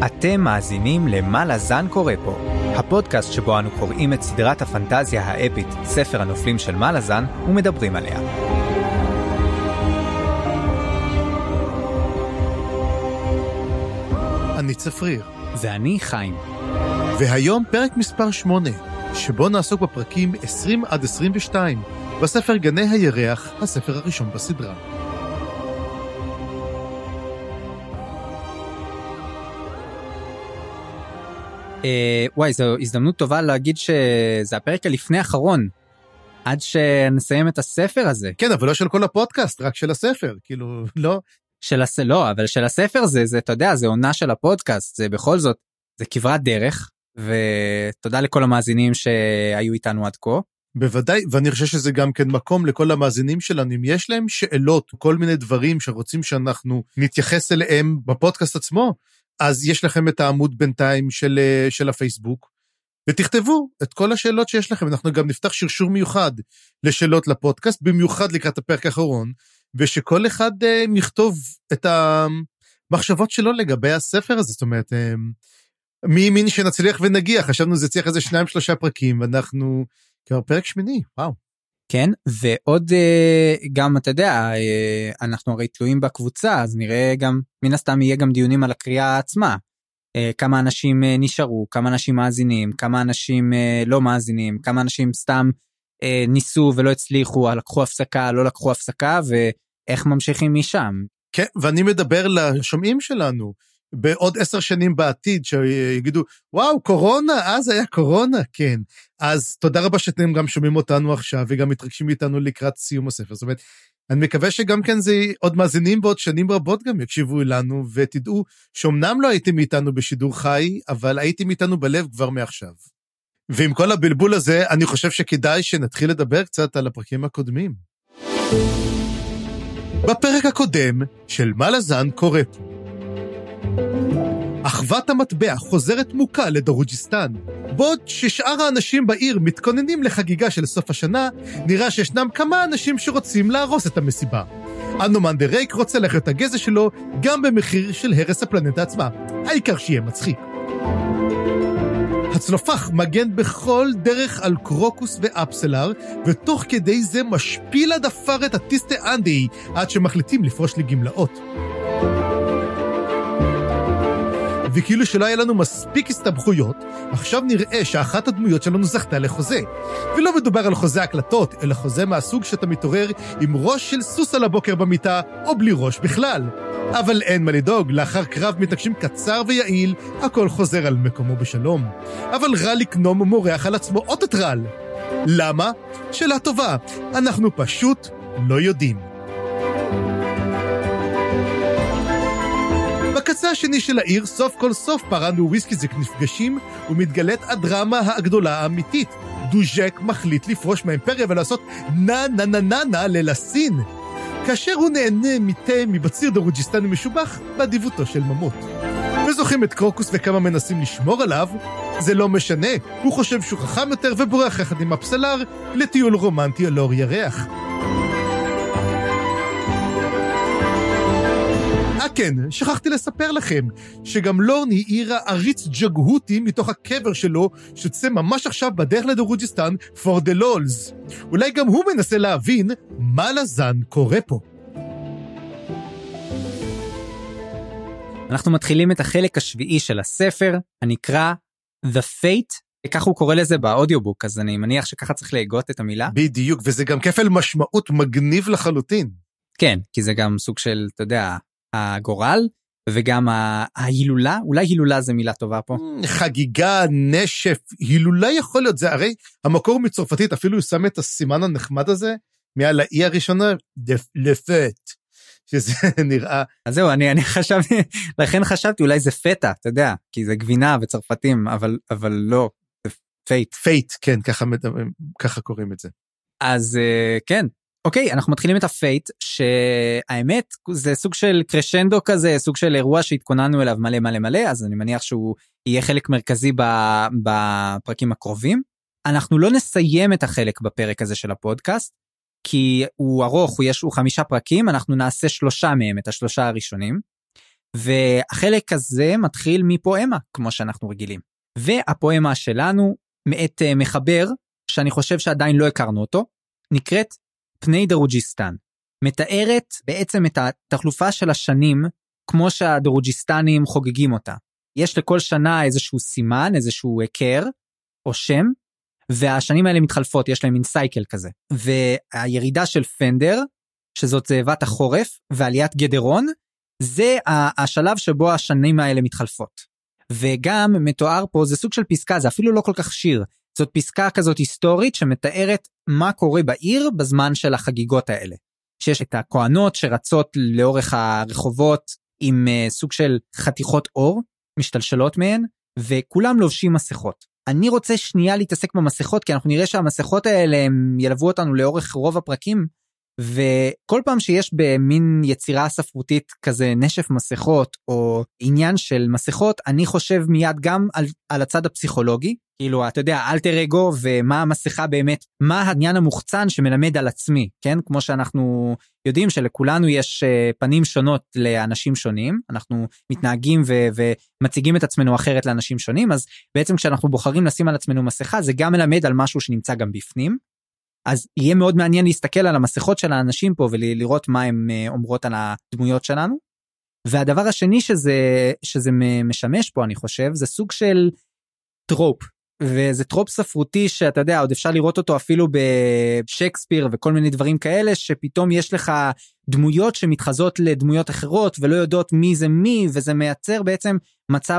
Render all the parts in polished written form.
אתם מאזינים למה לזן קורא פה, הפודקאסט שבו אנו קוראים את סדרת הפנטזיה האפית, ספר הנופלים של מה לזן, ומדברים עליה. אני צפריר. ואני חיים. והיום פרק מספר 8, שבו נעסוק בפרקים 20 עד 22, בספר גני הירח, הספר הראשון בסדרה. וואי, זו הזדמנות טובה להגיד שזה הפרק הלפני האחרון, עד שנסיים את הספר הזה. כן, אבל לא של כל הפודקאסט, רק של הספר, כאילו, לא. לא, אבל של הספר זה, אתה יודע, זה עונה של הפודקאסט, זה בכל זאת, זה כברת דרך, ותודה לכל המאזינים שהיו איתנו עד כה. בוודאי, ואני חושב שזה גם כן מקום לכל המאזינים שלנו, אם יש להם שאלות, כל מיני דברים שרוצים שאנחנו נתייחס אליהם בפודקאסט עצמו, אז יש לכם את העמוד בינתיים של הפייסבוק, ותכתבו את כל השאלות שיש לכם. אנחנו גם נפתח שרשור מיוחד לשאלות לפודקאסט, במיוחד לקראת הפרק האחרון, ושכל אחד יכתוב את המחשבות שלו לגבי הספר הזה. זאת אומרת, מי מין שנצליח ונגיע, חשבנו זה צריך איזה 2-3 פרקים, ואנחנו כבר פרק 8, וואו. כן, ועוד גם, אתה יודע, אנחנו הרי תלויים בקבוצה, אז נראה גם, מן הסתם יהיה גם דיונים על הקריאה עצמה, כמה אנשים נשארו, כמה אנשים מאזינים, כמה אנשים לא מאזינים, כמה אנשים סתם ניסו ולא הצליחו, לקחו הפסקה, לא לקחו הפסקה, ואיך ממשיכים משם. כן, ואני מדבר לשומעים שלנו, בעוד 10 שנים בעתיד, שיגידו, וואו, קורונה, אז היה קורונה, כן. אז תודה רבה שאתם גם שומעים אותנו עכשיו, וגם מתרגשים איתנו לקראת סיום הספר. זאת אומרת, אני מקווה שגם כן זה עוד מאזינים בעוד שנים רבות גם יקשיבו אלינו, ותדעו שאומנם לא הייתם איתנו בשידור חי, אבל הייתם איתנו בלב כבר מעכשיו. ועם כל הבלבול הזה, אני חושב שכדאי שנתחיל לדבר קצת על הפרקים הקודמים. בפרק הקודם של מה לזן קורא פה. אחוות המטבע חוזרת מוקה לדרוג'יסטן. בעוד ששאר האנשים בעיר מתכוננים לחגיגה של סוף השנה, נראה שישנם כמה אנשים שרוצים להרוס את המסיבה. אנומן דה רייק רוצה ללכת את הגזע שלו גם במחיר של הרס הפלנטה עצמה. העיקר שיהיה מצחיק. הצלופח מגן בכל דרך על קרוקוס ואפסלר, ותוך כדי זה משפיל עד עפר את הטיסטה אנדי, עד שמחליטים לפרוש לגמלאות. וכאילו שלא היה לנו מספיק הסתבכויות, עכשיו נראה שאחת הדמויות שלנו זכתה לחוזה. ולא מדובר על חוזה הקלטות, אלא חוזה מהסוג שאתה מתעורר עם ראש של סוס על הבוקר במיטה, או בלי ראש בכלל. אבל אין מה לדאוג, לאחר קרב מתנגשים קצר ויעיל, הכל חוזר על מקומו בשלום. אבל רע לקנום מורח על עצמו עוד את רל. למה? שאלה טובה, אנחנו פשוט לא יודעים. בקצה השני של העיר, סוף כל סוף פארן וויסקיזק נפגשים, ומתגלית הדרמה הגדולה האמיתית. דוז'ק מחליט לפרוש מהאימפריה ולעשות נה ללסין, כאשר הוא נהנה מתה מבציר דרוג'יסטני משובח באדיבותו של ממות. וזוכים את קרוקוס וכמה מנסים לשמור עליו, זה לא משנה, הוא חושב שהוא חכם יותר ובורח יחד עם אפסלר לטיול רומנטי על אור ירח. כן, שכחתי לספר לכם, שגם לורן העירה עריץ ג'גהותי מתוך הקבר שלו, שצא ממש עכשיו בדרך לדרוג'יסטן for the lols. אולי גם הוא מנסה להבין מה לזן קורה פה. אנחנו מתחילים את החלק השביעי של הספר, הנקרא The Fate, וכך הוא קורא לזה באודיובוק, אז אני מניח שככה צריך להגות את המילה. בדיוק, וזה גם כפל משמעות מגניב לחלוטין. כן, כי זה גם סוג של, אתה יודע, הגורל, וגם ההילולה, אולי הילולה זה מילה טובה פה. חגיגה, נשף, הילולה יכול להיות, זה הרי המקור מצרפתית, אפילו הוא שם את הסימן הנחמד הזה, מעל האי הראשונה, לפט, שזה נראה. אז זהו, אני חשבתי, לכן חשבתי, אולי זה פטה, אתה יודע, כי זה גבינה וצרפתים, אבל לא, זה פייט. פייט, כן, ככה קוראים את זה. אז כן, אוקיי, אנחנו מתחילים את הפייט, שהאמת זה סוג של קרשנדו כזה, סוג של אירוע שהתכוננו אליו מלא, אז אני מניח שהוא יהיה חלק מרכזי בפרקים הקרובים. אנחנו לא נסיים את החלק בפרק הזה של הפודקאסט, כי הוא ארוך, הוא 5 פרקים, אנחנו נעשה 3 מהם, את 3 הראשונים, והחלק הזה מתחיל מפואמה, כמו שאנחנו רגילים. והפואמה שלנו, מאת מחבר, שאני חושב שעדיין לא הכרנו אותו, נקראת פני דרוג'יסטן. מתארת בעצם את התחלופה של השנים, כמו שהדרוג'יסטנים חוגגים אותה. יש לכל שנה איזשהו סימן, איזשהו הכר, או שם, והשנים האלה מתחלפות, יש להם מין סייקל כזה. והירידה של פנדר, שזאת זאבת החורף, ועליית גדרון, זה השלב שבו השנים האלה מתחלפות. וגם מתואר פה, זה סוג של פסקה, זה אפילו לא כל כך שיר, זאת פסקה כזאת היסטורית, שמתארת מה קורה בעיר, בזמן של החגיגות האלה. שיש את הכהנות שרצות לאורך הרחובות, עם סוג של חתיכות אור, משתלשלות מהן, וכולם לובשים מסכות. אני רוצה שנייה להתעסק במסכות, כי אנחנו נראה שהמסכות האלה הם ילוו אותנו לאורך רוב הפרקים, וכל פעם שיש במין יצירה ספרותית כזה נשף מסכות, או עניין של מסכות, אני חושב מיד גם על הצד הפסיכולוגי, כאילו אתה יודע, אלטר אגו, ומה המסכה באמת, מה העניין המוחצן שמלמד על עצמי, כן? כמו שאנחנו יודעים שלכולנו יש פנים שונות לאנשים שונים, אנחנו מתנהגים ומציגים את עצמנו אחרת לאנשים שונים, אז בעצם כשאנחנו בוחרים לשים על עצמנו מסכה, זה גם מלמד על משהו שנמצא גם בפנים, אז יהיה מאוד מעניין להסתכל על המסכות של האנשים פה, ולראות מה הן אומרות על הדמויות שלנו. והדבר השני שזה משמש פה, אני חושב, זה סוג של טרופ, וזה טרופ ספרותי שאתה יודע, עוד אפשר לראות אותו אפילו בשייקספיר וכל מיני דברים כאלה, שפתאום יש לך דמויות שמתחזות לדמויות אחרות, ולא יודעות מי זה מי, וזה מייצר בעצם מצב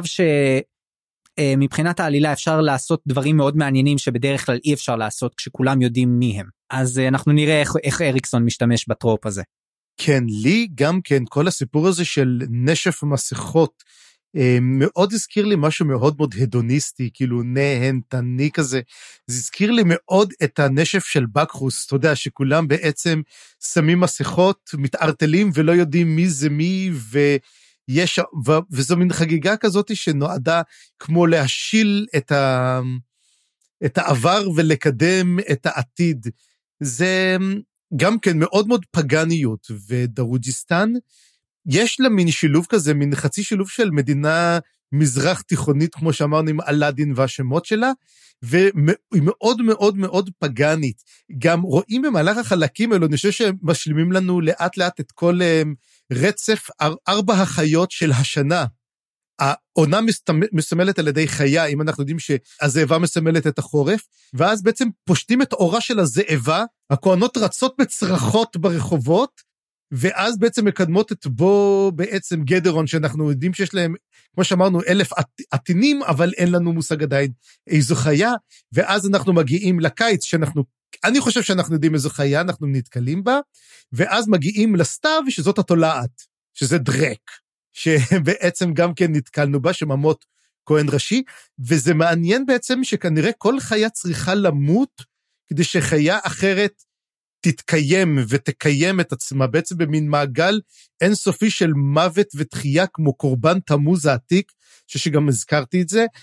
מבחינת העלילה אפשר לעשות דברים מאוד מעניינים שבדרך כלל אי אפשר לעשות כשכולם יודעים מי הם. אז אנחנו נראה איך אריקסון משתמש בטרופ הזה. כן, לי גם כן, כל הסיפור הזה של נשף מסכות, מאוד הזכיר לי משהו מאוד מאוד הדוניסטי, כאילו נהנתני כזה, זה הזכיר לי מאוד את הנשף של בקחוס, אתה יודע שכולם בעצם שמים מסכות, מתערטלים ולא יודעים מי זה מי, וזו מין חגיגה כזאת שנועדה כמו להשיל את העבר ולקדם את העתיד. זה גם כן מאוד מאוד פגניות, ודרוג'יסטן יש לה מין שילוב כזה, מין חצי שילוב של מדינה מזרח תיכונית, כמו שאמרנו עם אלאדין והשמות שלה, והיא מאוד מאוד מאוד פגנית. גם רואים במהלך החלקים האלו, אני חושב שמשלימים לנו לאט לאט את כל רצף 4 החיות של השנה. העונה מסמלת על ידי חיה, אם אנחנו יודעים שהזאבה מסמלת את החורף, ואז בעצם פושטים את אורה של הזאבה, הכהנות רצות בצרחות ברחובות, ואז בעצם מקדמות את בו בעצם גדרון, שאנחנו יודעים שיש להם, כמו שאמרנו, 1,000 עטינים, אבל אין לנו מושג עדיין איזו חיה, ואז אנחנו מגיעים לקיץ, אני חושב שאנחנו יודעים איזו חיה, אנחנו נתקלים בה, ואז מגיעים לסתיו, שזאת התולעת, שזה דרק, שבעצם גם כן נתקלנו בה, שממות כהן ראשי, וזה מעניין בעצם שכנראה כל חיה צריכה למות, כדי שחיה אחרת תתקיים ותקיים את עצמה, בעצם במין מעגל אינסופי של מוות ותחייה, כמו קורבן תמוז העתיק, שגם הזכרתי את זה,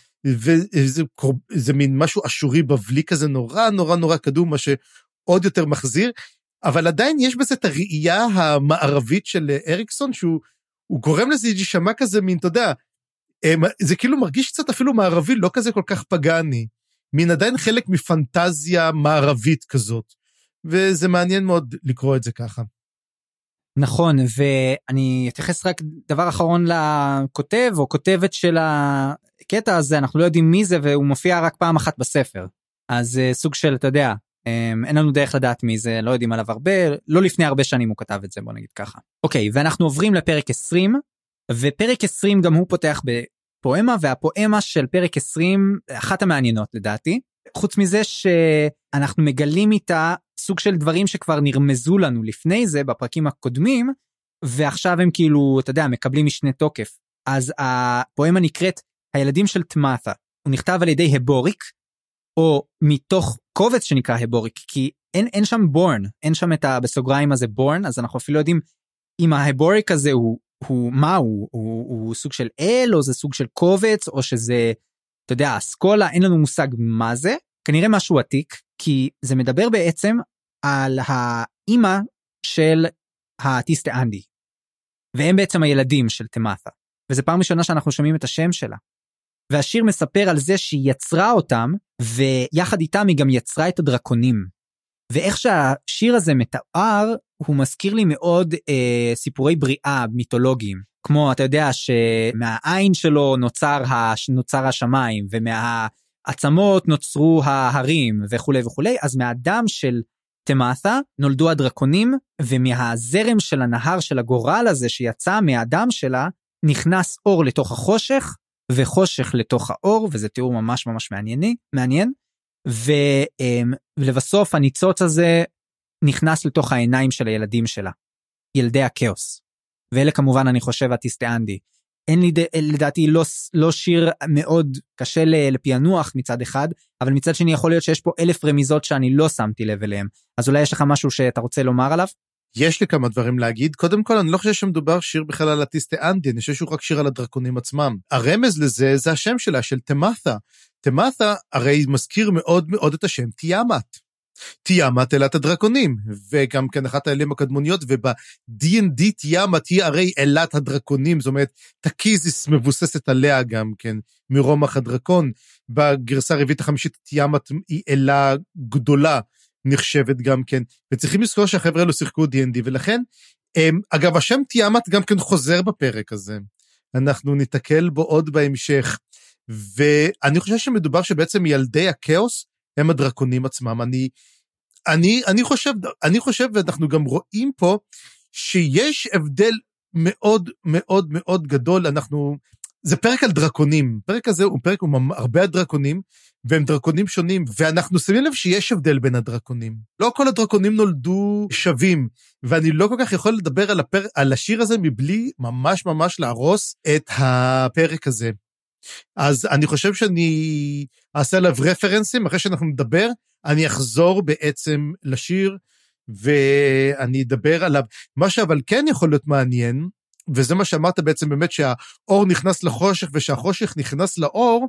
וזה מין משהו אשורי בבלי כזה נורא נורא נורא קדום, מה שעוד יותר מחזיר, אבל עדיין יש בזה את הראייה המערבית של אריקסון, שהוא גורם לזה להישמע כזה מין, אתה יודע, זה כאילו מרגיש קצת אפילו מערבי, לא כזה כל כך פגני, מין עדיין חלק מפנטזיה מערבית כזאת, וזה מעניין מאוד לקרוא את זה ככה. נכון, ואני אתייחס רק דבר אחרון לכותב, או כותבת של הקטע הזה, אנחנו לא יודעים מי זה, והוא מופיע רק פעם אחת בספר, אז סוג של, אתה יודע, אין לנו דרך לדעת מי זה, לא יודעים עליו הרבה, לא לפני הרבה שנים הוא כתב את זה, בוא נגיד ככה. אוקיי, ואנחנו עוברים לפרק 20, ופרק 20 גם הוא פותח בפואמה, והפואמה של פרק 20, אחת המעניינות לדעתי, חוץ מזה שאנחנו מגלים איתה סוג של דברים שכבר נרמזו לנו לפני זה בפרקים הקודמים, ועכשיו הם כאילו, אתה יודע, מקבלים משנה תוקף. אז הפואמה נקראת הילדים של תמאתה, הוא נכתב על ידי הבוריק, או מתוך קובץ שנקרא הבוריק, כי אין שם בורן, אין שם את בסוגריים הזה בורן, אז אנחנו אפילו יודעים אם ההבוריק הזה מה הוא סוג של אל, או זה סוג של קובץ, או שזה, אתה יודע, אסכולה, אין לנו מושג מה זה, כנראה משהו עתיק, כי זה מדבר בעצם על האימא של הטיסטה אנדי, והם בעצם הילדים של תמאתה. וזו פעם ראשונה שאנחנו שומעים את השם שלה. והשיר מספר על זה שהיא יצרה אותם, ויחד איתם היא גם יצרה את הדרקונים. ואיך שהשיר הזה מתואר, הוא מזכיר לי מאוד סיפורי בריאה מיתולוגיים. כמו, אתה יודע, שמהעין שלו נוצר השמיים, ומהעצמות נוצרו ההרים, וכו' וכו'. אז מהדם של תמאתה נולדו הדרקונים, ומהזרם של הנהר של הגורל הזה שיצא מהדם שלה, נכנס אור לתוך החושך, וחושך לתוך האור, וזה תיאור ממש ממש מעניין, ולבסוף הניצוץ הזה נכנס לתוך העיניים של הילדים שלה, ילדי הכאוס. ואלה כמובן אני חושב הטיסטאנדי. אין לי לדעתי לא שיר מאוד קשה לפענוח מצד אחד, אבל מצד שני יכול להיות שיש פה 1000 רמיזות שאני לא שמתי לב אליהם. אז אולי יש לך משהו שאתה רוצה לומר עליו? יש לי כמה דברים להגיד. קודם כל, אני לא חושב שמדובר שיר בכלל על הטיסטאנדי, אני חושב שהוא רק שיר על הדרקונים עצמם. הרמז לזה זה השם שלה, של תמאתה. תמאתה הרי מזכיר מאוד מאוד את השם תיאמת. תיאמת אלת הדרקונים, וגם כן אחת האלים הקדמוניות, וב-D&D תיאמת היא הרי אלת הדרקונים, זאת אומרת, תקיזיס מבוססת עליה גם כן, מרומח הדרקון. בגרסה הרביעית החמישית תיאמת היא אלה גדולה, נחשבת גם כן, וצריכים לזכור שהחבר'ה האלו שיחקו D&D, ולכן, אגב, השם תיאמת גם כן חוזר בפרק הזה, אנחנו ניתקל בו עוד בהמשך, ואני חושב שמדובר שבעצם ילדי הכאוס, הם הדרקונים עצמם. אני חושב, ואנחנו גם רואים פה, שיש הבדל מאוד מאוד מאוד גדול, זה פרק על דרקונים, פרק הזה הוא פרק עם הרבה הדרקונים, והם דרקונים שונים, ואנחנו שמים לב שיש הבדל בין הדרקונים. לא כל הדרקונים נולדו שווים, ואני לא כל כך יכול לדבר על השיר הזה, מבלי ממש ממש להרוס את הפרק הזה. אז אני חושב שאני אעשה עליו רפרנסים, אחרי שאנחנו נדבר, אני אחזור בעצם לשיר, ואני אדבר עליו. מה שאבל כן יכול להיות מעניין, וזה מה שאמרת בעצם באמת, שהאור נכנס לחושך, ושהחושך נכנס לאור,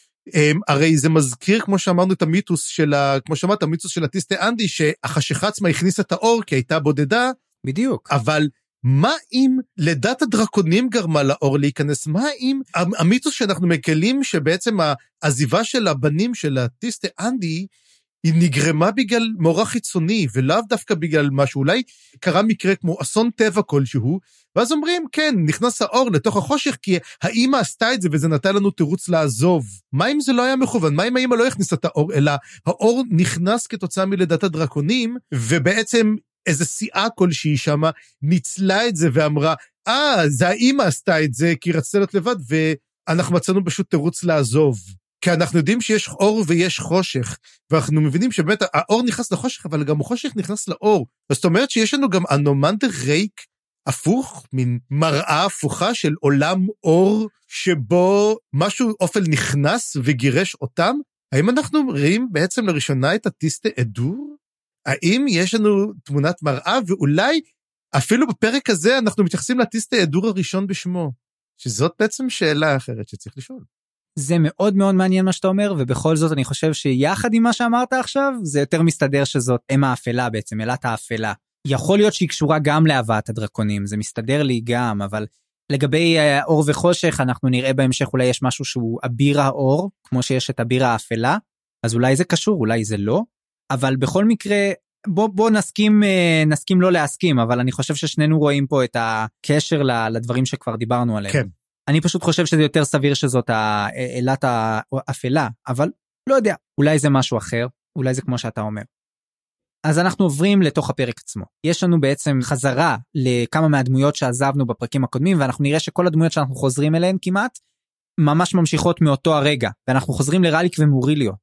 הרי זה מזכיר, כמו שאמרנו, את המיתוס של כמו שאמרת, המיתוס של הטיסטאנדי, שהחשיכה עצמה הכניסה את האור, כי הייתה בודדה. בדיוק. אבל מה אם לדת הדרקונים גרמה לאור להיכנס? מה אם המיתוס שאנחנו מקלים, שבעצם העזיבה של הבנים של הטיסטאנדי, היא נגרמה בגלל מאורע חיצוני, ולאו דווקא בגלל משהו, אולי קרה מקרה כמו אסון טבע כלשהו, ואז אומרים, כן, נכנס האור לתוך החושך, כי האמא עשתה את זה, וזה נתן לנו תירוץ לעזוב. מה אם זה לא היה מכוון? מה אם האמא לא הכניסה את האור, אלא האור נכנס כתוצאה מלידת הדרקונים, ובעצם איזו סיעה כלשהי שמה, ניצלה את זה ואמרה, זה האמא עשתה את זה, כי היא רצתה להיות לבד, ואנחנו מצאנו פשוט תירוץ לעזוב. כי אנחנו יודעים שיש אור ויש חושך, ואנחנו מבינים שבאמת האור נכנס לחושך, אבל גם החושך נכנס לאור. זאת אומרת שיש לנו גם אנומנדר ריק הפוך, מין מראה הפוכה של עולם אור, שבו משהו אופל נכנס וגירש אותם. האם אנחנו רואים בעצם לראשונה את הטיסטאדור? האם יש לנו תמונת מראה, ואולי אפילו בפרק הזה אנחנו מתייחסים לטיסטאדור הראשון בשמו, שזאת בעצם שאלה אחרת שצריך לשאול. זה מאוד מאוד מעניין מה שאתה אומר, ובכל זאת אני חושב שיחד עם מה שאמרת עכשיו, זה יותר מסתדר שזאת אם האפלה בעצם, אלת האפלה. יכול להיות שהיא קשורה גם להבאת הדרקונים, זה מסתדר לי גם, אבל לגבי אור וחושך, אנחנו נראה בהמשך אולי יש משהו שהוא אביר האור, כמו שיש את אביר האפלה, אז אולי זה קשור, אולי זה לא, אבל בכל מקרה, בוא נסכים לא להסכים, אבל אני חושב ששנינו רואים פה את הקשר לדברים שכבר דיברנו עליהם. כן. אני פשוט חושב שזה יותר סביר שזאת אלת האפלה, אבל לא יודע, אולי זה משהו אחר, אולי זה כמו שאתה אומר. אז אנחנו עוברים לתוך הפרק עצמו. יש לנו בעצם חזרה לכמה מהדמויות שעזבנו בפרקים הקודמים, ואנחנו נראה שכל הדמויות שאנחנו חוזרים אליהן כמעט, ממש ממשיכות מאותו הרגע, ואנחנו חוזרים לרליק ומוריליו,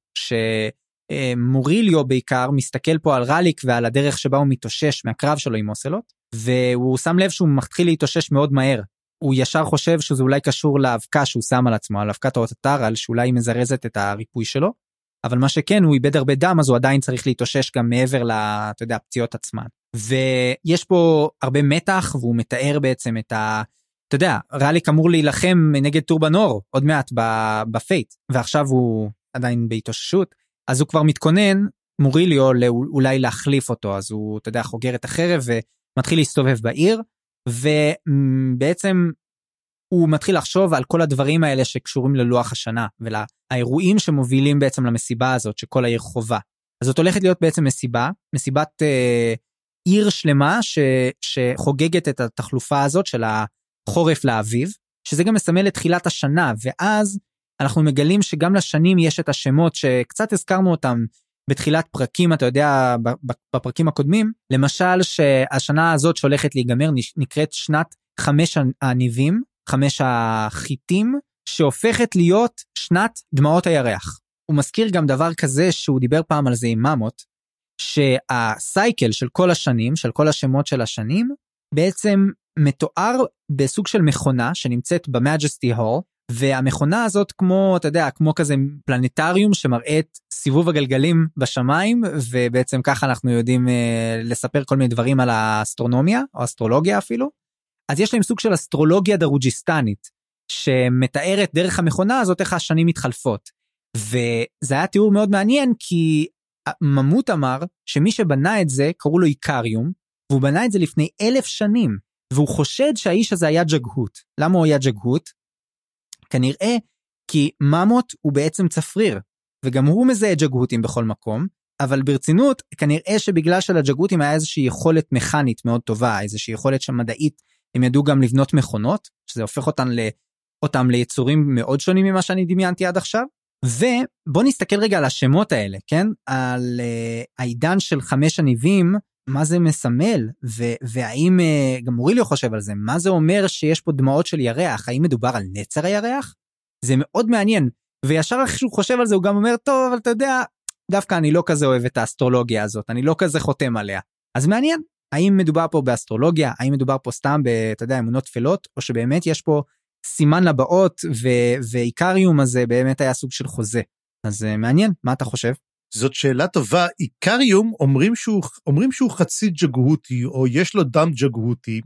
שמוריליו בעיקר מסתכל פה על רליק ועל הדרך שבה הוא מתאושש מהקרב שלו עם אוסלוט, והוא שם לב שהוא מתחיל להתאושש מאוד מהר. הוא ישר חושב שזה אולי קשור להאבקה שהוא שם על עצמו, על האבקת האוטטרל, שאולי היא מזרזת את הריפוי שלו, אבל מה שכן, הוא איבד הרבה דם, אז הוא עדיין צריך להתאושש גם מעבר אתה יודע, הפציעות עצמן. ויש פה הרבה מתח, והוא מתאר בעצם אתה יודע, רליק אמור להילחם נגד טורבנור, עוד מעט בפייט, ועכשיו הוא עדיין בהתאוששות, אז הוא כבר מתכונן, מוריליו, אולי להחליף אותו, אז הוא, אתה יודע, חוגר את החרב, ומתחיל להסתובב בעיר, ובעצם הוא מתחיל לחשוב על כל הדברים האלה שקשורים ללוח השנה, ולאירועים שמובילים בעצם למסיבה הזאת, שכל העיר חובה. אז זאת הולכת להיות בעצם מסיבת עיר שלמה, שחוגגת את התחלופה הזאת של החורף לאביב, שזה גם מסמל את תחילת השנה, ואז אנחנו מגלים שגם לשנים יש את השמות שקצת הזכרנו אותם בתחילת פרקים, אתה יודע, בפרקים הקודמים, למשל שהשנה הזאת שהולכת להיגמר נקראת שנת 5 הניבים, 5 החיטים, שהופכת להיות שנת דמעות הירח. הוא מזכיר גם דבר כזה שהוא דיבר פעם על זה עם ממות, שהסייקל של כל השנים, של כל השמות של השנים, בעצם מתואר בסוג של מכונה שנמצאת במאג'סטי הול, והמכונה הזאת כמו, אתה יודע, כמו כזה פלנטריום שמראה את סיבוב הגלגלים בשמיים, ובעצם ככה אנחנו יודעים לספר כל מיני דברים על האסטרונומיה, או אסטרולוגיה אפילו. אז יש להם סוג של אסטרולוגיה דרוג'יסטנית, שמתארת דרך המכונה הזאת איך השנים מתחלפות. וזה היה תיאור מאוד מעניין, כי ממות אמר שמי שבנה את זה, קראו לו איקריום, והוא בנה את זה לפני 1000 שנים, והוא חושד שהאיש הזה היה ג'גהות. למה הוא היה ג'גהות? כנראה כי ממות הוא בעצם צפריר, וגם הוא מזהה ג'גהותים בכל מקום, אבל ברצינות, כנראה שבגלל שלג'גהותים היה איזושהי יכולת מכנית מאוד טובה, איזושהי יכולת שמדעית, הם ידעו גם לבנות מכונות, שזה הופך אותם ליצורים מאוד שונים ממה שאני דמיינתי עד עכשיו, ובוא נסתכל רגע על השמות האלה, כן? על העידן של 5 הניבים, מה זה מסמל, והאם, גם מוריליו חושב על זה, מה זה אומר שיש פה דמעות של ירח, האם מדובר על נצר הירח? זה מאוד מעניין, וישר איך שהוא חושב על זה, הוא גם אומר, טוב, אבל אתה יודע, דווקא אני לא כזה אוהב את האסטרולוגיה הזאת, אני לא כזה חותם עליה. אז מעניין, האם מדובר פה באסטרולוגיה, האם מדובר פה סתם אתה יודע, אמונות תפלות, או שבאמת יש פה סימן לבאות, ואיקריום הזה באמת היה סוג של חוזה. אז מעניין, מה אתה חושב? זאת שאלה טובה. איקריום אומרים שהוא חצי ג'גהותי, או יש לו דם ג'גהותי,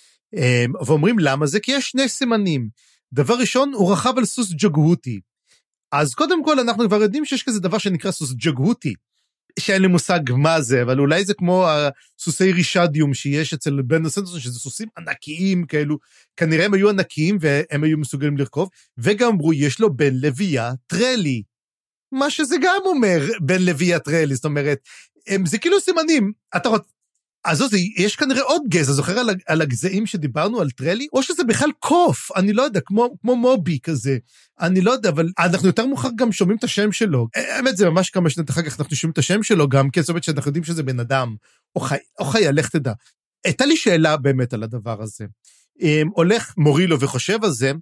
ואומרים למה זה? כי יש 2 סימנים. דבר ראשון, הוא רכב על סוס ג'גהותי. אז קודם כל אנחנו כבר יודעים שיש כזה דבר שנקרא סוס ג'גהותי, שאין לי מושג מה זה, אבל אולי זה כמו הסוסי רישדיום שיש אצל בן הסנטרסון, שזה סוסים ענקיים כאלו, כנראה הם היו ענקיים והם היו מסוגלים לרכוב, וגם אמרו, יש לו בן לוויה טרלי, מה שזה גם אומר, בן לוויה טרלי, זאת אומרת, זה כאילו סימנים, אז יש כנראה עוד גזע, זוכר על הגזעים שדיברנו על טרלי, או שזה בכלל קוף, אני לא יודע, כמו מובי כזה, אני לא יודע, אבל אנחנו יותר מאוחר גם שומעים את השם שלו, האמת זה ממש כמה שנות אחר כך אנחנו שומעים את השם שלו גם, כי זאת אומרת שאנחנו יודעים שזה בן אדם, או חיה, לך תדע. הייתה לי שאלה באמת על הדבר הזה, הולך מורילו וחושב על זה,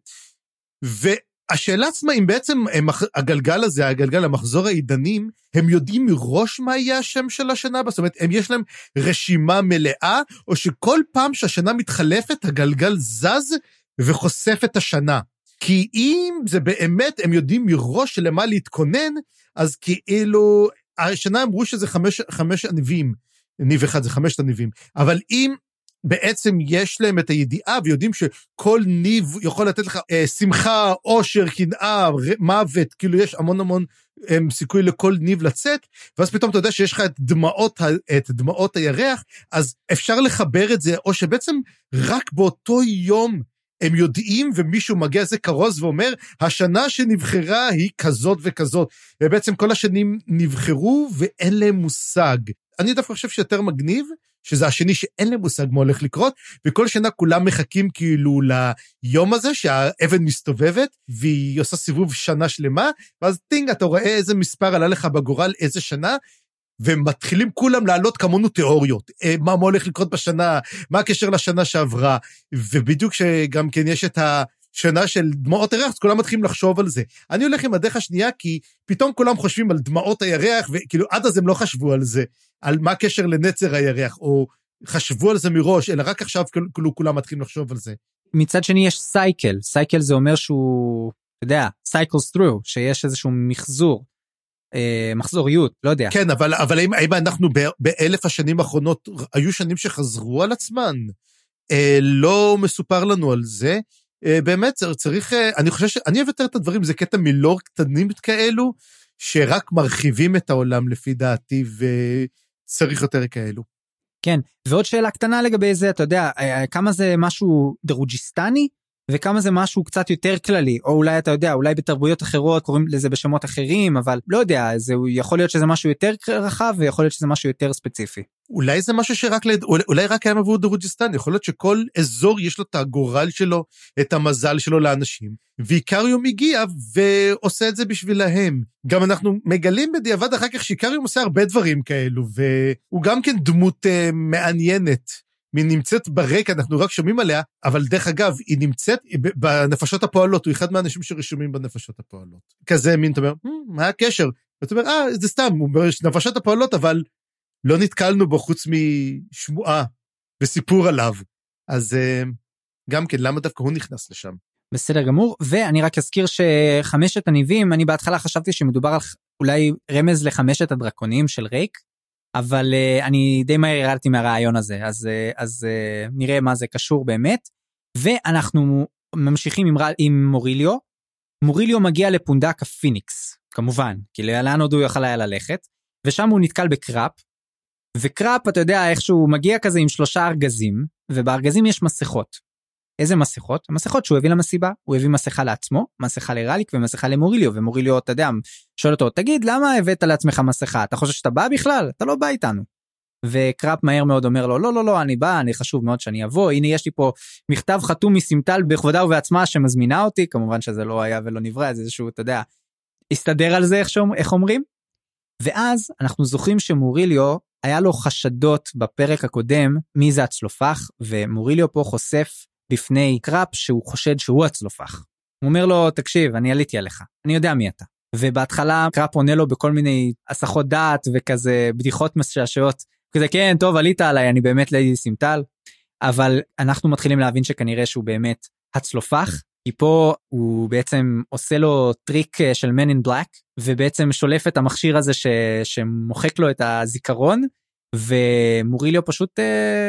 השאלה עצמה, אם בעצם הגלגל הזה, הגלגל המחזור העידנים, הם יודעים מראש מה יהיה השם של השנה? זאת אומרת, יש להם רשימה מלאה, או שכל פעם שהשנה מתחלפת, הגלגל זז וחושף את השנה. כי אם זה באמת, הם יודעים מראש למה להתכונן, אז כאילו, השנה אמרו שזה 5 הניבים, ניב אחד זה 5 הניבים, אבל אם בעצם יש להם את הידיעה, ויודעים שכל ניב יכול לתת לך שמחה, אושר, קנאה, מוות, כאילו יש המון סיכוי לכל ניב לצאת, ואז פתאום אתה יודע שיש לך את דמעות הירח, אז אפשר לחבר את זה, או שבעצם רק באותו יום הם יודעים, ומישהו מגיע איזה כרוז ואומר, השנה שנבחרה היא כזאת וכזאת, ובעצם כל השנים נבחרו ואין להם מושג. אני דווקא חושב שיותר מגניב, שזה השני שאין להם מושג מה הולך לקרות, וכל שנה כולם מחכים כאילו ליום הזה, שהאבן מסתובבת, והיא עושה סיבוב שנה שלמה, ואז טינג, אתה רואה איזה מספר עלה לך בגורל, איזה שנה, ומתחילים כולם לעלות כמונו תיאוריות, מה הולך לקרות בשנה, מה הקשר לשנה שעברה, ובדיוק שגם כן יש את השנה של דמעות הירח, אז כולם מתחילים לחשוב על זה. אני הולך עם הדרך השנייה, כי פתאום כולם חושבים על דמעות הירח, וכאילו עד אז הם לא חשבו על זה, על מה הקשר לנצר הירח, או חשבו על זה מראש, אלא רק עכשיו כולם מתחילים לחשוב על זה. מצד שני יש סייקל, סייקל זה אומר שהוא, אתה יודע, cycles through, שיש איזשהו מחזור, מחזוריות, לא יודע. כן, אבל האם אנחנו באלף השנים האחרונות, היו שנים שחזרו על עצמן? לא מסופר לנו על זה, באמת צריך, אני חושב שאני אוהב יותר את הדברים, זה קטע מלור קטנים כאלו, שרק מרחיבים את העולם לפי דעתי, וצריך יותר כאלו. כן, ועוד שאלה קטנה לגבי זה, אתה יודע, כמה זה משהו דרוג'יסטני? וכמה זה משהו קצת יותר כללי, או אולי אתה יודע, אולי בתרבויות אחרות קוראים לזה בשמות אחרים, אבל לא יודע, יכול להיות שזה משהו יותר רחב, ויכול להיות שזה משהו יותר ספציפי. אולי זה משהו אולי רק היה מבוא דרוג'יסטן, יכול להיות שכל אזור יש לו את הגורל שלו, את המזל שלו לאנשים, ואיקריום הגיע ועושה את זה בשבילהם. גם אנחנו מגלים בדיעבד אחר כך שאיקריום עושה הרבה דברים כאלו, והוא גם כן דמות מעניינת, היא נמצאת ברקע, אנחנו רק שומעים עליה, אבל דרך אגב, היא נמצאת בנפשות הפועלות, הוא אחד מהאנשים שרשומים בנפשות הפועלות. כזה מין, אתה אומר, מה הקשר? ואתה אומר, זה סתם, הוא בנפשות הפועלות, אבל לא נתקלנו בו חוץ משמועה וסיפור עליו. אז גם כן, למה דווקא הוא נכנס לשם? בסדר גמור, ואני רק אזכיר שחמשת הניבים, אני בהתחלה חשבתי שמדובר על אולי רמז לחמשת הדרקונים של רייק, אבל אני די מהר ירדתי מהרעיון הזה, אז נראה מה זה קשור באמת, ואנחנו ממשיכים עם מוריליו. מוריליו מגיע לפונדק הפיניקס, כמובן, כי לאן עוד הוא יוכל היה ללכת, ושם הוא נתקל בקראפ, וקראפ, אתה יודע, איכשהו מגיע כזה עם 3 ארגזים, ובארגזים יש מסכות. איזה מסכות? המסכות שהוא הביא למסיבה, הוא הביא מסכה לעצמו, מסכה לרליק ומסכה למוריליו, ומוריליו, אתה יודע, שואל אותו, תגיד, למה הבאת לעצמך מסכה? אתה חושב שאתה בא בכלל? אתה לא בא איתנו. וקראפ מהר מאוד אומר לו, לא, אני בא, אני חשוב מאוד שאני אבוא, הנה יש לי פה מכתב חתום מסימטל בכבודה ובעצמה שמזמינה אותי, כמובן שזה לא היה ולא נברא, זה איזשהו, אתה יודע, הסתדר על זה, איך אומרים? ואז אנחנו זוכרים שמוריליו, היה לו חשדות בפרק הקודם, מי זה הצלופח, ומוריליו פה חושף בפני קראפ שהוא חושד שהוא הצלופח. הוא אומר לו, תקשיב, אני עליתי עליך, אני יודע מי אתה. ובהתחלה קראפ עונה לו בכל מיני הסחות דעת וכזה בדיחות משעשעות, כזה כן, טוב, עלית עליי, אני באמת לידי סימטל, אבל אנחנו מתחילים להבין שכנראה שהוא באמת הצלופח, כי פה הוא בעצם עושה לו טריק של Man in Black, ובעצם שולף את המכשיר הזה שמוחק לו את הזיכרון, ומוריליו פשוט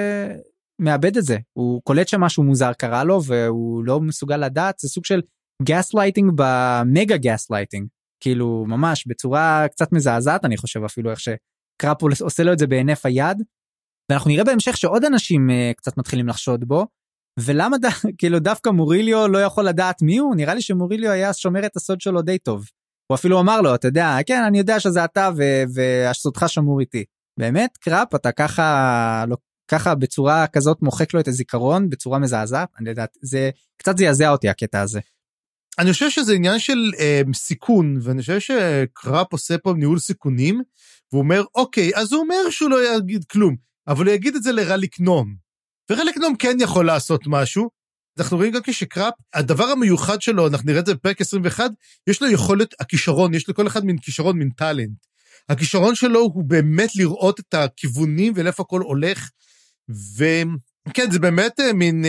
מאבד את זה, הוא קולט שמשהו מוזר קרה לו, והוא לא מסוגל לדעת, זה סוג של גאסלייטינג במגה גאסלייטינג, כאילו ממש בצורה קצת מזעזעת, אני חושב אפילו איך שקראפ עושה לו את זה בהינף היד, ואנחנו נראה בהמשך שעוד אנשים קצת מתחילים לחשוד בו, ולמה כאילו דווקא מוריליו לא יכול לדעת מי הוא? נראה לי שמוריליו היה שומר את הסוד שלו די טוב, הוא אפילו אמר לו, אתה יודע, כן, אני יודע שזה אתה והסודך שמור איתי, באמת קראפ, אתה ככה בצורה כזאת מוחק לו את הזיכרון, בצורה מזעזעת, אני יודעת, זה קצת זעזע אותי הקטע הזה. אני חושב שזה עניין של סיכון, ואני חושב שקראפ עושה פה ניהול סיכונים, והוא אומר, אוקיי, אז הוא אומר שהוא לא יגיד כלום, אבל הוא יגיד את זה לרליק נום, ורליק נום כן יכול לעשות משהו, אנחנו רואים גם כשקראפ, הדבר המיוחד שלו, אנחנו נראה את זה בפרק 21, יש לו יכולת, הכישרון, יש לכל אחד מן כישרון, מן טלנט, הכישרון שלו הוא באמת לראות את הכיוונים, ולאיפה הכל הולך, וכן, זה באמת מין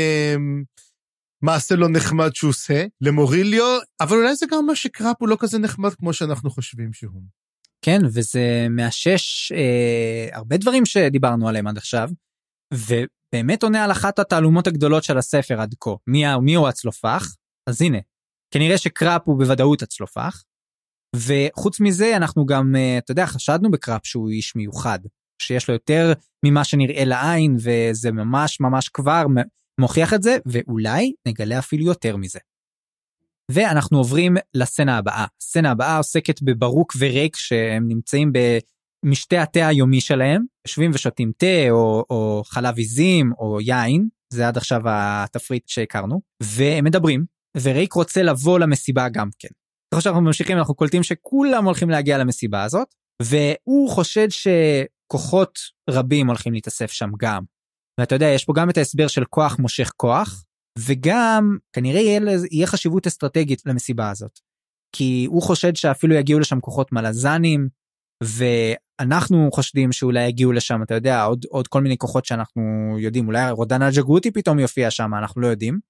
מעשה לא נחמד שהוא עושה למוריליו, אבל אולי זה גם מה שקראפ הוא לא כזה נחמד כמו שאנחנו חושבים שהוא. כן, וזה מאשש הרבה דברים שדיברנו עליהם עד עכשיו, ובאמת עונה על אחת התעלומות הגדולות של הספר עד כה, מי הוא הצלופח? אז הנה, כנראה שקראפ הוא בוודאות הצלופח, וחוץ מזה אנחנו גם, אתה יודע, חשדנו בקראפ שהוא איש מיוחד, שיש לו יותר ממה שנראה לעין, וזה ממש ממש כבר מוכיח את זה, ואולי נגלה אפילו יותר מזה. ואנחנו עוברים לסצנה הבאה. הסצנה הבאה עוסקת בברוק ורייק, שהם נמצאים במשתה התה היומי שלהם, יושבים ושותים תה, או חלב עיזים, או יין, זה עד עכשיו התפריט שהכרנו, והם מדברים, ורייק רוצה לבוא למסיבה גם כן. עכשיו שאנחנו ממשיכים, אנחנו קולטים שכולם הולכים להגיע למסיבה הזאת, והוא חושד שכוחות רבים הולכים להתאסף שם גם. ואתה יודע, יש פה גם את ההסבר של כוח מושך כוח, וגם כנראה יהיה חשיבות אסטרטגית למסיבה הזאת. כי הוא חושד שאפילו יגיעו לשם כוחות מלזנים, ואנחנו חושדים שאולי יגיעו לשם, אתה יודע, עוד כל מיני כוחות שאנחנו יודעים, אולי רודן הג'גותי פתאום יופיע שם, אנחנו לא יודעים.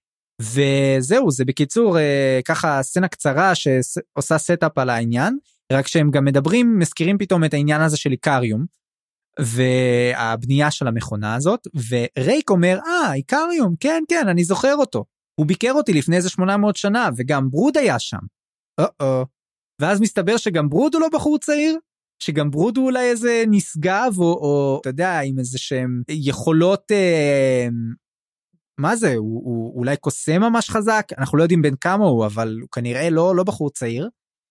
וזהו, זה בקיצור ככה סצנה קצרה שעושה סטאפ על העניין, רק שהם גם מדברים, מזכירים פתאום את העניין הזה של איקריום, והבנייה של המכונה הזאת, ורייק אומר, איקריום, כן, אני זוכר אותו, הוא ביקר אותי לפני איזה 800 שנה, וגם ברוד היה שם, ואז מסתבר שגם ברוד הוא לא בחור צעיר, שגם ברוד הוא אולי איזה נשגב, או אתה יודע, עם איזה שהם יכולות, מה זה, הוא אולי קוסם ממש חזק, אנחנו לא יודעים בין כמה הוא, אבל הוא כנראה לא בחור צעיר,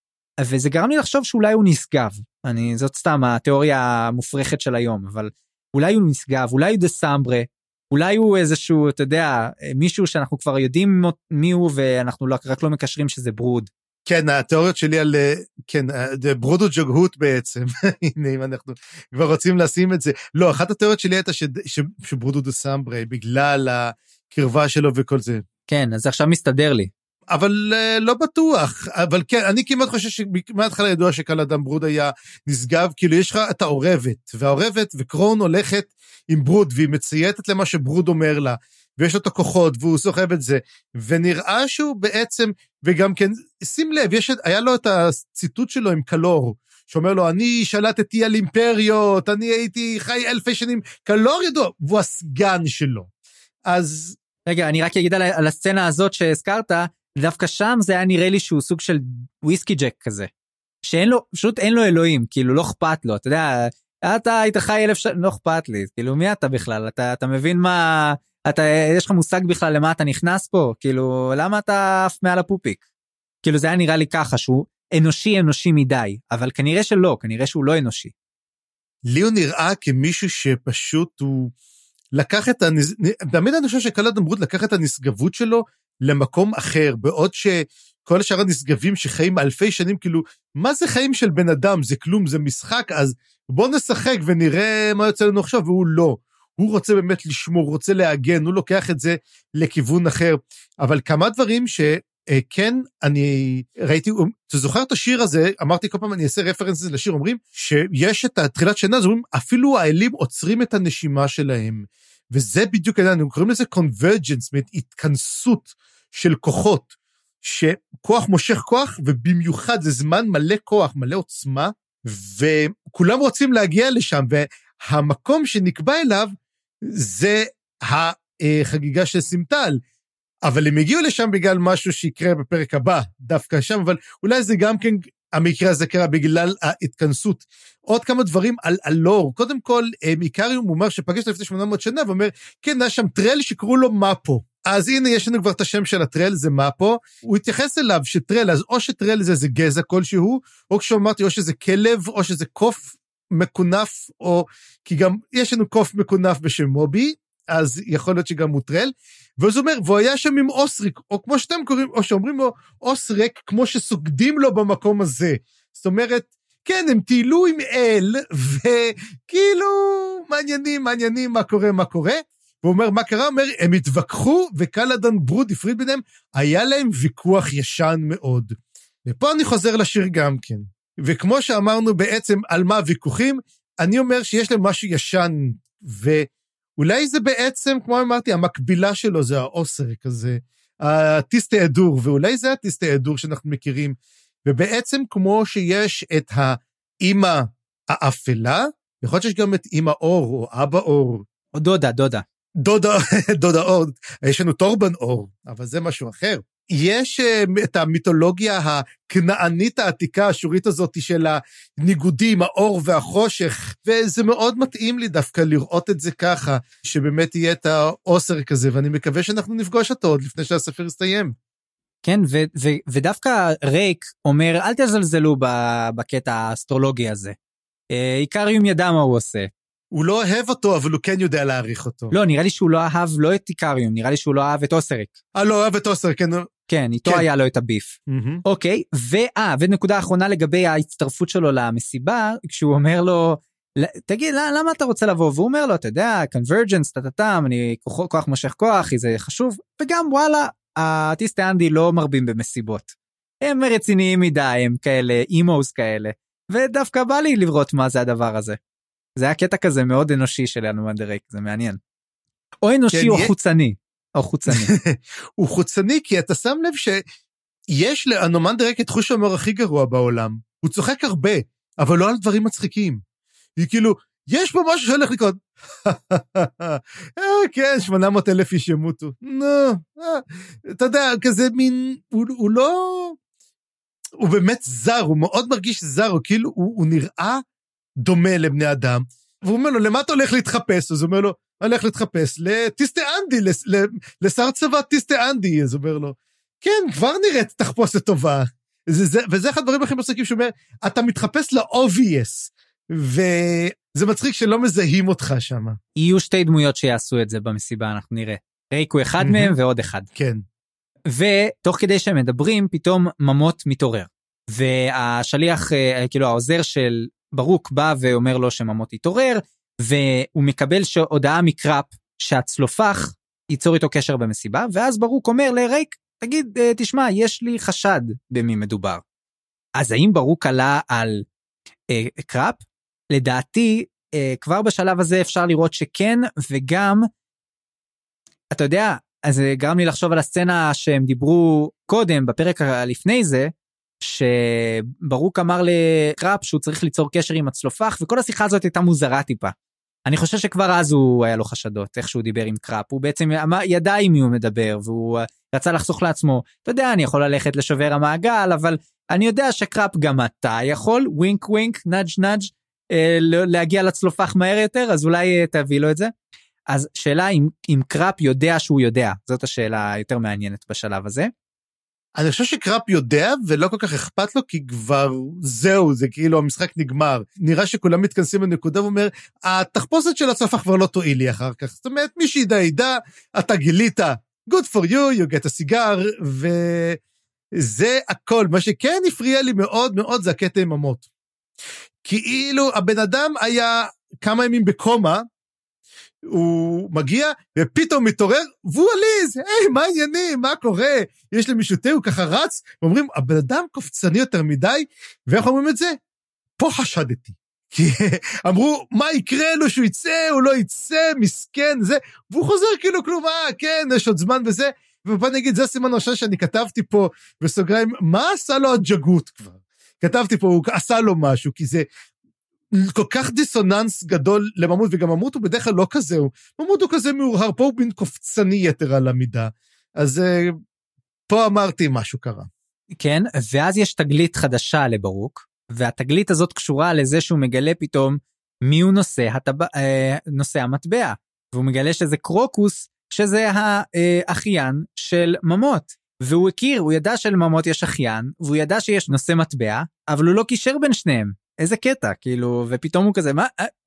וזה גרם לי לחשוב שאולי הוא נשגב, זאת סתם התיאוריה המופרכת של היום, אבל אולי הוא נשגב, אולי הוא דסמברה, אולי הוא איזשהו, אתה יודע, מישהו שאנחנו כבר יודעים מי הוא, ואנחנו רק לא מקשרים שזה ברוד. כן, התיאוריות שלי על, כן, ברוד הוא ג'וגהות בעצם, הנה, אם אנחנו כבר רוצים לשים את זה, לא, אחת התיאוריות שלי הייתה שברוד הוא דסמברה, בגלל הקרבה שלו וכל זה. כן, אז עכשיו מסתדר לי. אבל לא בטוח, אבל כן, אני כמעט חושב שמההתחלה ידוע שקל אדם ברוד היה נשגב, כאילו יש לך את העורבת, והעורבת וקרון הולכת עם ברוד, והיא מצייתת למה שברוד אומר לה, ויש לו את הכוחות, והוא סוחב את זה, ונראה שהוא בעצם, וגם כן, שים לב, היה לו את הציטוט שלו עם קלור, שאומר לו, אני שלטתי על אימפריות, אני הייתי חי 1000 שנים, קלור ידוע, והוא הסגן שלו. אז... רגע, אני רק אגיד על הסצנה הזאת שהזכרת, דווקא שם זה היה נראה לי שהוא סוג של וויסקי ג'ק כזה, שאין לו, פשוט אין לו אלוהים, כאילו לא אכפת לו, אתה יודע, אתה היית חי 1000 שנים, לא אכפת לי, כאילו מי אתה בכלל, אתה מבין מה, יש לך מושג בכלל למה אתה נכנס פה, כאילו למה אתה אף מעל הפופיק, כאילו זה היה נראה לי ככה, שהוא אנושי מדי, אבל כנראה שלא, כנראה שהוא לא אנושי. לי הוא נראה כמישהו שפשוט הוא לקח את תמיד אני חושב שקל אדם ברוד לקח את הנשגבות שלו למקום אחר, בעוד שכל השאר הנשגבים שחיים 1000 שנים, כאילו, מה זה חיים של בן אדם? זה כלום, זה משחק, אז בוא נשחק ונראה מה יוצא לנו עכשיו, והוא לא. הוא רוצה באמת לשמור, הוא רוצה להגן, הוא לוקח את זה לכיוון אחר. אבל כמה דברים שכן, אני ראיתי, אתה זוכר את השיר הזה, אמרתי כל פעם אני אעשה רפרנס לשיר, אומרים שיש את התחילת שנה, אז אומרים, אפילו האלים עוצרים את הנשימה שלהם. וזה בדיוק העניין, אנחנו קוראים לזה convergence, התכנסות של כוחות, שכוח מושך כוח, ובמיוחד זה זמן מלא כוח, מלא עוצמה, וכולם רוצים להגיע לשם, והמקום שנקבע אליו, זה החגיגה של סימטל, אבל הם הגיעו לשם בגלל משהו שיקרה בפרק הבא, דווקא שם, אבל אולי זה גם כן, המקרה הזה קרה בגלל ההתכנסות. עוד כמה דברים על הלור. קודם כל, איקריום הוא אומר שפגש לפני 800 שנה, ואומר, כן, היה שם טרל שקראו לו מפו. אז הנה, יש לנו כבר את השם של הטרל, זה מפו. הוא התייחס אליו שטרל, אז או שטרל זה גזע כלשהו, או כשאמרתי, או שזה כלב, או שזה קוף מקונף, או כי גם יש לנו קוף מקונף בשם מובי, אז יכול להיות שגם הוא טרל. ואז הוא אומר, והוא היה שם עם אוסריק, או כמו שאתם קוראים, או שאומרים לו, אוסריק, כמו שסוגדים לו במקום הזה. זאת אומרת, כן, הם טיילו עם אל, וכאילו, מעניינים, מה קורה. והוא אומר, מה קרה? הוא אומר, הם התווכחו, וקל אדם ברוד הפריד ביניהם, היה להם ויכוח ישן מאוד. ופה אני חוזר לשיר גם כן. וכמו שאמרנו בעצם על מה הוויכוחים, אני אומר שיש להם משהו ישן, אולי זה בעצם, כמו אמרתי, המקבילה שלו זה האוסריק הזה, הטיסטי אדור, ואולי זה הטיסטי אדור שאנחנו מכירים, ובעצם כמו שיש את האמא האפלה, יכול להיות שיש גם את אמא אור, או אבא אור. או דודה. דודה אור, יש לנו טורבן אור, אבל זה משהו אחר. יש את המיתולוגיה הכנענית העתיקה, השורית הזאת של הניגודים, האור והחושך, וזה מאוד מתאים לי דווקא לראות את זה ככה, שבאמת יהיה את האוסר כזה, ואני מקווה שאנחנו נפגוש אותו עוד לפני שהספר יסתיים. כן, ודווקא ריק אומר, אל תזלזלו בקטע האסטרולוגי הזה. איקריום ידע מה הוא עושה. הוא לא אוהב אותו, אבל הוא כן יודע להעריך אותו. לא, נראה לי שהוא לא אהב לא את איקריום, נראה לי שהוא לא אהב את אוסריק. לא אהב את אוסריק, כן. כן, איתו היה לו את הביף. אוקיי, ונקודה האחרונה לגבי ההצטרפות שלו למסיבה, כשהוא אומר לו, תגיד, למה אתה רוצה לבוא? והוא אומר לו, אתה יודע, convergence, תתתם, אני כוח מושך כוח, זה חשוב, וגם וואלה, הטיסטי אנדי לא מרבים במסיבות. הם רציניים מדי, הם כאלה, אימוס כאלה, ודווקא בא לי לראות מה זה הדבר הזה. זה היה קטע כזה מאוד אנושי שלנו מנדרק, זה מעניין. או אנושי או חוצני. או חוצני. הוא חוצני כי אתה שם לב שיש לאנומנדרק את חוש ההומור הכי גרוע בעולם. הוא צוחק הרבה, אבל לא על דברים מצחיקים. היא כאילו, יש פה משהו שהולך לקרות. כן, 800,000 איש ימותו. אתה יודע, כזה מין, הוא לא, הוא באמת זר, הוא מאוד מרגיש זר, הוא כאילו, הוא נראה דומה לבני אדם, והוא אומר לו, למה אתה הולך להתחפש? אז הוא אומר לו, הולך להתחפש לטיסטה אנדי, לשר צבא טיסטה אנדי, אז אומר לו, כן, כבר נראית תחפושת טובה. וזה אחד הדברים הכי מצחיקים שאומר, אתה מתחפש ל-obvious, וזה מצחיק שלא מזהים אותך שם. יהיו שתי דמויות שיעשו את זה במסיבה, אנחנו נראה. ריק הוא אחד מהם ועוד אחד. כן. ותוך כדי שהם מדברים, פתאום ממות מתעורר. והשליח, כאילו העוזר של ברוק בא ואומר לו שממות יתעורר, והוא מקבל הודעה מקראפ שהצלופח ייצור איתו קשר במסיבה, ואז ברוק אומר לריק, תגיד, תשמע, יש לי חשד במי מדובר. אז האם ברוק עלה על קראפ? לדעתי, כבר בשלב הזה אפשר לראות שכן, וגם, אתה יודע, אז זה גרם לי לחשוב על הסצנה שהם דיברו קודם, בפרק לפני זה, שברוק אמר לקראפ שהוא צריך ליצור קשר עם הצלופח, וכל השיחה הזאת הייתה מוזרה טיפה. אני חושב שכבר אז הוא היה לו חשדות, איך שהוא דיבר עם קראפ, הוא בעצם ידע עם מי הוא מדבר, והוא רצה לחסוך לעצמו, אתה יודע, אני יכול ללכת לשובר המעגל, אבל אני יודע שקראפ גם אתה יכול, ווינק ווינק, נאג' נאג', להגיע לצלופח מהר יותר, אז אולי תביא לו את זה. אז שאלה אם קראפ יודע שהוא יודע, זאת השאלה היותר מעניינת בשלב הזה. אני חושב שקראפ יודע, ולא כל כך אכפת לו, כי כבר זהו, זה כאילו המשחק נגמר. נראה שכולם מתכנסים לנקודה, ואומר, התחפושת של הצלפח כבר לא תועיל לי אחר כך. זאת אומרת, מי שידע ידע, אתה גילית, good for you, you get a cigar, וזה הכל. מה שכן הפריע לי מאוד מאוד, זה הקטע עם המות. כאילו, הבן אדם היה כמה ימים בקומה, הוא מגיע, ופתאום מתעורר, והוא עליז, היי, מה העניינים, מה קורה? יש למישהו תה, הוא ככה רץ, ואומרים, הבן אדם קופצני יותר מדי, ואיך אומרים את זה? פה חשדתי. כי אמרו, מה יקרה לו שהוא יצא, הוא לא יצא, מסכן, זה, והוא חוזר כאילו כלום, כן, יש עוד זמן וזה, ובוא נגיד, זה סימן ראשון שאני כתבתי פה, בסוגריים, מה עשה לו הג'גות כבר? כתבתי פה, הוא עשה לו משהו, כי זה כל כך דיסוננס גדול לממות, וגם ממות הוא בדרך כלל לא כזה, ממות הוא כזה מאורהר, פה הוא בין קופצני יתר על המידה, אז פה אמרתי משהו קרה. כן, ואז יש תגלית חדשה לברוק, והתגלית הזאת קשורה לזה שהוא מגלה פתאום מי הוא נושא המטבע, והוא מגלה שזה קרוקוס, שזה האחיין של ממות, והוא הכיר, הוא ידע שלממות יש אחיין, והוא ידע שיש נושא מטבע, אבל הוא לא קישר בין שניהם. איזה קטע, כאילו, ופתאום הוא כזה, מה?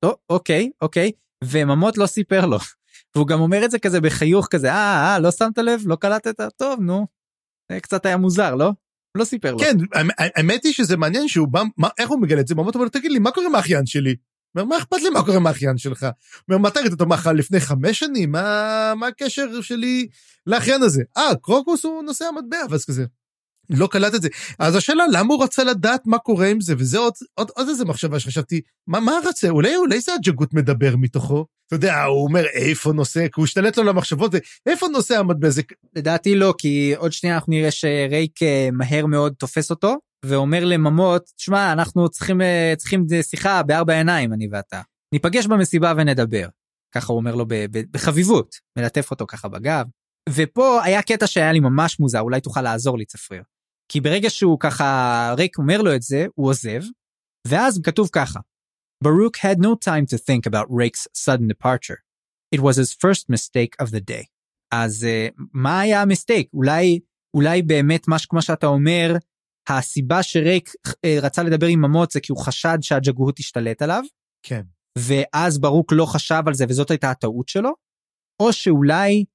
אוקיי, וממות לא סיפר לו. והוא גם אומר את זה כזה בחיוך כזה, לא שמת לב, לא קלטת, טוב, נו. זה קצת היה מוזר, לא? לא סיפר לו. כן, האמת היא שזה מעניין שהוא בא, איך הוא מגלה את זה? ממות אומר, תגיד לי, מה קורה עם האחיין שלי? אומר, מה אכפת לי מה קורה עם האחיין שלך? אומר, מה תגיד אותו מאכל לפני 5 שנים? מה הקשר שלי לאחיין הזה? קרוקוס הוא נושא המטבע, ואז כזה. לא קלט את זה. אז השאלה, למה הוא רצה לדעת מה קורה עם זה? וזה עוד איזה מחשבה שחשבתי, מה רצה? אולי זה הג'גות מדבר מתוכו? אתה יודע, הוא אומר, איפה נושא? כי הוא השתלט לו למחשבות, איפה נושא המטבע? לדעתי לא, כי עוד שנייה אנחנו נראה שרייק מהר מאוד תופס אותו, ואומר לממות, תשמע, אנחנו צריכים שיחה ב4 עיניים, אני ואתה. ניפגש במסיבה ונדבר. ככה הוא אומר לו בחביבות, מלטף אותו ככה בגב. ופה היה קטע שהיה לי ממש מוזר, אולי תוכל לעזור לי צפריר. כי ברגע שהוא ככה, ריק אומר לו את זה, הוא עוזב, ואז כתוב ככה, Baruch had no time to think about Rake's sudden departure. It was his first mistake of the day. אז מה היה המסטייק? אולי באמת משהו כמו שאתה אומר, הסיבה שרייק רצה לדבר עם ממות זה כי הוא חשד שהג'גות השתלט עליו, כן. ואז ברוק לא חשב על זה וזאת הייתה הטעות שלו, או שאולי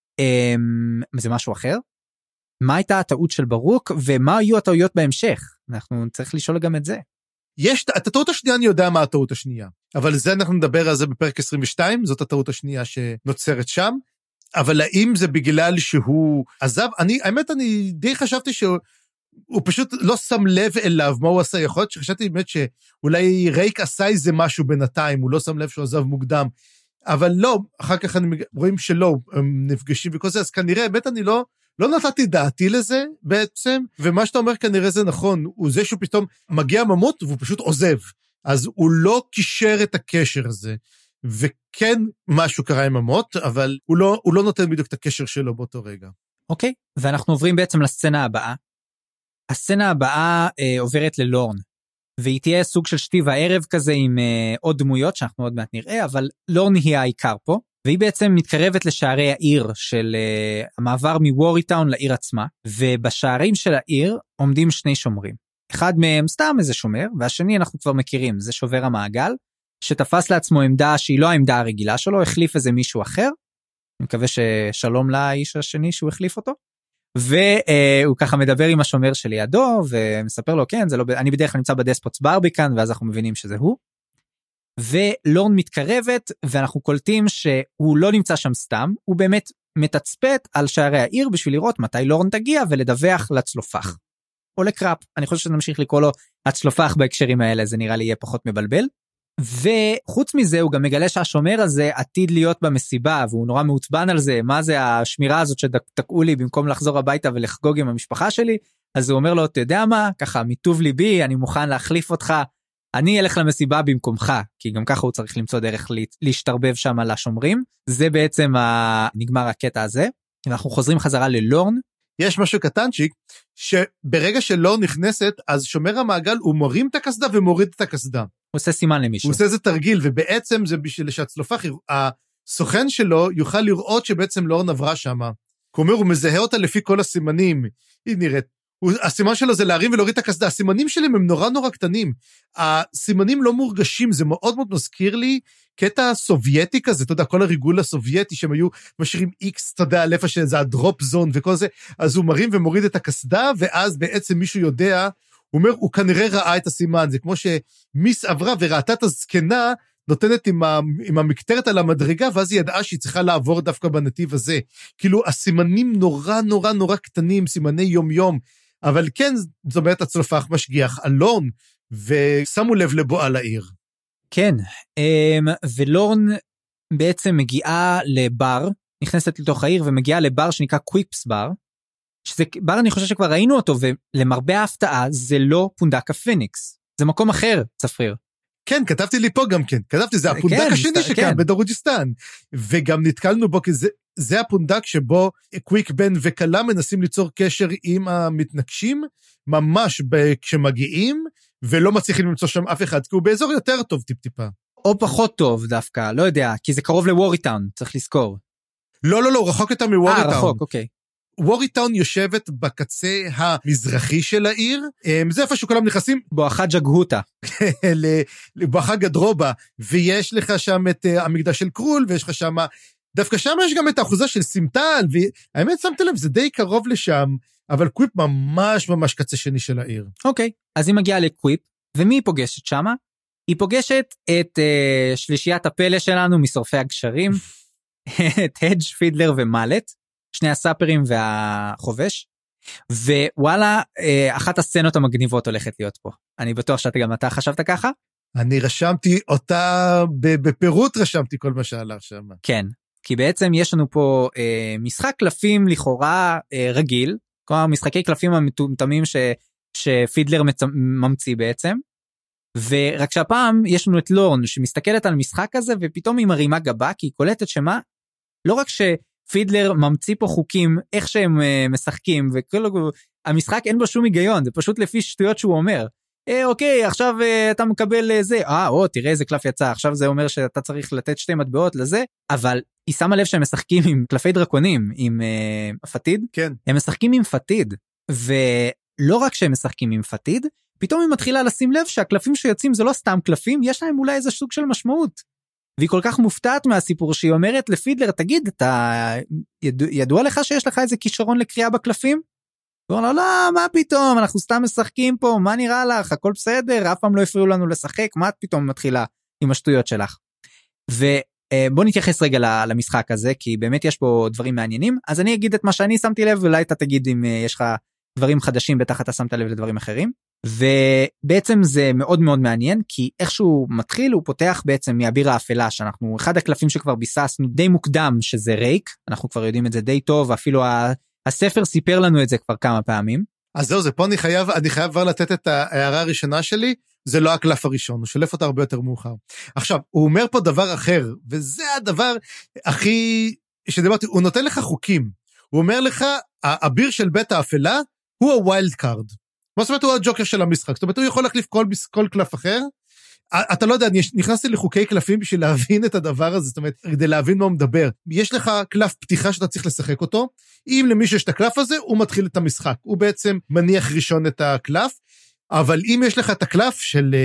זה משהו אחר? מה הייתה הטעות של ברוק ומה היו הטעויות בהמשך? אנחנו צריך לשאול גם את זה. את הטעות השנייה אני יודע מה הטעות השנייה, אבל זה אנחנו נדבר על זה בפרק 22, זאת הטעות השנייה שנוצרת שם, אבל האם זה בגלל שהוא עזב? האמת אני די חשבתי שהוא פשוט לא שם לב אליו מה הוא עשה, יכול להיות שחשבתי באמת שאולי רייק עשה איזה משהו בינתיים, הוא לא שם לב שהוא עזב מוקדם, אבל לא, אחר כך רואים שלא, הם נפגשים וכל זה, אז כנראה, באמת אני לא נתתי דעתי לזה בעצם, ומה שאתה אומר כנראה זה נכון, הוא זה שהוא פתאום מגיע ממות והוא פשוט עוזב, אז הוא לא קישר את הקשר הזה, וכן משהו קרה עם ממות, אבל הוא לא נותן בדיוק את הקשר שלו באותו רגע. אוקיי, ואנחנו עוברים בעצם לסצנה הבאה. הסצנה הבאה עוברת ללורן, והיא תהיה סוג של שתי וערב כזה עם עוד דמויות שאנחנו עוד מעט נראה, אבל לורן היא העיקר פה, והיא בעצם מתקרבת לשערי העיר של המעבר מווריטאון לעיר עצמה, ובשערים של העיר עומדים שני שומרים. אחד מהם סתם איזה שומר, והשני אנחנו כבר מכירים, זה שובר המעגל, שתפס לעצמו עמדה שהיא לא העמדה הרגילה שלו, החליף איזה מישהו אחר, אני מקווה ששלום לאיש השני שהוא החליף אותו, והוא ככה מדבר עם השומר שלידו, ומספר לו, כן, זה לא, אני בדרך כלל נמצא בדספוטס ברביקן, ואז אנחנו מבינים שזה הוא, ולורן מתקרבת, ואנחנו קולטים שהוא לא נמצא שם סתם, הוא באמת מתצפת על שערי העיר, בשביל לראות מתי לורן תגיע, ולדווח לצלופח, או לקראפ, אני חושב שנמשיך לקרוא לו הצלופח בהקשרים האלה, זה נראה לי יהיה פחות מבלבל, וחוץ מזה הוא גם מגלה שהשומר הזה עתיד להיות במסיבה, והוא נורא מעוצבן על זה, מה זה השמירה הזאת שתקעו לי במקום לחזור הביתה ולחגוג עם המשפחה שלי, אז הוא אומר לו, אתה יודע מה, ככה מטוב ליבי, אני מוכן להחליף אותך, אני אלך למסיבה במקומך, כי גם ככה הוא צריך למצוא דרך להשתרבב שם על השומרים, זה בעצם נגמר הקטע הזה, ואנחנו חוזרים חזרה ללורן. יש משהו קטנצ'יק, שברגע שלורן נכנסת, אז שומר המעגל הוא מורים את הקסדה ומוריד את הקסדה. הוא עושה סימן למישהו. הוא עושה איזה תרגיל, ובעצם זה בשביל שהצלופח, הסוכן שלו יוכל לראות שבעצם לורן עברה שם. הוא אומר, הוא מזהה אותה לפי כל הסימנים, היא נראית, הסימן שלו זה להרים ולהוריד את הקסדה, הסימנים שלהם הם נורא נורא קטנים, הסימנים לא מורגשים, זה מאוד מאוד מזכיר לי, קטע סובייטי כזה, אתה יודע, כל הריגול הסובייטי, שהם היו משאירים איקס, אתה יודע, לפע שזה הדרופ זון וכל זה, אז הוא מרים ומוריד את הקסדה, ואז בעצם מישהו יודע, הוא אומר, הוא כנראה ראה את הסימן, זה כמו שמיס עברה וראתה את הזקנה, נותנת עם המקטרת על המדרגה, ואז היא ידעה שהיא צריכה לעבור דווקא בנתיב הזה. כאילו, הסימנים נורא נורא נורא קטנים, סימני יום יום, אבל כן, זאת אומרת, הצלופח משגיח אלון, ושמו לב לבואה לעיר. כן, ולורן בעצם מגיעה לבר, נכנסת לתוך העיר, ומגיעה לבר שנקרא קוויפס בר, שזה בר אני חושב שכבר ראינו אותו, ולמרבה ההפתעה זה לא פונדק הפיניקס, זה מקום אחר, צפריר. כן, כתבתי לי פה גם כן, כתבתי, זה הפונדק השני שכאן, בדרוג'יסטן, וגם נתקלנו בו, כי זה הפונדק שבו קוויק בן וקלה מנסים ליצור קשר עם המתנגשים, ממש כשמגיעים, ולא מצליחים למצוא שם אף אחד, כי הוא באזור יותר טוב טיפ-טיפה. או פחות טוב דווקא, לא יודע, כי זה קרוב לווריטאון, צריך לזכור. לא, רחוק יותר מווריטאון. רחוק, אוקיי. ווריטאון יושבת בקצה המזרחי של העיר, זה איפה שכולם נכנסים. בואכה ג'גהוטה. בואכה גדרובה, ויש לך שם את המקדש של קרול, ויש לך שם, דווקא שם יש גם את האחוזה של סימטל, והאמת שמתי לב, זה די קרוב לשם, אבל קוויפ ממש ממש קצה שני של העיר. אוקיי, אז היא מגיעה לקוויפ, ומי היא פוגשת שם? היא פוגשת את שלישיית הפלא שלנו משורפי הגשרים, את הדג', פידלר ומלט, שני הסאפרים והחובש, ווואלה, אחת הסצנות המגניבות הולכת להיות פה. אני בטוח שגם אתה חשבת ככה? אני רשמתי אותה, בפירוט רשמתי כל מה שהלך שם. כן, כי בעצם יש לנו פה משחק קלפים לכאורה רגיל, כלומר משחקי קלפים המטומטמים שפידלר ממציא בעצם, ורק שהפעם יש לנו את לורן שמסתכלת על המשחק הזה, ופתאום היא מרימה גבה, כי היא קולטת שמה, לא רק שפידלר ממציא פה חוקים, איך שהם משחקים, והמשחק אין בו שום היגיון, זה פשוט לפי שטויות שהוא אומר. אוקיי, עכשיו אתה מקבל זה, תראה איזה קלף יצא, עכשיו זה אומר שאתה צריך לתת 2 מטבעות לזה, אבל היא שמה לב שהם משחקים עם קלפי דרקונים, עם פתיד, כן. הם משחקים עם פתיד, ולא רק שהם משחקים עם פתיד, פתאום היא מתחילה לשים לב שהקלפים שיוצאים זה לא סתם קלפים, יש להם אולי איזה סוג של משמעות, והיא כל כך מופתעת מהסיפור שהיא אומרת לפידלר, תגיד, אתה ידוע לך שיש לך איזה כישרון לקריאה בקלפים? הוא אומר לו, לא, מה פתאום, אנחנו סתם משחקים פה, מה נראה לך, הכל בסדר, אף פעם לא הפריעו לנו לשחק, מה את פתאום מתחילה עם השטויות שלך? ובוא נתייחס רגע למשחק הזה, כי באמת יש פה דברים מעניינים, אז אני אגיד את מה שאני שמתי לב, ואולי אתה תגיד אם יש לך דברים חדשים, בטח אתה שמת לב לדברים אחרים, ובעצם זה מאוד מאוד מעניין, כי איכשהו מתחיל, הוא פותח בעצם מהביר האפלה, שאנחנו, אחד הקלפים שכבר ביססנו די מוקדם, שזה ריק, אנחנו כבר יודעים את זה די טוב, אפילו הספר סיפר לנו את זה כבר כמה פעמים. אז זהו, זה פה אני חייב כבר לתת את ההערה הראשונה שלי, זה לא הקלף הראשון, הוא שולף אותה הרבה יותר מאוחר. עכשיו, הוא אומר פה דבר אחר, וזה הדבר הכי, שדיברתי, הוא נותן לך חוקים, הוא אומר לך, הביר של בית האפלה, הוא הווילד קארד. מה זאת אומרת, הוא הג'וקר של המשחק, זאת אומרת, הוא יכול להחליף כל קלף אחר, אתה לא יודע, אני נכנסתי לחוקי קלפים בשביל להבין את הדבר הזה, זאת אומרת, כדי להבין מה הוא מדבר. יש לך קלף פתיחה שאתה צריך לשחק אותו, אם למי שיש את הקלף הזה, הוא מתחיל את המשחק. הוא בעצם מניח ראשון את הקלף, אבל אם יש לך את הקלף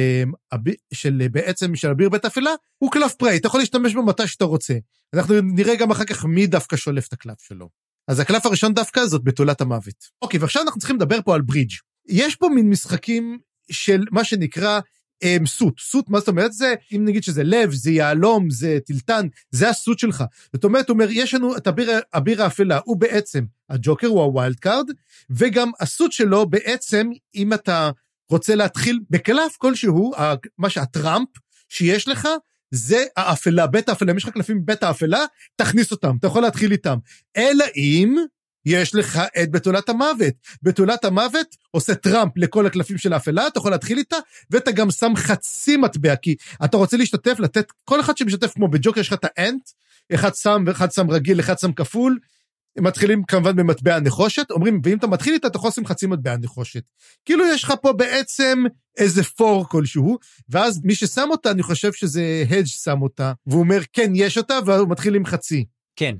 בעצם של אביר בית אפלה, הוא קלף פראי, אתה יכול להשתמש בו מתי שאתה רוצה. אנחנו נראה גם אחר כך מי דווקא שולף את הקלף שלו. אז הקלף הראשון דווקא זאת בתולת המוות. אוקיי, ועכשיו אנחנו צריכים לדבר פה על ברידג'. יש פה מין משחקים של מה שנקרא סוט, מה זאת אומרת? זה, אם נגיד שזה לב, זה יעלום, זה טילטן, זה הסוט שלך. זאת אומרת, יש לנו את אביר האפלה, הוא בעצם, הג'וקר הוא הווילד קארד, וגם הסוט שלו בעצם, אם אתה רוצה להתחיל בקלף כלשהו, מה שהטראמפ שיש לך, זה האפלה, בית האפלה, אם יש לך קלפים בית האפלה, תכניס אותם, אתה יכול להתחיל איתם. אלא אם יש לך את בתולת המוות. בתולת המוות עושה טראמפ לכל הקלפים של האפלה, אתה יכול להתחיל איתה, ואתה גם שם חצי מטבע, כי אתה רוצה להשתתף, לתת, כל אחד שמשתתף כמו בג'וקר, יש לך את האנט, אחד שם ואחד שם רגיל, אחד שם כפול, הם מתחילים כמובן במטבע הנחושת, אומרים, ואם אתה מתחיל איתה, אתה יכול לשים חצי מטבע הנחושת. כאילו יש לך פה בעצם איזה פור כלשהו, ואז מי ששם אותה, אני חושב שזה הדג' שם אותה, והוא אומר, כן, יש אותה, והוא מתחיל עם חצי. כן,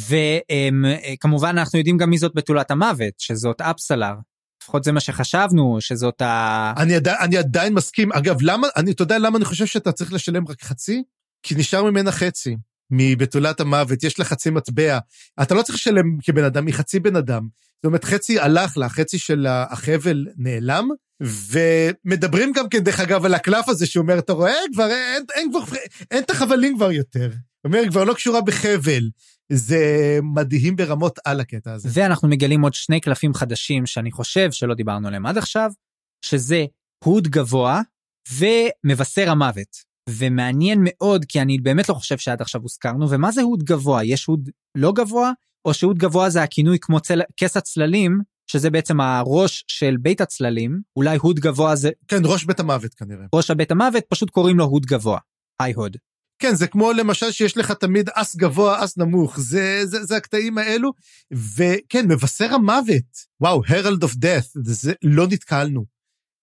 וכמובן אנחנו יודעים גם מי זאת בתולת המוות, שזאת אפסלר. לפחות זה מה שחשבנו, שזאת אני עדיין מסכים. אגב, אתה יודע למה אני חושב שאתה צריך לשלם רק חצי? כי נשאר ממנה חצי. מבתולת המוות, יש לה חצי מטבע. אתה לא צריך לשלם כבן אדם, היא חצי בן אדם. זאת אומרת, חצי הלך לה, חצי של החבל נעלם, ומדברים גם כן, דרך אגב, על הקלף הזה, שאומר, אתה רואה, כבר אין את החבלים כבר יותר. אומר, כבר לא קשורה בחבל. זה מדהים ברמות על הקטע הזה. ואנחנו מגלים עוד שני קלפים חדשים, שאני חושב שלא דיברנו עליהם עד עכשיו, שזה הוד גבוה, ומבשר המוות. ומעניין מאוד, כי אני באמת לא חושב שעד עכשיו הוזכרנו, ומה זה הוד גבוה? יש הוד לא גבוה, או שהוד גבוה זה הכינוי כמו כס הצללים, שזה בעצם הראש של בית הצללים, אולי הוד גבוה זה... כן, ראש בית המוות כנראה. ראש הבית המוות, פשוט קוראים לו הוד גבוה, היי הוד. כן, זה כמו למשל שיש לך תמיד אס גבוה, אס נמוך, זה הקטעים האלו, וכן, מבשר המוות, וואו, הרלד אוף דאט, זה לא נתקלנו.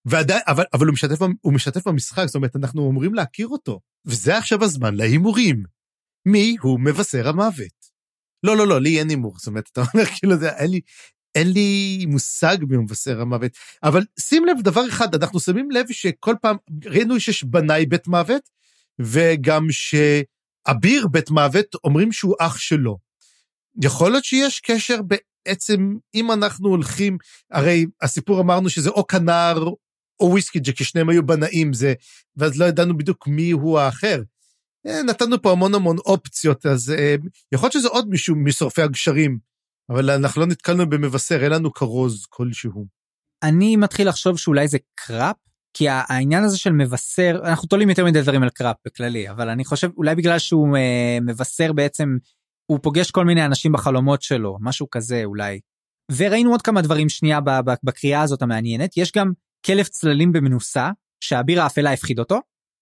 אבל הוא משתף במשחק, זאת אומרת, אנחנו אומרים להכיר אותו, וזה עכשיו הזמן להימורים. מי הוא מבשר המוות? לא, לי אין הימור, זאת אומרת, אתה אומר, כאילו, אין לי מושג מי הוא מבשר המוות, אבל שים לב דבר אחד, אנחנו שמים לב שכל פעם, ראינו שיש בנאי בית מוות, וגם שאביר בית מוות אומרים שהוא אח שלו. יכול להיות שיש קשר בעצם, אם אנחנו הולכים, הרי הסיפור אמרנו שזה או כנר, או וויסקי ג'ק, ששניהם היו בנאים, ואז לא ידענו בדיוק מי הוא האחר. נתנו פה המון אופציות, אז יכול להיות שזה עוד מישהו משורפי הגשרים, אבל אנחנו לא נתקלנו במבשר, אין לנו כרוז כלשהו. אני מתחיל לחשוב שאולי זה קראפ, כי העניין הזה של מבשר, אנחנו תולים יותר מדי דברים על קראפ בכללי, אבל אני חושב, אולי בגלל שהוא מבשר בעצם, הוא פוגש כל מיני אנשים בחלומות שלו, משהו כזה אולי. וראינו עוד כמה דברים שנייה בקריאה הזאת המעניינת, יש גם כלב צללים במנוסה, שהאביר האפלה הפחיד אותו,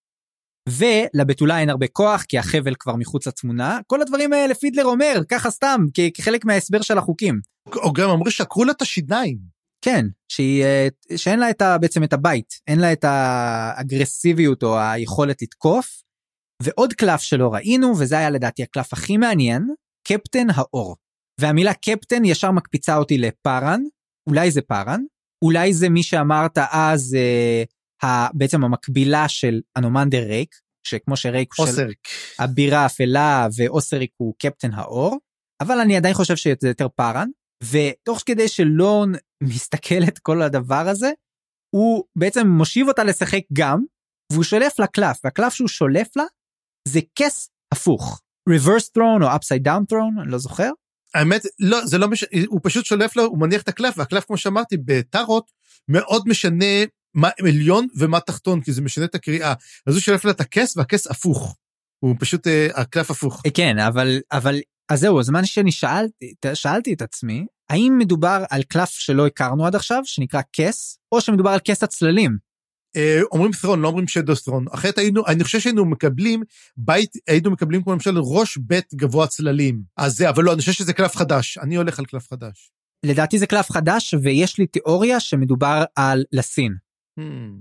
ולבתולה אין הרבה כוח, כי החבל כבר מחוץ לתמונה, כל הדברים האלה פידלר אומר, ככה סתם, כחלק מההסבר של החוקים. או גם אמרו שעקרו לה את השיניים. כן, שאין לה בעצם את הבית, אין לה את האגרסיביות או היכולת לתקוף, ועוד קלף שלא ראינו, וזה היה לדעתי הקלף הכי מעניין, קפטן האור. והמילה קפטן ישר מקפיצה אותי לפארן, אולי זה פארן, אולי זה מי שאמרת אז, בעצם המקבילה של אנומנדר ריק, שכמו שריק הוא של הבירה אפלה, ואוסריק הוא קפטן האור, אבל אני עדיין חושב שזה יותר פארן, ותוך כדי שלא מסתכל את כל הדבר הזה, הוא בעצם מושיב אותה לשחק גם, והוא שולף לה קלף, והקלף שהוא שולף לה, זה כס הפוך, reverse throne או upside down throne, אני לא זוכר. האמת, לא, זה לא הוא פשוט שולף לו, הוא מניח את הקלף, והקלף כמו שאמרתי, בטארות, מאוד משנה מה עליון ומה תחתון, כי זה משנה את הקריאה. אז הוא שולף לה את הכס, והכס הפוך. הוא פשוט, הקלף הפוך. כן, אבל, אז זהו, הזמן שאני שאלתי את עצמי, האם מדובר על קלף שלא הכרנו עד עכשיו, שנקרא כס, או שמדובר על כס הצללים? אומרים ת'רון, לא אומרים שדו ת'רון. אחרת אני חושב שהיינו מקבלים, היינו מקבלים כמו למשל ראש בית גבוה צללים. אז זה, אבל לא, אני חושב שזה קלף חדש. אני הולך על קלף חדש. לדעתי זה קלף חדש, ויש לי תיאוריה שמדובר על לסין.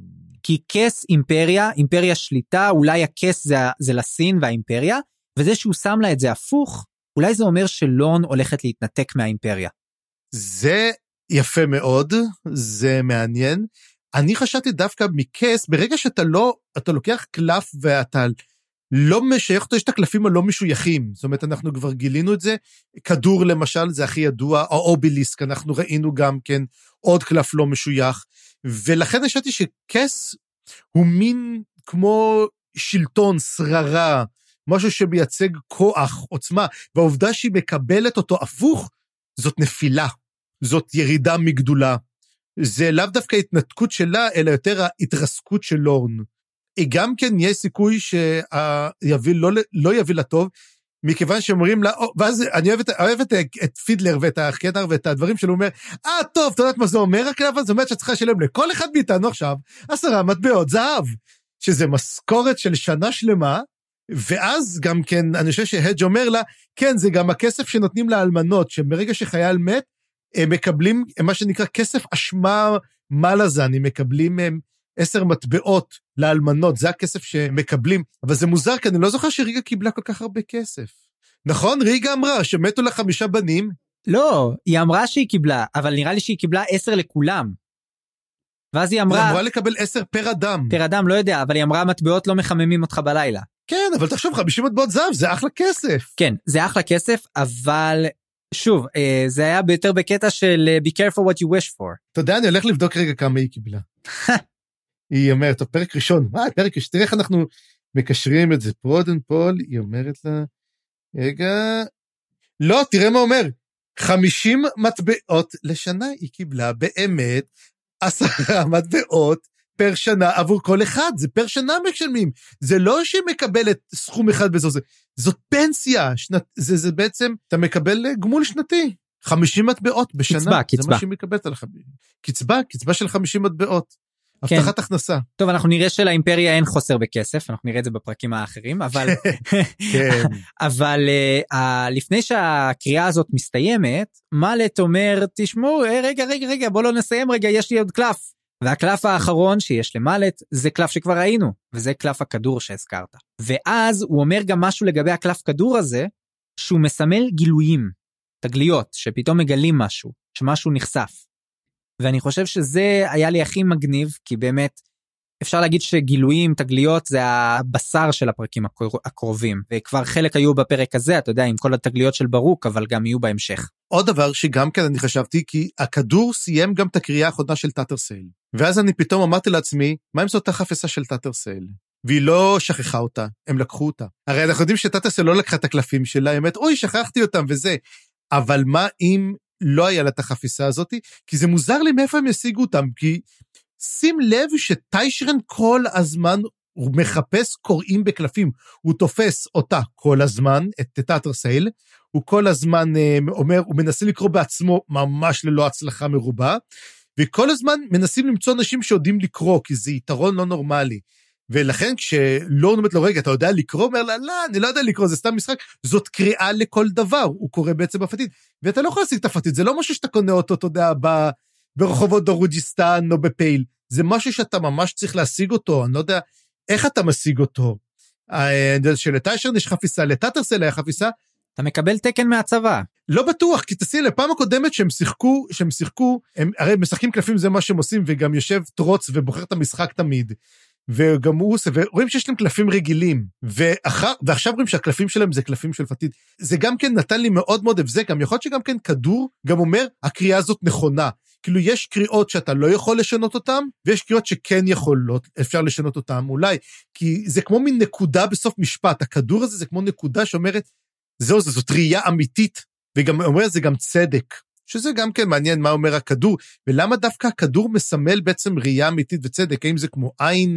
כי כס אימפריה, אימפריה שליטה, אולי הכס זה לסין והאימפריה, וזה שהוא שם לה את זה הפוך, אולי זה אומר שלון הולכת להתנתק מהאימפריה. זה יפה מאוד, זה מעניין. אני חשבתי דווקא מכס, ברגע שאתה לוקח קלף ואתה לא משייך אותו, יש את הקלפים הלא משויכים, זאת אומרת, אנחנו כבר גילינו את זה, כדור למשל, זה הכי ידוע, האוביליסק, אנחנו ראינו גם כן עוד קלף לא משוייך, ולכן חשבתי שכס הוא מין כמו שלטון, שררה, משהו שמייצג כוח, עוצמה, והעובדה שהיא מקבלת אותו הפוך, זאת נפילה, זאת ירידה מגדולה, זה לאו דווקא התנתקות שלה, אלא יותר ההתרסקות של לורן. גם כן יש סיכוי לא יביא לטוב, מכיוון שאומרים לה, ואז אני אוהב את פידלר ואת הקטר ואת הדברים שלו, אומר, טוב, אתה יודעת מה זה אומר, הקלף, זה אומר שצריכה לשלם לכל אחד מאיתנו עכשיו 10 מטבעות זהב, שזה משכורת של שנה שלמה, ואז גם כן, אני חושב שהדג' אומר לה, כן, זה גם הכסף שנותנים לאלמנות, שמרגע שחייל מת, הם מקבלים מה שנקרא כסף אשמה מלאזן, הם מקבלים 10 מטבעות לאלמנות, זה הכסף שמקבלים, אבל זה מוזר, כי אני לא זוכר שריגה קיבלה כל כך הרבה כסף. נכון? ריגה אמרה שמתו לה 5 בנים. לא, היא אמרה שהיא קיבלה, אבל נראה לי שהיא קיבלה 10 לכולם. ואז היא אמרה... היא אמרה לקבל 10 פר אדם. פר אדם, לא יודע, אבל היא אמרה, מטבעות לא מחממים אותך בלילה. כן, אבל תחשוב, 50 מטבעות זהב, זה אחלה כסף. כן, זה אחלה כסף, אבל... שוב, זה היה ביותר בקטע של be careful what you wish for. אתה יודע, אני הולך לבדוק רגע כמה היא קיבלה. היא אומרת, טוב, פרק ראשון, פרק ראשון, תראה איך אנחנו מקשרים את זה, פרודן פול, היא אומרת לה, רגע, לא, תראה מה אומר, 50 מטבעות לשנה היא קיבלה באמת 10 מטבעות פר שנה עבור כל אחד, זה פר שנה משלמים, זה לא שהיא מקבלת סכום אחד בזו, זאת פנסיה, זה בעצם, אתה מקבל גמול שנתי, 50 מטבעות בשנה, קצבה. זה מה שהיא מקבלת על קצבה של 50 מטבעות, הבטחת הכנסה. טוב, אנחנו נראה שלאימפריה אין חוסר בכסף, אנחנו נראה את זה בפרקים האחרים, אבל, אבל לפני שהקריאה הזאת מסתיימת, מלט אומר, תשמעו, רגע, בוא לא נסיים רגע, יש לי עוד קלף. והקלף האחרון שיש למלט, זה קלף שכבר ראינו, וזה קלף הכדור שהזכרת. ואז הוא אומר גם משהו לגבי הקלף כדור הזה, שהוא מסמל גילויים, תגליות, שפתאום מגלים משהו, שמשהו נחשף. ואני חושב שזה היה לי הכי מגניב, כי באמת אפשר להגיד שגילויים, תגליות, זה הבשר של הפרקים הקרובים, וכבר חלק היו בפרק הזה, אתה יודע, עם כל התגליות של ברוק, אבל גם יהיו בהמשך. עוד דבר שגם כן אני חשבתי, כי הכדור סיים גם את הקריאה האחרונה של טאטרסייל, ואז אני פתאום אמרתי לעצמי, מה אם זאת החפשה של טאטרסייל? והיא לא שכחה אותה, הם לקחו אותה. הרי אנחנו יודעים שטאטרסייל לא לקחה את הקלפים שלה, היא אומרת, אוי, שכחתי אותם וזה, אבל מה אם לא היה לה את החפיסה הזאת? כי זה מוזר לי מאיפה הם ישיגו אותם, כי שים לב שטיישרן כל הזמן הוא מחפש קוראים בקלפים, הוא תופס אותה כל הזמן, את טאטרסייל, הוא כל הזמן אומר, הוא מנסה לקרוא בעצמו ממש ללא הצלחה מרובה, וכל הזמן מנסים למצוא אנשים שיודעים לקרוא, כי זה יתרון לא נורמלי, ולכן כשלא אומרת לו, רגע, אתה יודע לקרוא? אומר לה, לא, אני לא יודע לקרוא, זה סתם משחק, זאת קריאה לכל דבר, הוא קורא בעצם בפתית, ואתה לא יכול להשיג את הפתית, זה לא משהו שאתה קונה אותו, אתה יודע, ברחובות דרוג'יסטן או בפייל, זה משהו שאתה ממש צריך להשיג אותו, אני לא יודע איך אתה משיג אותו, שלטיישרן יש חפיסה, לטאטרסייל היה חפיסה, אתה מקבל תקן מהצבא. לא בטוח, כי תעשי לפעם הקודמת שהם שיחקו, הם הרי משחקים קלפים זה מה שהם עושים, וגם יושב טרוץ ובוחר את המשחק תמיד, וגם הוא עושה, ורואים שיש להם קלפים רגילים, ועכשיו רואים שהקלפים שלהם זה קלפים של פתית, זה גם כן נתן לי מאוד מאוד הבזק, גם יכול להיות שגם כן כדור, גם אומר, הקריאה הזאת נכונה, כאילו יש קריאות שאתה לא יכול לשנות אותם, ויש קריאות שכן יכולות, אפשר לשנות אותם, אולי, כי זה כמו מין נקודה בסוף משפט, הכדור הזה זה כמו נקודה שאומרת, זאת ראייה אמיתית, וגם אומר זה גם צדק, שזה גם כן מעניין מה אומר הכדור, ולמה דווקא הכדור מסמל בעצם ראייה אמיתית וצדק, האם זה כמו עין,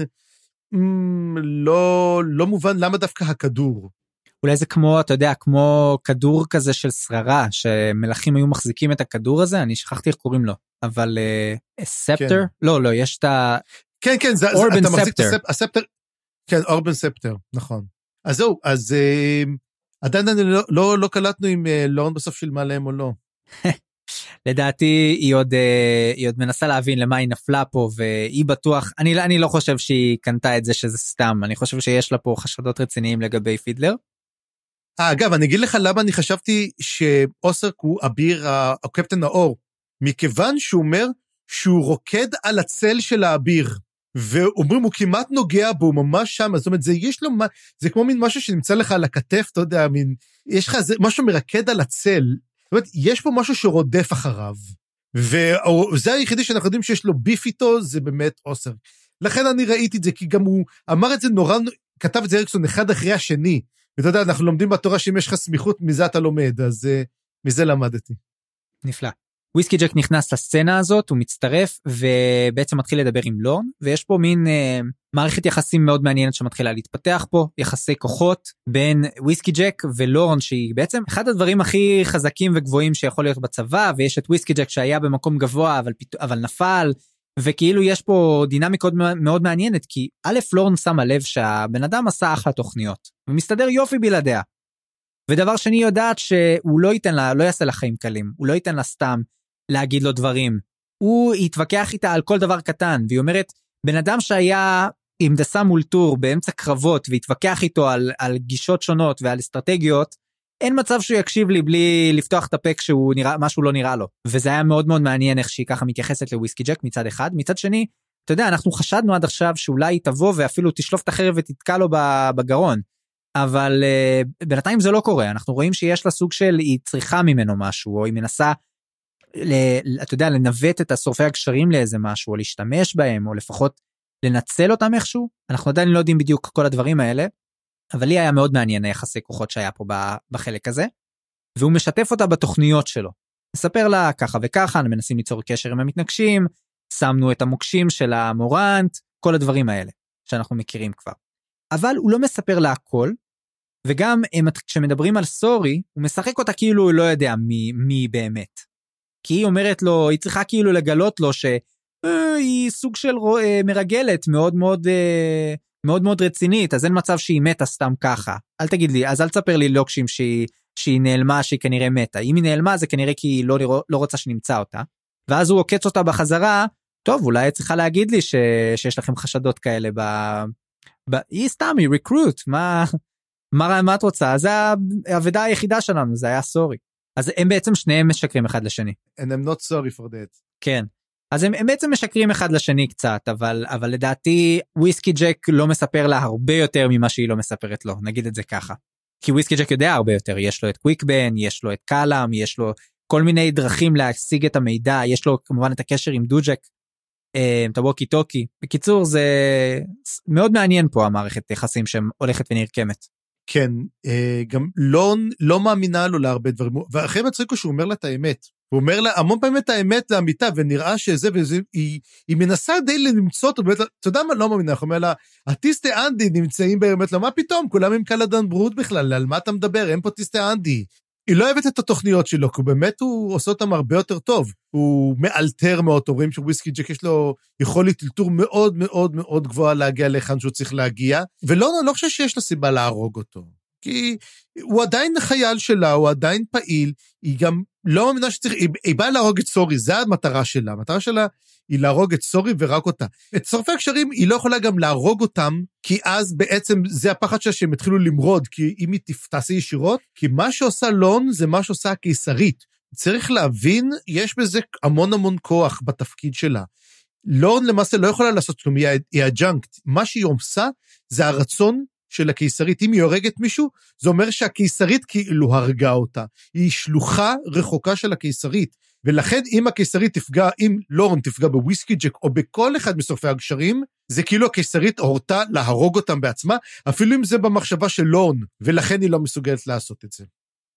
לא מובן למה דווקא הכדור. אולי זה כמו, אתה יודע, כמו כדור כזה של שררה, שמלכים היו מחזיקים את הכדור הזה, אני שכחתי איך קוראים לו, אבל ספטר? לא, יש את ה... כן, אורבן אתה מחזיק את ספטר. הספטר, כן, אורבן ספטר, נכון. אז זהו, אז עדיין לא קלטנו אם לורן בסוף שילמה להם או לא. לדעתי היא עוד מנסה להבין למה היא נפלה פה, והיא בטוח, אני לא חושב שהיא קנתה את זה שזה סתם, אני חושב שיש לה פה חשדות רציניים לגבי פידלר. אגב, אני אגיד לך למה אני חשבתי שאוסרק הוא אביר, הקפטן האור, מכיוון שהוא אומר שהוא רוקד על הצל של האביר, ואומרים הוא כמעט נוגע בו, הוא ממש שם, זאת אומרת, זה כמו מין משהו שנמצא לך על הכתף, אתה יודע, יש לך משהו מרקד על הצל, זאת אומרת, יש פה משהו שרודף אחריו, וזה היחידי שאנחנו יודעים שיש לו ביף איתו, זה באמת אוסרק. לכן אני ראיתי את זה, כי גם הוא אמר את זה נורא, כתב את זה אריקסון אחד אחרי השני, ואתה יודע, אנחנו לומדים בתורה שאם יש לך סמיכות, מזה אתה לומד, אז מזה למדתי. נפלא. וויסקי ג'ק נכנס לסצנה הזאת, הוא מצטרף, ובעצם מתחיל לדבר עם לורן, ויש פה מין מערכת יחסים מאוד מעניינת שמתחילה להתפתח פה, יחסי כוחות בין וויסקי ג'ק ולורן, שהיא בעצם אחד הדברים הכי חזקים וגבוהים שיכול להיות בצבא, ויש את וויסקי ג'ק שהיה במקום גבוה, אבל נפל, וכאילו יש פה דינמיקות מאוד מעניינת, כי א' לורן שמה לב שהבן אדם עשה אחלה תוכניות, ומסתדר יופי בלעדיה. ודבר שני יודעת שהוא לא ייתן לה, לא יעשה לה חיים קלים, הוא לא ייתן לה סתם להגיד לו דברים, הוא יתווכח איתה על כל דבר קטן, והיא אומרת, בן אדם שהיה עם דסה מול טור באמצע קרבות, והתווכח איתו על גישות שונות ועל אסטרטגיות, אין מצב שהוא יקשיב לי בלי לפתוח את הפק משהו לא נראה לו, וזה היה מאוד מאוד מעניין איך שהיא ככה מתייחסת לוויסקי ג'ק מצד אחד, מצד שני, אתה יודע, אנחנו חשדנו עד עכשיו שאולי היא תבוא ואפילו תשלוף את החרב ותתקע לו בגרון, אבל בינתיים זה לא קורה, אנחנו רואים שיש לה סוג של, היא צריכה ממנו משהו, או היא מנסה, אתה יודע, לנווט את השורפי הקשרים לאיזה משהו, או להשתמש בהם, או לפחות לנצל אותם איכשהו, אנחנו עדיין לא יודעים בדיוק כל הדברים האלה, אבל לי היה מאוד מעניין היחסי כוחות שהיה פה בחלק הזה, והוא משתף אותה בתוכניות שלו, מספר לה ככה וככה, אנחנו מנסים ליצור קשר עם המתנגשים, שמנו את המוקשים של המורנט, כל הדברים האלה, שאנחנו מכירים כבר. אבל הוא לא מספר לה הכל, וגם כשמדברים על סורי, הוא משחק אותה כאילו הוא לא יודע מי באמת. כי היא אומרת לו, היא צריכה כאילו לגלות לו שהיא סוג של מרגלת מאוד מאוד, מאוד מאוד רצינית, אז אין מצב שהיא מתה סתם ככה. אל תגיד לי, אז אל תספר לי לוקשים שהיא נעלמה, שהיא כנראה מתה. אם היא נעלמה זה כנראה כי היא לא רוצה שנמצא אותה. ואז הוא עוקץ אותה בחזרה, טוב, אולי צריכה להגיד לי שיש לכם חשדות כאלה היא סתם, היא ריקרוט, מה את רוצה? אז העבודה היחידה שלנו, זה היה סורי. אז הם בעצם שניהם משקרים אחד לשני. And I'm not sorry for that. כן. אז הם בעצם משקרים אחד לשני קצת, אבל לדעתי וויסקי ג'ק לא מספר לה הרבה יותר ממה שהיא לא מספרת לו, נגיד את זה ככה. כי וויסקי ג'ק יודע הרבה יותר, יש לו את קוויקבן, יש לו את קלאם, יש לו כל מיני דרכים להשיג את המידע, יש לו כמובן את הקשר עם דוג'ק, את הווקי טוקי. בקיצור, זה מאוד מעניין פה המערכת יחסים שהולכת ונרקמת. כן, גם לא מאמינה לו להרבה דברים, ואחרי מצחיקו שהוא אומר לה את האמת, הוא אומר לה המון פעמים את האמת לאמיתה, ונראה שזה וזה, היא מנסה די למצוא אותו, אתה יודע מה, לא מאמינה, הוא אומר לה, הטיסטי אנדי נמצאים באמת, לא, מה פתאום, כולם עם קלדן ברות בכלל, על מה אתה מדבר, אין פה טיסטי אנדי, היא לא אוהבת את התוכניות שלו, כי באמת הוא עושה אותם הרבה יותר טוב, הוא מאלתר מאוד, אומרים שוויסקי ג'ק יש לו יכולת אלתור מאוד מאוד מאוד גבוהה להגיע לכאן שהוא צריך להגיע, ולא, לא חושב שיש לה סיבה להרוג אותו, כי הוא עדיין חייל שלה, הוא עדיין פעיל, היא גם לא מאמינה שצריך, היא באה להרוג את סורי, זה המטרה שלה, המטרה שלה היא להרוג את סורי ורק אותה. את שורפי הקשרים היא לא יכולה גם להרוג אותם, כי אז בעצם זה הפחד שלה שהם התחילו למרוד, כי אם היא תעשה ישירות, כי מה שעושה לון זה מה שעושה הקיסרית. צריך להבין, יש בזה המון המון כוח בתפקיד שלה. לון למעשה לא יכולה לעשות כלום, היא הג'אנקט. מה שהיא עושה זה הרצון של הקיסרית. אם היא הורגת מישהו, זה אומר שהקיסרית כאילו הרגה אותה. היא שלוחה רחוקה של הקיסרית. ולכן אם הקיסרית תפגע, אם לורן תפגע בוויסקי ג'ק, או בכל אחד משורפי הקשרים, זה כאילו הקיסרית הורתה להרוג אותם בעצמה, אפילו אם זה במחשבה של לורן, ולכן היא לא מסוגלת לעשות את זה.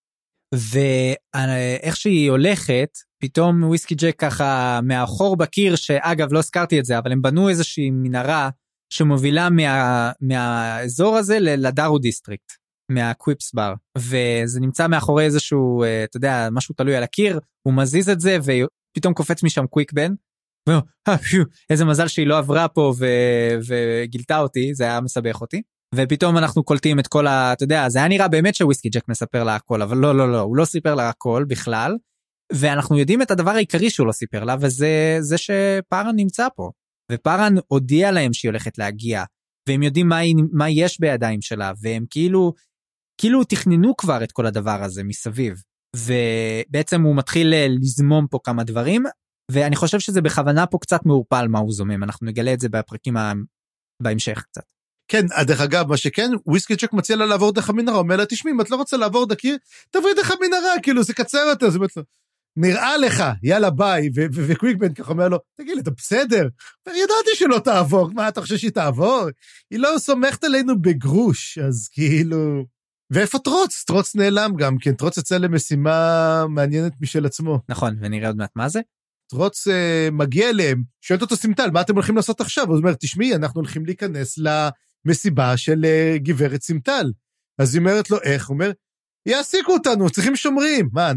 ואיך שהיא הולכת, פתאום וויסקי ג'ק ככה מאחור בקיר, שאגב לא הזכרתי את זה, אבל הם בנו איזושהי מנהרה, שמובילה מהאזור הזה לדארו דיסטריקט, מהקוויפס בר, וזה נמצא מאחורי איזשהו, אתה יודע, משהו תלוי על הקיר, הוא מזיז את זה, ופתאום קופץ משם קוויקבן, איזה מזל שהיא לא עברה פה, וגילתה אותי, זה היה מסבך אותי, ופתאום אנחנו קולטים את כל אתה יודע, זה היה נראה באמת שוויסקי ג'ק מספר לה הכל, אבל לא, הוא לא סיפר לה הכל בכלל, ואנחנו יודעים את הדבר העיקרי שהוא לא סיפר לה, וזה זה שפארן נמצא פה. ופארן הודיע להם שהיא הולכת להגיע, והם יודעים מה יש בידיים שלה, והם כאילו תכננו כבר את כל הדבר הזה מסביב. ובעצם הוא מתחיל לזמום פה כמה דברים, ואני חושב שזה בכוונה פה קצת מעורפל מה הוא זומם, אנחנו נגלה את זה בפרקים בהמשך קצת. כן, דרך אגב, מה שכן, וויסקי צ'ק מציע לה לעבור דרך המנהרה, אומר לה, תשמעי, אם את לא רוצה לעבור דקיר, תעברי דרך המנהרה, כאילו, זה קצר יותר, זה בעצם, נראה לך, יאללה ביי, וקוויקבן ככה אומר לו, תגיד, אתה בסדר? ידעתי שלא תעבור, מה, אתה חושב שהיא תעבור? היא לא סומכת עלינו בגרוש, אז כאילו... ואיפה טרוץ? טרוץ נעלם גם, כן, טרוץ יצא למשימה מעניינת משל עצמו. נכון, ונראה עוד מעט מה זה? טרוץ מגיע אליהם, שואלת אותו סימטל, מה אתם הולכים לעשות עכשיו? הוא אומר, תשמעי, אנחנו הולכים להיכנס למסיבה של גברת סימטל. אז היא אומרת לו, איך? הוא אומר, יעסיקו אותנו, צריכים שומרים. מה,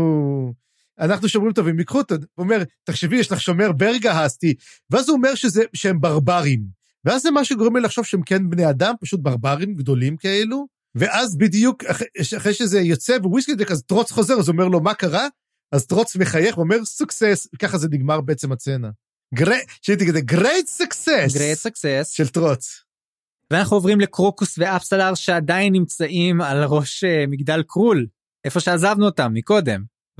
אנחנו שומרים טובים, יקחו אותנו. הוא אומר, תחשבי, יש לך שומר ברגהסטי, ואז הוא אומר שהם ברברים. ואז זה מה שגורם לי לחשוב שהם כן בני אדם, פשוט ברברים גדולים כאלו, ואז בדיוק, אחרי שזה יוצא, וויסקי צ'ק, אז טרוץ חוזר, אז הוא אומר לו, מה קרה? אז טרוץ מחייך ואומר, סוקסס, ככה זה נגמר בעצם הצנה. שהייתי כזה, גרייט סוקסס של טרוץ. ואנחנו עוברים לקרוקוס ואפסלר, שעדיין נמצאים על ראש מגדל קרול, איפה שעזבנו אותם מקודם.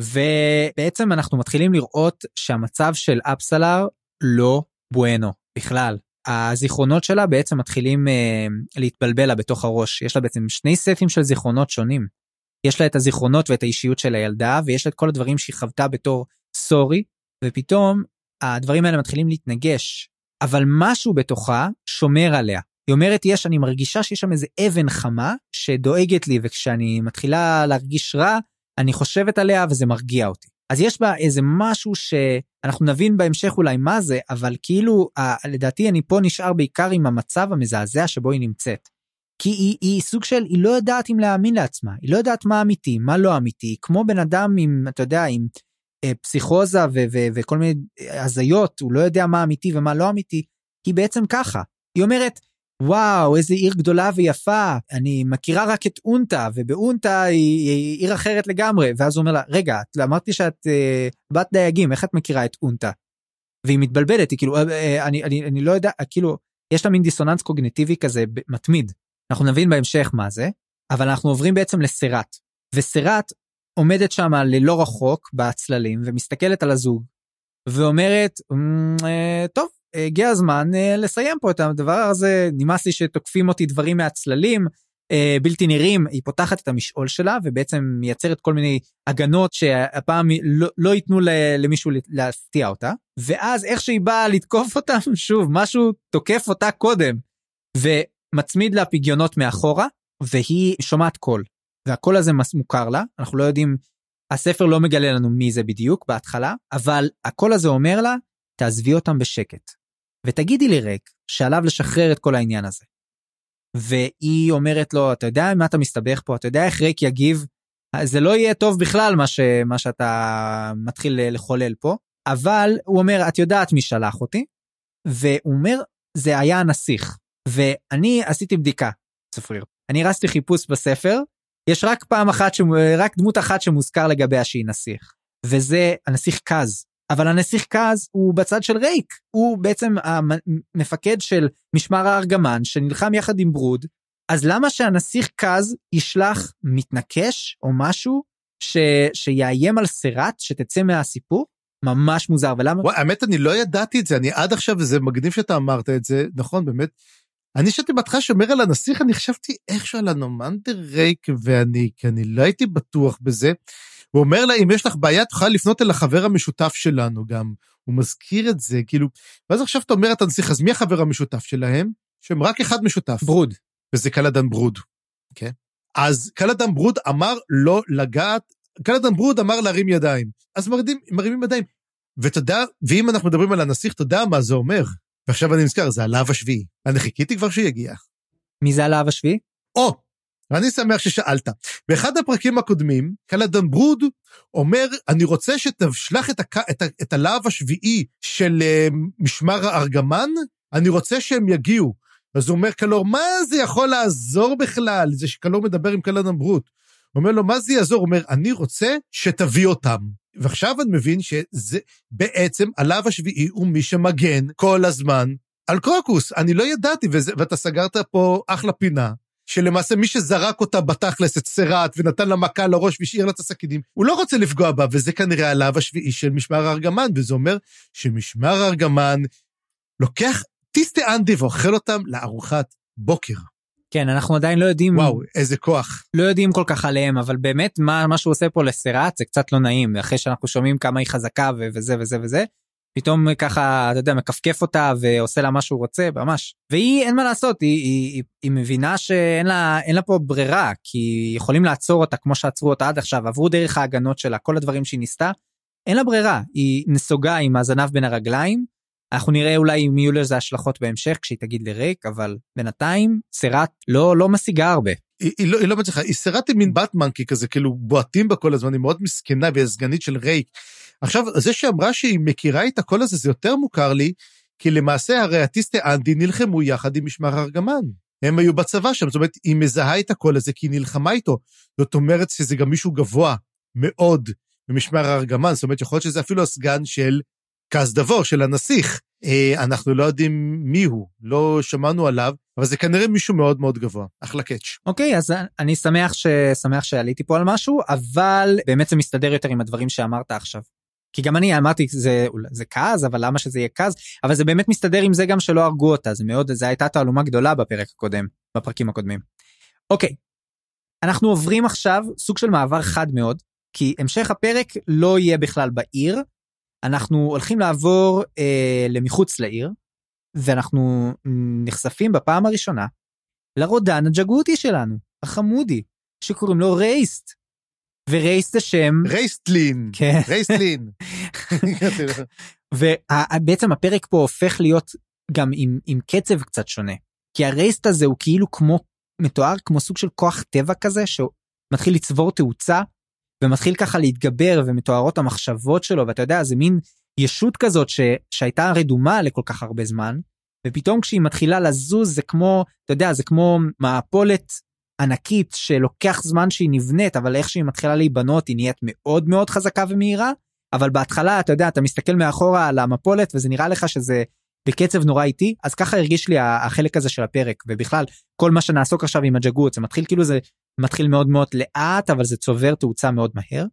ובעצם אנחנו מתחילים לראות שהמצב של אפסלר לא בואנו בכלל. הזיכרונות שלה בעצם מתחילים להתבלבל לה בתוך הראש. יש לה בעצם שני סטים של זיכרונות שונים. יש לה את הזיכרונות ואת האישיות של הילדה, ויש לה את כל הדברים שהיא חוותה בתור סורי, ופתאום הדברים האלה מתחילים להתנגש. אבל משהו בתוכה שומר עליה. היא אומרת, אני מרגישה שיש שם איזה אבן חמה שדואגת לי, וכשאני מתחילה להרגיש רע, אני חושבת עליה וזה מרגיע אותי. אז יש בה איזה משהו שאנחנו נבין בהמשך אולי מה זה, אבל כאילו, לדעתי אני פה נשאר בעיקר עם המצב המזעזע שבו היא נמצאת. כי היא סוג של, היא לא יודעת אם להאמין לעצמה, היא לא יודעת מה אמיתי, מה לא אמיתי, כמו בן אדם עם, אתה יודע, עם פסיכוזה וכל מיני הזיות, הוא לא יודע מה אמיתי ומה לא אמיתי, היא בעצם ככה. היא אומרת, וואו, איזה עיר גדולה ויפה, אני מכירה רק את אונטה, ובאונטה היא עיר אחרת לגמרי, ואז הוא אומר לה, רגע, אמרתי שאת בת דייגים, איך את מכירה את אונטה? והיא מתבלבלת, היא כאילו, אני לא יודע, כאילו, יש לה מין דיסוננס קוגניטיבי כזה מתמיד, אנחנו נבין בהמשך מה זה, אבל אנחנו עוברים בעצם לסרט, וסרט עומדת שם ללא רחוק בצללים, ומסתכלת על הזוג, ואומרת, טוב, הגיע הזמן לסיים פה את הדבר הזה, נמאס לי שתוקפים אותי דברים מהצללים, בלתי נראים, היא פותחת את המשעול שלה, ובעצם מייצרת כל מיני הגנות, שהפעם לא ייתנו למישהו להפתיע אותה, ואז איך שהיא באה לתקוף אותה, שוב, משהו תוקף אותה קודם, ומצמיד לה פגיונות מאחורה, והיא שומעת קול, והקול הזה מוכר לה, אנחנו לא יודעים, הספר לא מגלה לנו מי זה בדיוק בהתחלה, אבל הקול הזה אומר לה, תעזבי אותם בשקט, ותגידי לי ריק, שעליו לשחרר את כל העניין הזה. והיא אומרת לו, אתה יודע מה אתה מסתבך פה, אתה יודע איך ריק יגיב, זה לא יהיה טוב בכלל מה שאתה מתחיל לחולל פה, אבל הוא אומר, את יודעת מי שלח אותי, והוא אומר, זה היה הנסיך, ואני עשיתי בדיקה, צפריר, אני רצתי חיפוש בספר, יש רק דמות אחת שמוזכר לגביה שהיא נסיך, וזה הנסיך קז, אבל הנסיך קז הוא בצד של ריק, הוא בעצם המפקד של משמר הארגמן שנלחם יחד עם ברוד, אז למה שהנסיך קז ישלח מתנקש או משהו שיאיים על סרט שתצא מהסיפור? ממש מוזר, ולמה? האמת אני לא ידעתי את זה, אני עד עכשיו, וזה מגניב שאתה אמרת את זה, נכון באמת, אני שאתי בהתחלה שומר על הנסיך, אני חשבתי איכשהו על הנומנדר ריק, כי אני לא הייתי בטוח בזה, הוא אומר לה, אם יש לך בעיה, תוכל לפנות אל החבר המשותף שלנו גם, הוא מזכיר את זה, כאילו, ואז עכשיו אתה אומר את הנסיך, אז מי החבר המשותף שלהם? שהם רק אחד משותף. ברוד. וזה קלדן ברוד. כן. אז קלדן ברוד אמר לא לגעת, קלדן ברוד אמר להרים ידיים. אז מרימים ידיים. ותדע, ואם אנחנו מדברים על הנסיך, תדע מה זה אומר. ועכשיו אני נזכר, זה הלהב השביעי. אני חיכיתי כבר שיגיע. מי זה הלהב השביעי? אני שמח ששאלת. באחד הפרקים הקודמים, קלדן ברוד אומר, אני רוצה שתשלח את הלהב השביעי של משמר הארגמן, אני רוצה שהם יגיעו. אז הוא אומר קלור, מה זה יכול לעזור בכלל? זה שקלור מדבר עם קלדן ברוד. הוא אומר לו, מה זה יעזור? הוא אומר, אני רוצה שתביא אותם. ועכשיו אני מבין שזה בעצם הלאו השביעי הוא מי שמגן כל הזמן על קרוקוס. אני לא ידעתי, ואתה סגרת פה אחלה פינה, שלמעשה מי שזרק אותה בתכלס את סרט ונתן לה מכה לראש והשאיר לה את הסכינים, הוא לא רוצה לפגוע בה, וזה כנראה הלאו השביעי של משמר הארגמן, וזה אומר שמשמר הארגמן לוקח טיסטי אנדי ואוכל אותם לארוחת בוקר. כן, אנחנו עדיין לא יודעים... וואו, איזה כוח. לא יודעים כל כך עליהם, אבל באמת מה שהוא עושה פה לסרט זה קצת לא נעים, אחרי שאנחנו שומעים כמה היא חזקה וזה וזה וזה, פתאום ככה, אתה יודע, מקפקף אותה ועושה לה מה שהוא רוצה, ממש. והיא, אין מה לעשות, היא מבינה שאין לה פה ברירה, כי יכולים לעצור אותה כמו שעצרו אותה עד עכשיו, עברו דרך ההגנות שלה, כל הדברים שהיא ניסתה, אין לה ברירה, היא נסוגה עם הזנב בין הרגליים, אנחנו נראה אולי אם יהיו לזה השלכות בהמשך, כשהיא תגיד לריק, אבל בינתיים, סרט לא משיגה הרבה. היא לא מצליחה, היא סרט עם מין בטמנקי כזה, כאילו בועטים בה כל הזמן, היא מאוד מסכנה והיא סגנית של ריק. עכשיו, זה שאמרה שהיא מכירה את הכל הזה, זה יותר מוכר לי, כי למעשה הרי הטיסטי אנדי נלחמו יחד עם משמר הארגמן. הם היו בצבא שם, זאת אומרת, היא מזהה את הכל הזה, כי היא נלחמה איתו. זאת אומרת שזה גם מישהו גבוה מאוד במשמר הארגמן, זאת אומרת, יכול להיות שזה אפילו הסגן של כס דבור, של הנסיך. אנחנו לא יודעים מי הוא, לא שמענו עליו, אבל זה כנראה מישהו מאוד מאוד גבוה. אחלה קאץ'. אוקיי, אז אני שמח שעליתי פה על משהו, אבל באמת זה מסתדר יותר עם הדברים שאמרת עכשיו. כי גם אני אמרתי, זה כז, אבל למה שזה יהיה כז? אבל זה באמת מסתדר עם זה גם שלא הרגו אותה, זה הייתה תעלומה גדולה בפרקים הקודמים. אוקיי, אנחנו עוברים עכשיו סוג של מעבר חד מאוד, כי המשך הפרק לא יהיה בכלל בעיר, אנחנו הולכים לעבור למחוץ לעיר, ואנחנו נחשפים בפעם הראשונה, לרודן הג'גותי שלנו, החמודי, שקוראים לו רייסט. ורייסט זה שם... רייסטלין. כן. רייסטלין. ובעצם הפרק פה הופך להיות גם עם קצב קצת שונה. כי הרייסט הזה הוא כאילו מתואר כמו סוג של כוח טבע כזה, שמתחיל לצבור תאוצה, ומתחיל ככה להתגבר, ומתוארות המחשבות שלו, ואתה יודע, זה מין ישות כזאת שהייתה רדומה לכל כך הרבה זמן, ופתאום כשהיא מתחילה לזוז, זה כמו, אתה יודע, זה כמו מעפולת ענקית שלוקח זמן שהיא נבנית, אבל איך שהיא מתחילה להיבנות, היא נהיית מאוד מאוד חזקה ומהירה, אבל בהתחלה, אתה יודע, אתה מסתכל מאחורה על המפולת, וזה נראה לך שזה בקצב נורא איטי, אז ככה הרגיש לי החלק הזה של הפרק, ובכלל, כל מה שנעסוק עכשיו עם הג'גות, זה מתחיל כאילו זה מתחיל מאוד מאוד לאט, אבל זה צובר תאוצה מאוד מהר,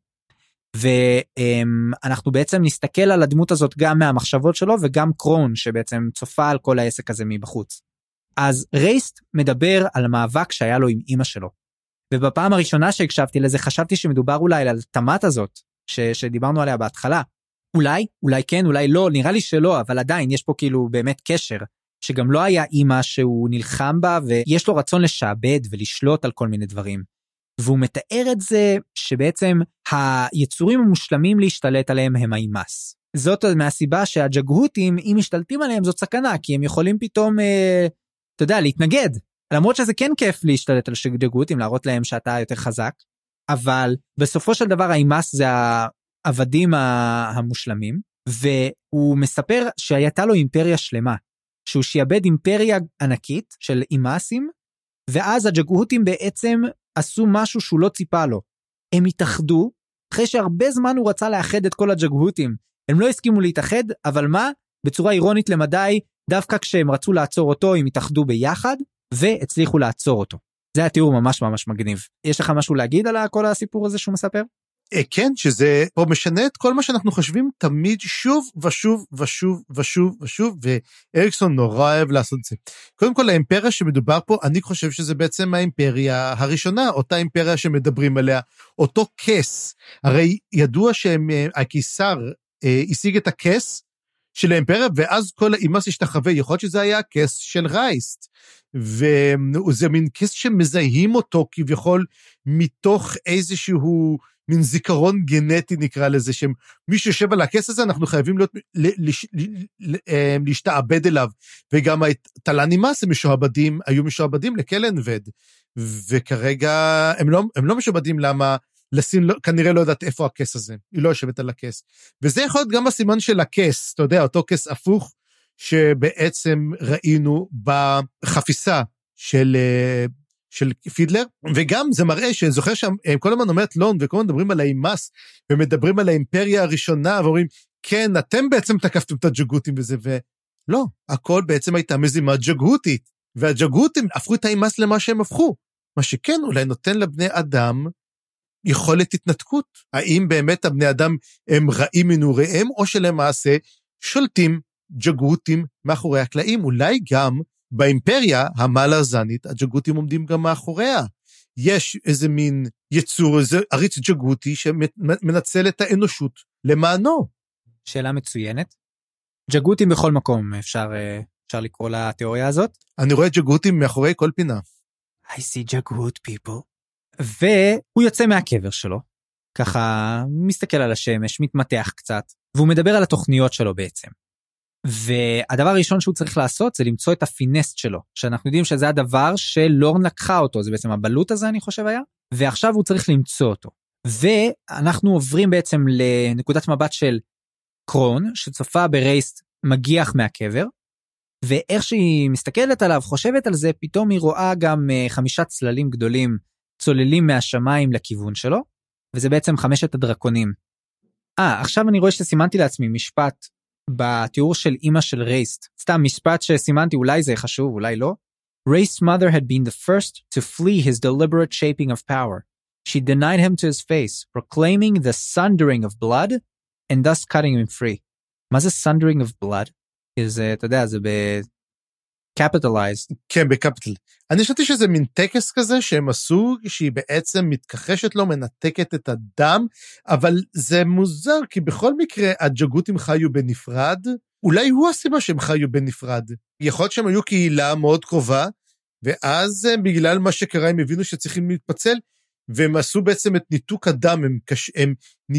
ואנחנו בעצם נסתכל על הדמות הזאת גם מהמחשבות שלו, וגם קרון שבעצם צופה על כל העסק הזה מבחוץ. אז רייסט מדבר על המאבק שהיה לו עם אמא שלו, ובפעם הראשונה שהקשבתי לזה, חשבתי שמדובר אולי על התמת הזאת, שדיברנו עליה בהתחלה, אולי כן, אולי לא, נראה לי שלא, אבל עדיין יש פה כאילו באמת קשר, שגם לא היה אמא שהוא נלחם בה, ויש לו רצון לשעבד ולשלוט על כל מיני דברים. והוא מתאר את זה שבעצם היצורים המושלמים להשתלט עליהם הם האימס. זאת מהסיבה שהג'גהותים, אם משתלטים עליהם, זאת סכנה, כי הם יכולים פתאום, אתה יודע, להתנגד. למרות שזה כן כיף להשתלט על ג'גהותים, להראות להם שאתה יותר חזק, אבל בסופו של דבר האימס זה העבדים המושלמים, והוא מספר שהייתה לו אימפריה שלמה, שהוא שיאבד אימפריה ענקית של אימאסים, ואז הג'גהותים בעצם עשו משהו שהוא לא ציפה לו. הם התאחדו, אחרי שהרבה זמן הוא רצה לאחד את כל הג'גהותים. הם לא הסכימו להתאחד, אבל מה? בצורה אירונית למדי, דווקא כשהם רצו לעצור אותו, הם התאחדו ביחד, והצליחו לעצור אותו. זה היה תיאור ממש ממש מגניב. יש לך משהו להגיד על כל הסיפור הזה שהוא מספר? כן, שזה פה משנה את כל מה שאנחנו חושבים תמיד שוב ושוב ושוב ושוב ושוב, ואריקסון נורא אוהב לעשות את זה. קודם כל, האימפריה שמדובר פה, אני חושב שזה בעצם האימפריה הראשונה, אותה אימפריה שמדברים עליה, אותו כס. הרי ידוע שהקיסר השיג את הכס של האימפריה, ואז כל האימס השתחווה, יכול להיות שזה היה הכס של רייסט, וזה מין כס שמזהים אותו כביכול מתוך איזשהו מין זיכרון גנטי נקרא לזה, שמי שיושב על הכס הזה, אנחנו חייבים להשתעבד אליו, וגם התלנימאס היו משועבדים לקלנבד, וכרגע הם לא משועבדים, למה? לסין כנראה לא יודעת איפה הכס הזה, היא לא יושבת על הכס, וזה יכול להיות גם הסימן של הכס, אתה יודע, אותו כס הפוך, שבעצם ראינו בחפיסה של פידלר, וגם זה מראה שזוכר שם, הם כל הזמן אומרת לון, וכל הזמן מדברים על האימס, ומדברים על האימפריה הראשונה, ואומרים, כן, אתם בעצם תקפתם את הג'גותים וזה, ולא, הכל בעצם הייתה מזימה ג'גותית, והג'גותים הפכו את האימס למה שהם הפכו, מה שכן אולי נותן לבני אדם יכולת התנתקות, האם באמת הבני אדם הם רעים מנעוריהם, או שלמעשה שולטים ג'גותים מאחורי הקלעים, אולי גם באימפריה המלאזנית, הג'גותים עומדים גם מאחוריה. יש איזה מין יצור, איזה עריץ ג'גותי שמנצל את האנושות למענו. שאלה מצוינת. ג'גותים בכל מקום, אפשר לקרוא לתיאוריה הזאת? אני רואה ג'גותים מאחורי כל פינה. I see Jagut people. והוא יוצא מהקבר שלו, ככה מסתכל על השמש, מתמתח קצת, והוא מדבר על התוכניות שלו בעצם. והדבר הראשון שהוא צריך לעשות זה למצוא את הפינסט שלו, שאנחנו יודעים שזה הדבר שלורן לקחה אותו, זה בעצם הבלוט הזה אני חושב היה, ועכשיו הוא צריך למצוא אותו. ואנחנו עוברים בעצם לנקודת מבט של קרון, שצופה ברייסט מגיח מהקבר, ואיך שהיא מסתכלת עליו, חושבת על זה, פתאום היא רואה גם 5 צללים גדולים, צוללים מהשמיים לכיוון שלו, וזה בעצם 5 הדרקונים. עכשיו אני רואה שסימנתי לעצמי משפט, בתיאור של אמא של רייסט, סתם משפט שסימנתי, אולי זה חשוב, אולי לא. Ray's mother had been the first to flee his deliberate shaping of power. She denied him to his face, proclaiming the sundering of blood, and thus cutting him free. מה זה sundering of blood? אתה יודע, זה ב-capitalized. כן, ב-capital. אני חשבתי שזה מין טקס כזה שהם עשו, שהיא בעצם מתכחשת לו, מנתקת את הדם, אבל זה מוזר, כי בכל מקרה הג'גותים חיו בנפרד, אולי הוא הסיבה שהם חיו בנפרד. יכול להיות שהם היו קהילה מאוד קרובה, ואז בגלל מה שקרה הם הבינו שצריכים להתפצל, והם עשו בעצם את ניתוק הדם, הם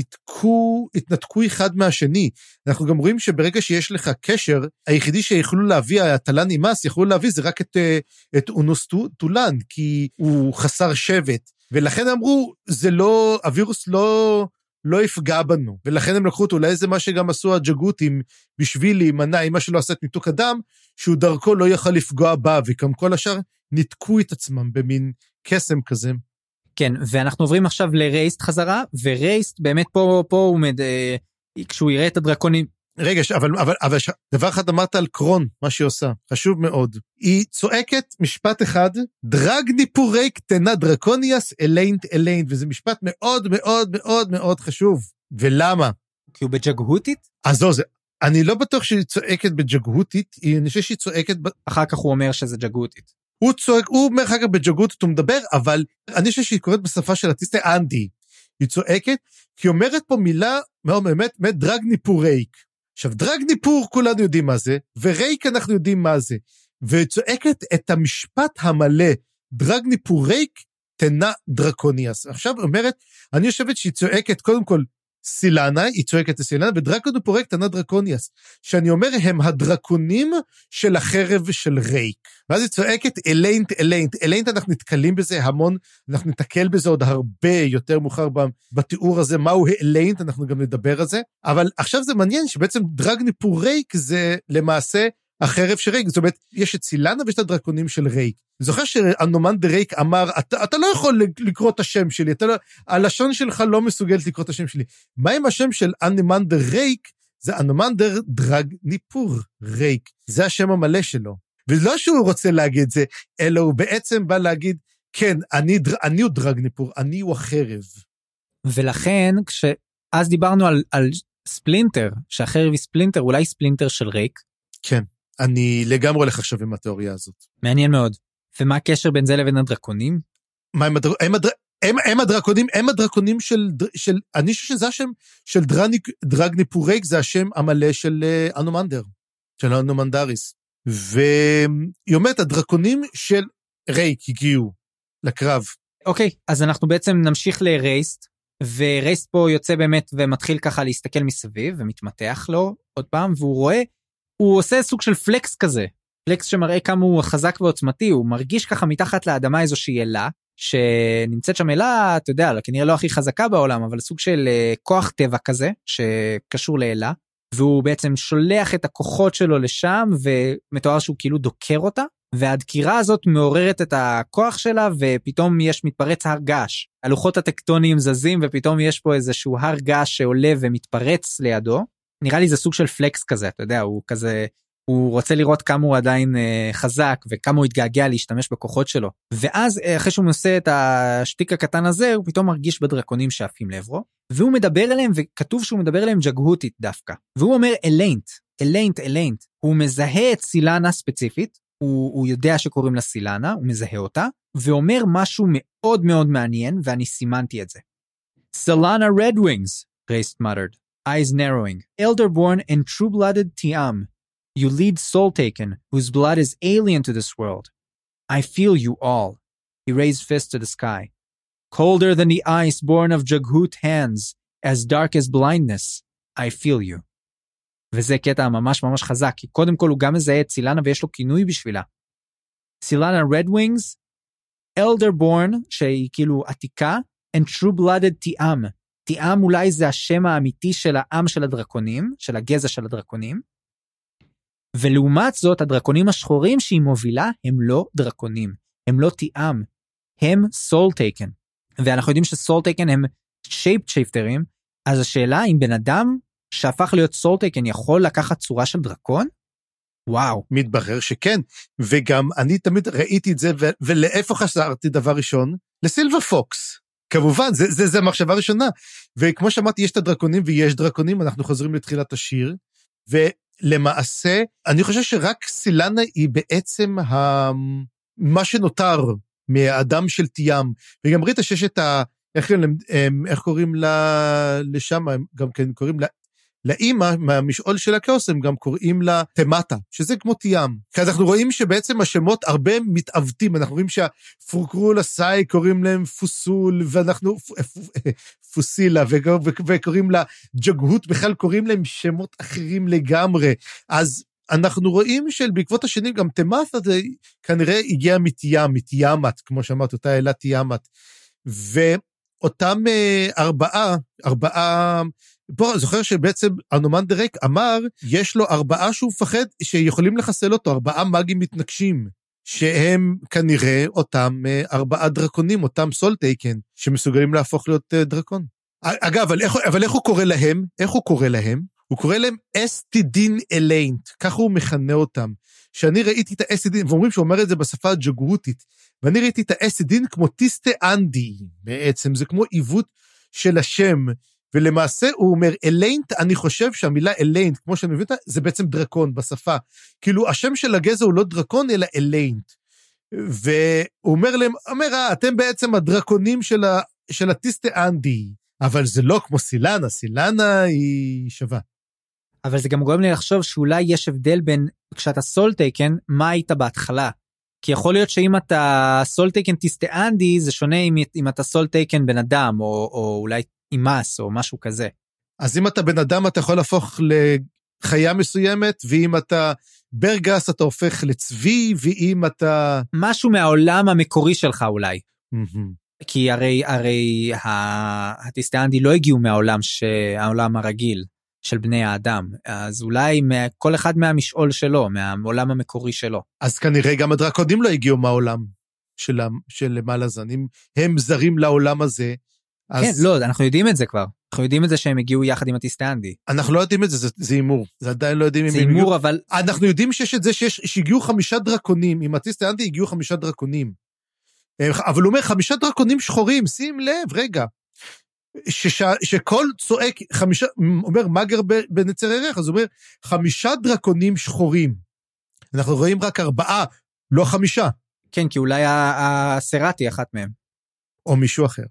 התנתקו אחד מהשני. אנחנו גם רואים שברגע שיש לך קשר, היחידי שיכולו להביא, התלן אימס, יכולו להביא זה רק את אונוס טולן, כי הוא חסר שבט, ולכן אמרו, זה לא, הווירוס לא יפגע בנו, ולכן הם לקחו אותו, אולי זה מה שגם עשו הג'גותים, בשביל להימנע, אם מה שלא עשה את ניתוק הדם, שהוא דרכו לא יוכל לפגוע בה, וגם כל השאר ניתקו את עצמם, במין קסם כזה. כן, ואנחנו עוברים עכשיו לרייסט חזרה, ורייסט באמת פה הוא כשהוא יראה את הדרקונים. רגע, אבל דבר אחד אמרת על קרון, מה שהיא עושה, חשוב מאוד. היא צועקת משפט אחד, דרגני פורי קטנה דרקוניאס אליינט, וזה משפט מאוד מאוד מאוד מאוד חשוב. ולמה? כי הוא בג'גהותית? אז לא, אני לא בטוח שהיא צועקת בג'גהותית, אני חושב שהיא צועקת... אחר כך הוא אומר שזה ג'גהותית. הוא אומר אחר כך בג'גהותית, הוא מדבר, אבל אני חושב שהיא קוראת בשפה של הטיסטי אנדי. היא צועקת, כי היא אומרת פה מילה, באמת, דרגניפור רייק. עכשיו, דרגניפור כולנו יודעים מה זה, ורייק אנחנו יודעים מה זה. והיא צועקת את המשפט המלא, דרגניפור רייק, תנה דרקוניאס. עכשיו אומרת, אני חושבת שהיא צועקת קודם כל, סילנה, היא צועקת לסילנה, ודרקניפור רייק תנה דרקוניאס. שאני אומר, הם הדרקונים של החרב ושל רייק. ואז היא צועקת אליינט, אנחנו נתקלים בזה המון, אנחנו נתקל בזה עוד הרבה יותר מאוחר בתיאור הזה, מהו אליינט, אנחנו גם נדבר על זה, אבל עכשיו זה מעניין שבעצם דרגניפור רייק זה למעשה החרב של רייק, זאת אומרת, יש את סילנה ויש את הדרקונים של רייק. זוכר שאנומנדר רייק אמר, אתה לא יכול לקרוא את השם שלי, הלשון שלך לא מסוגלת לקרוא את השם שלי. מה עם השם של אנומנדר רייק? זה אנומנדר דרגניפור רייק, זה השם המלא שלו. ולא שהוא רוצה להגיד זה, אלא הוא בעצם בא להגיד, כן, אני הוא דרגניפור, אני הוא החרב. ולכן, אז דיברנו על ספלינטר, שהחרב היא ספלינטר, אולי ספלינטר של רייק. כן, אני לגמרי הולך עכשיו עם התיאוריה הזאת. מעניין מאוד. ומה הקשר בין זה לבין הדרקונים? הם הדרקונים של אני חושב שזה השם של דרגניפור רייק, זה השם המלא של אנומנדר, של אנומנדריס. והיא אומרת, הדרקונים של רייק הגיעו לקרב. אוקיי, אז אנחנו בעצם נמשיך לרייסט, ורייסט פה יוצא באמת ומתחיל ככה להסתכל מסביב, ומתמתח לו עוד פעם, והוא רואה, הוא עושה סוג של פלקס כזה, פלקס שמראה כמה הוא חזק ועוצמתי, הוא מרגיש ככה מתחת לאדמה איזושהי אלה, שנמצאת שם אלה, אתה יודע, כנראה לא הכי חזקה בעולם, אבל סוג של כוח טבע כזה, שקשור לאלה, והוא בעצם שולח את הכוחות שלו לשם, ומתואר שהוא כאילו דוקר אותה, והדקירה הזאת מעוררת את הכוח שלה, ופתאום מתפרץ הר געש. הלוחות הטקטוניים זזים, ופתאום יש פה איזשהו הר געש שעולה ומתפרץ לידו. נראה לי זה סוג של פלקס כזה, אתה יודע, הוא רוצה לראות כמה הוא עדיין חזק, וכמה הוא התגעגע להשתמש בכוחות שלו. ואז אחרי שהוא עושה את השטיק הקטן הזה, הוא פתאום מרגיש בדרקונים שעפים לעברו, והוא מדבר אליהם, וכתוב שהוא מדבר אליהם ג'גהותית דווקא. והוא אומר אליינט. הוא מזהה את סילנה ספציפית, הוא יודע שקוראים לה סילנה, הוא מזהה אותה, ואומר משהו מאוד מאוד מעניין, ואני סימנתי את זה. Silana Redwings, Rayst muttered, eyes narrowing, elder-born and true-blooded Tiam. You lead Soul-Taken, whose blood is alien to this world. I feel you all. He raised fist to the sky. Colder than the ice born of Jaghut hands, as dark as blindness. I feel you. וזה קטע ממש ממש חזק, כי קודם כל הוא גם מזהה את סילנה ויש לו כינוי בשבילה. סילנה Redwings, elder-born, שהיא כאילו עתיקה, and true-blooded Tiam. Tiam אולי זה השם האמיתי של העם של הדרקונים, של הגזע של הדרקונים, ולעומת זאת, הדרקונים השחורים שהיא מובילה, הם לא דרקונים, הם לא Tiam, הם Soul-Taken. ואנחנו יודעים ש-Soul-Taken הם Shape-Shifter'ים, אז השאלה אם בן אדם שהפך להיות Soul-Taken יכול לקחת צורה של דרקון? וואו. מתברר שכן, וגם אני תמיד ראיתי את זה, ולאיפה חזרתי דבר ראשון? לסילבר פוקס. כמובן, זה המחשבה הראשונה. וכמו שאמרתי, יש את הדרקונים ויש דרקונים, אנחנו חוזרים לתחילת השיר, ולמעשה, אני חושב שרק סילנה היא בעצם מה שנותר מהאדם של תיאם, וגם ראית שיש את איך קוראים לה לשם, גם כן קוראים לה, לאמא מהמשעול של הכאוס, הם גם קוראים לה תמטה, שזה כמו תיאם. כי אנחנו רואים שבעצם השמות הרבה מתעוותים, אנחנו רואים שהפורקרול הסאי קוראים להם פוסול, ואנחנו פוסילה, וקוראים לה ג'גהות, בכלל קוראים להם שמות אחרים לגמרי. אז אנחנו רואים שבעקבות השנים גם תמטה, זה כנראה הגיע מתיאמת, כמו שאמרת, אותה אלה תיאמת. ואותם ארבעה, פה זוכר שבעצם אנומן דרק אמר, יש לו 4 שהוא מפחד שיכולים לחסל אותו, 4 מגים מתנגשים, שהם כנראה אותם 4 דרקונים, אותם Soul-Taken, שמסוגלים להפוך להיות דרקון. אגב, אבל איך הוא קורא להם? הוא קורא להם אסטידין אליינט, ככה הוא מכנה אותם. שאני ראיתי את האסטידין, ואומרים שהוא אומר את זה בשפה הג'גהותית, ואני ראיתי את האסטידין כמו טיסטה אנדי, בעצם, זה כמו עיוות של השם, ולמעשה הוא אומר, אליינט, אני חושב שהמילה אליינט, כמו שאני מבין, זה בעצם דרקון בשפה. כאילו, השם של הגזע הוא לא דרקון, אלא אליינט. והוא אומר להם, אתם בעצם הדרקונים של הטיסטה אנדי, אבל זה לא כמו סילנה, סילנה היא שווה. אבל זה גם גורם לי לחשוב שאולי יש הבדל בין, כשאתה Soul-Taken, מה היית בהתחלה? כי יכול להיות שאם אתה Soul-Taken טיסטה אנדי, זה שונה אם אתה Soul-Taken בן אדם, או אולי אימאס או משהו כזה. אז אם אתה בן אדם, אתה יכול להפוך לחיה מסוימת, ואם אתה ברגס, אתה הופך לצבי, ואם אתה... משהו מהעולם המקורי שלך אולי. כי הרי הטיסטאנדי לא הגיעו מהעולם הרגיל של בני האדם, אז אולי כל אחד מהמשעול שלו, מהעולם המקורי שלו. אז כנראה גם הדרקונים לא הגיעו מהעולם של למעלה זנים, הם זרים לעולם הזה, כן, לא, אנחנו יודעים את זה כבר. אנחנו יודעים את זה שהם הגיעו יחד עם הטיסטאנדי. אנחנו לא יודעים את זה, זה אימור. זה עדיין לא יודעים אם הם הגיעו. זה אימור, אבל... אנחנו יודעים שיש את זה שהגיעו 5 דרקונים. עם הטיסטאנדי הגיעו 5 דרקונים. אבל הוא אומר, 5 דרקונים שחורים, שים לב, רגע. שכל צועק, אומר, מגר בנצר ירח, אז הוא אומר, 5 דרקונים שחורים. אנחנו רואים רק 4, לא 5. כן, כי אולי הסרטי אחת מהם. או מישהו אחר.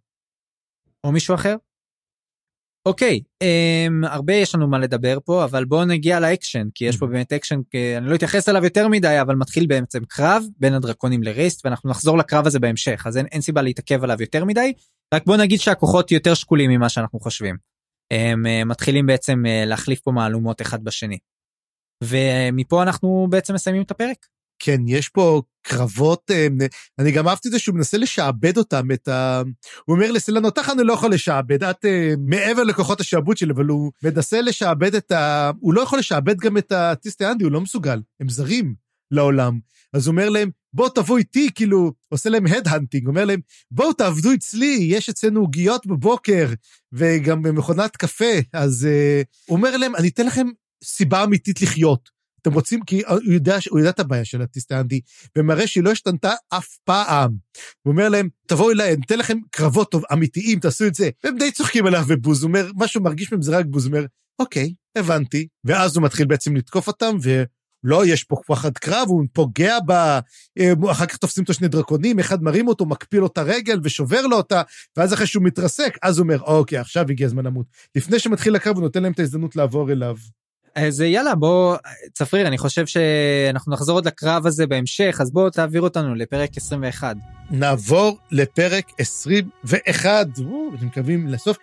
אוקיי, הרבה יש לנו מה לדבר פה, אבל בואו נגיע לאקשן, כי יש פה באמת אקשן, אני לא אתייחס אליו יותר מדי, אבל מתחיל בעצם קרב בין הדרקונים לרייסט, ואנחנו נחזור לקרב הזה בהמשך, אז אין סיבה להתעכב עליו יותר מדי, רק בואו נגיד שהכוחות יותר שקולים ממה שאנחנו חושבים. הם מתחילים בעצם להחליף פה מעלומות אחד בשני. ומפה אנחנו בעצם מסיימים את הפרק. כן, יש פה קרבות, אני גם אהבתי את זה שהוא מנסה לשעבד אותם, הוא אומר לסילנה, אותך אני לא יכול לשעבד, את מעבר לכוחות השעבוד שלי, אבל הוא מנסה לשעבד הוא לא יכול לשעבד גם את הטיסטה אנדי, הוא לא מסוגל, הם זרים לעולם. אז הוא אומר להם, בואו תבוא איתי, כאילו, עושה להם הדהנטינג, אומר להם, בואו תעבדו אצלי, יש אצלנו עוגיות בבוקר, וגם במכונת קפה, אז הוא אומר להם, אני אתן לכם סיבה אמיתית לחיות. אתם רוצים, כי הוא יודע את הבעיה של אטיסטה אנדי, ומראה שהיא לא השתנתה אף פעם. הוא אומר להם, תבואו אליי, אני אתן לכם קרבות טוב, אמיתיים, תעשו את זה. והם די צוחקים עליו ובוז, הוא אומר, משהו מרגיש מהם זה רק בוז, הוא אומר, אוקיי, הבנתי. ואז הוא מתחיל בעצם לתקוף אותם, ולא, יש פה פחד קרב, הוא פוגע אחר כך תופסים אותו שני דרקונים, אחד מרים אותו, מקפיל לו את הרגל ושובר לו אותה, ואז אחרי שהוא מתרסק, אז הוא אומר, אוקיי, עכשיו הגיע הזמן למות. לפני שמתחיל הקרב, הוא נותן להם את ההזדמנות לעבור אליו. אז יאללה, בוא, צפריר, אני חושב שאנחנו נחזור עוד לקרב הזה בהמשך, אז בוא תעביר אותנו לפרק 21. נעבור לפרק 21, אני מקווים לסוף.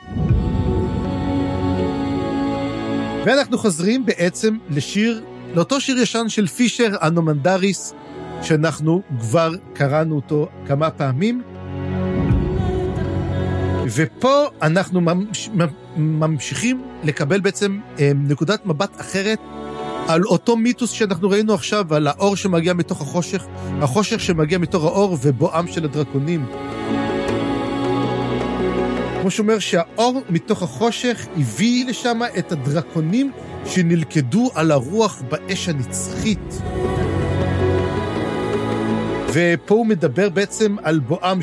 ואנחנו חוזרים בעצם לאותו שיר ישן של פישר, אנומנדריס, שאנחנו כבר קראנו אותו כמה פעמים, ופה אנחנו ממשיכים לקבל בעצם נקודת מבט אחרת על אותו מיתוס שאנחנו ראינו עכשיו, על האור שמגיע מתוך החושך, החושך שמגיע מתוך האור ובואם של הדרקונים. כמו שאומר שהאור מתוך החושך הביא לשם את הדרקונים שנלכדו על הרוח באש הנצחית. ופה הוא מדבר בעצם על בואם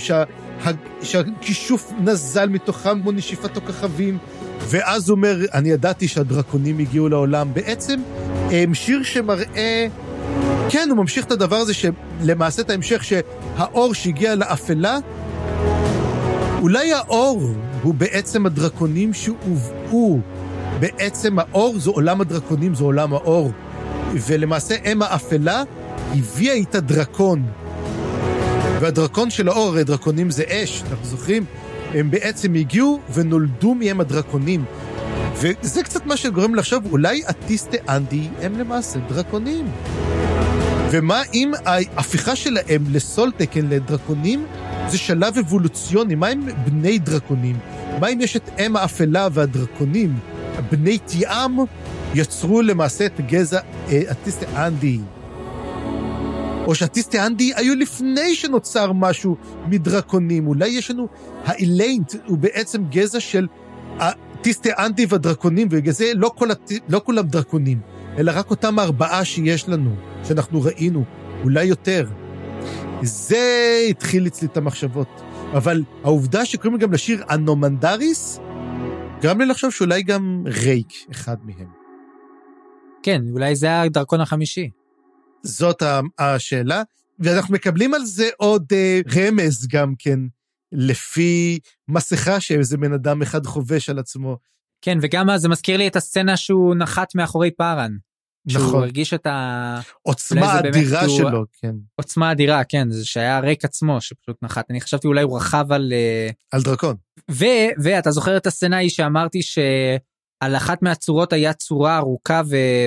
שהכישוף נזל מתוכם כמו נשיפת הכוכבים, ואז הוא אומר, אני ידעתי שהדרקונים הגיעו לעולם. בעצם שיר שמראה, כן, הוא ממשיך את הדבר הזה שלמעשה את ההמשך שהאור שהגיע לאפלה, אולי האור הוא בעצם הדרקונים שהובאו, בעצם האור זו עולם הדרקונים, זו עולם האור, ולמעשה אם האפלה הביאה איתה דרקון, והדרקון של האור, הרי דרקונים זה אש, אנחנו זוכרים, הם בעצם הגיעו ונולדו מהם הדרקונים, וזה קצת מה שגורם לחשוב, אולי אטיסטה אנדי הם למעשה דרקונים. ומה אם ההפיכה שלהם לסולטקן, לדרקונים, זה שלב אבולוציוני? מה אם בני דרקונים? מה אם יש את אם האפלה והדרקונים? בני תיאם יצרו למעשה את גזע אטיסטה אנדי. או שאטיסטה אנדי היו לפני שנוצר משהו מדרקונים. אולי יש לנו, האיליינט הוא בעצם גזע של אטיסטה אנדי והדרקונים, ובגלל זה לא כולם דרקונים, אלא רק אותם 4 שיש לנו, שאנחנו ראינו, אולי יותר. זה התחיל אצלי את המחשבות. אבל העובדה שקוראים גם לשיר אנומנדריס, גרם לי לחשוב שאולי גם רייק אחד מהם. כן, אולי זה הדרקון החמישי. זאת השאלה, ואנחנו מקבלים על זה עוד רמז גם כן, לפי מסכה שאיזה בן אדם אחד חובש על עצמו. כן, וגם זה מזכיר לי את הסצנה שהוא נחת מאחורי פארן. נכון. שהוא הרגיש את ה... עוצמה אדירה שלו, כן. עוצמה אדירה, כן, זה שהיה ריק עצמו שפשוט נחת. אני חשבתי אולי הוא רכב על דרקון. ואתה זוכר את הסצנה היא שאמרתי שעל אחת מהצורות היה צורה ארוכה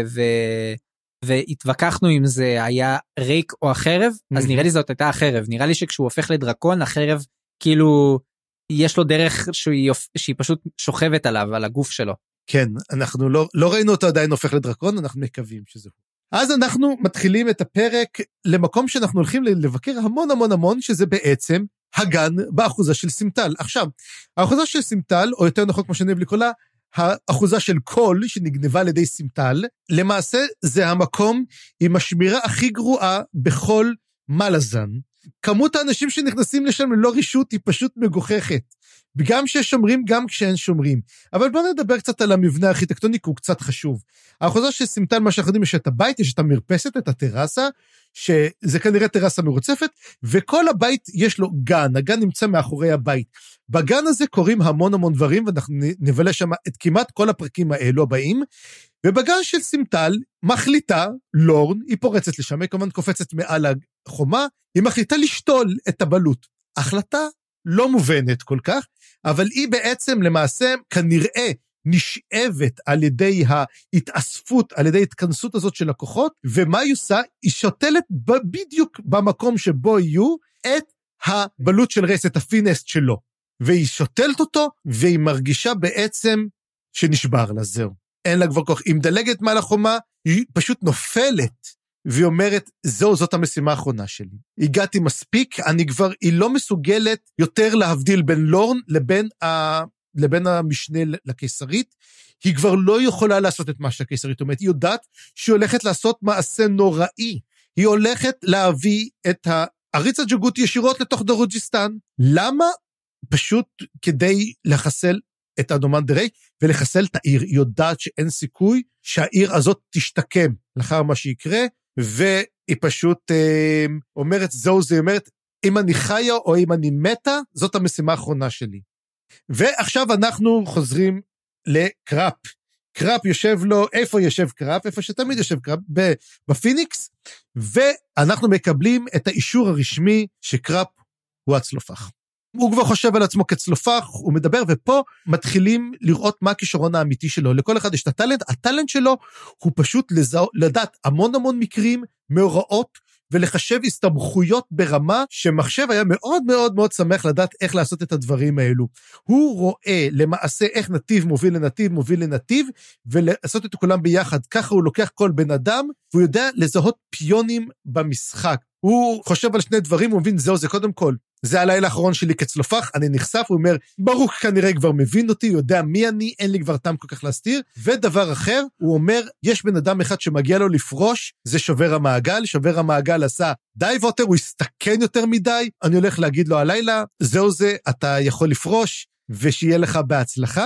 והתווכחנו אם זה היה ריק או החרב, אז נראה לי זאת הייתה החרב. נראה לי שכשהוא הופך לדרקון, החרב כאילו יש לו דרך שהיא פשוט שוכבת עליו, על הגוף שלו. כן, אנחנו לא ראינו אותו עדיין הופך לדרקון, אנחנו מקווים שזה הוא. אז אנחנו מתחילים את הפרק למקום שאנחנו הולכים לבקר המון המון המון, שזה בעצם הגן באחוזה של סימטל. עכשיו, האחוזה של סימטל, או יותר נכון כמו שאני אוהב לקרוא, האחוזה של קול שנגנבה על ידי סימטל, למעשה זה המקום עם השמירה הכי גרועה בכל מלאזן. כמות האנשים שנכנסים לשם ללא רישות היא פשוט מגוחכת. גם ששומרים, גם כשאין שומרים. אבל בואו נדבר קצת על המבנה הארכיטקטוני, כי הוא קצת חשוב. האחוזה של סימטל, מה שאנחנו יודעים, יש את הבית, יש את המרפסת, את הטרסה, שזה כנראה טרסה מרוצפת, וכל הבית יש לו גן, הגן נמצא מאחורי הבית. בגן הזה קוראים המון המון דברים, ואנחנו נבלה שם את כמעט כל הפרקים האלו הבאים, ובגן של סימטל מחליטה לורן, היא פורצת לשם, היא כמובן קופצת מעל החומה, היא מחליטה לשתול את הבלות. החלטה לא מובנת כל כך, אבל היא בעצם למעשה כנראה נשאבת על ידי ההתאספות, על ידי התכנסות הזאת של הכוחות, ומה היא עושה? היא שותלת בדיוק במקום שבו יהיו את הבלות של רייס, את הפינסט שלו, והיא שותלת אותו, והיא מרגישה בעצם שנשבר לה, זהו. אין לה כבר כוח, היא מדלגת מעל החומה, היא פשוט נופלת והיא אומרת, זאת המשימה האחרונה שלי. הגעתי מספיק, היא לא מסוגלת יותר להבדיל בין לורן לבין המשנה לקיסרית, היא כבר לא יכולה לעשות את מה שהקיסרית אומרת, היא יודעת שהיא הולכת לעשות מעשה נוראי, היא הולכת להביא את העריץ הג'גותי ישירות לתוך דרוג'יסטן. למה? פשוט כדי לחסל את אדומן דרי, ולחסל את העיר. היא יודעת שאין סיכוי שהעיר הזאת תשתקם לאחר מה שיקרה, והיא פשוט אומרת, היא אומרת, אם אני חיה או אם אני מתה, זאת המשימה האחרונה שלי. ועכשיו אנחנו חוזרים לקראפ. קראפ יושב לו, איפה יושב קראפ? איפה שתמיד יושב קראפ, בפיניקס, ואנחנו מקבלים את האישור הרשמי שקראפ הוא הצלופח. הוא כבר חושב על עצמו כצלופח, הוא מדבר, ופה מתחילים לראות מה הכישרון האמיתי שלו. לכל אחד יש את הטלנט, הטלנט שלו הוא פשוט לדעת המון המון מקרים, מאורעות, ולחשב הסתבכויות ברמה, שמחשב היה מאוד מאוד מאוד שמח לדעת איך לעשות את הדברים האלו. הוא רואה למעשה איך נתיב מוביל לנתיב, מוביל לנתיב, ולעשות את כולם ביחד. ככה הוא לוקח כל בן אדם, והוא יודע לזהות פיונים במשחק. הוא חושב על שני דברים, הוא מבין, זה קודם כל. זה הלילה האחרון שלי כצלופח, אני נחשף, הוא אומר, ברוך כנראה כבר מבין אותי, יודע מי אני, אין לי כבר טעם כל כך להסתיר, ודבר אחר, הוא אומר, יש בן אדם אחד שמגיע לו לפרוש, זה שובר המעגל, שובר המעגל עשה די ווטר, הוא הסתכן יותר מדי, אני הולך להגיד לו הלילה, זה, אתה יכול לפרוש, ושיהיה לך בהצלחה,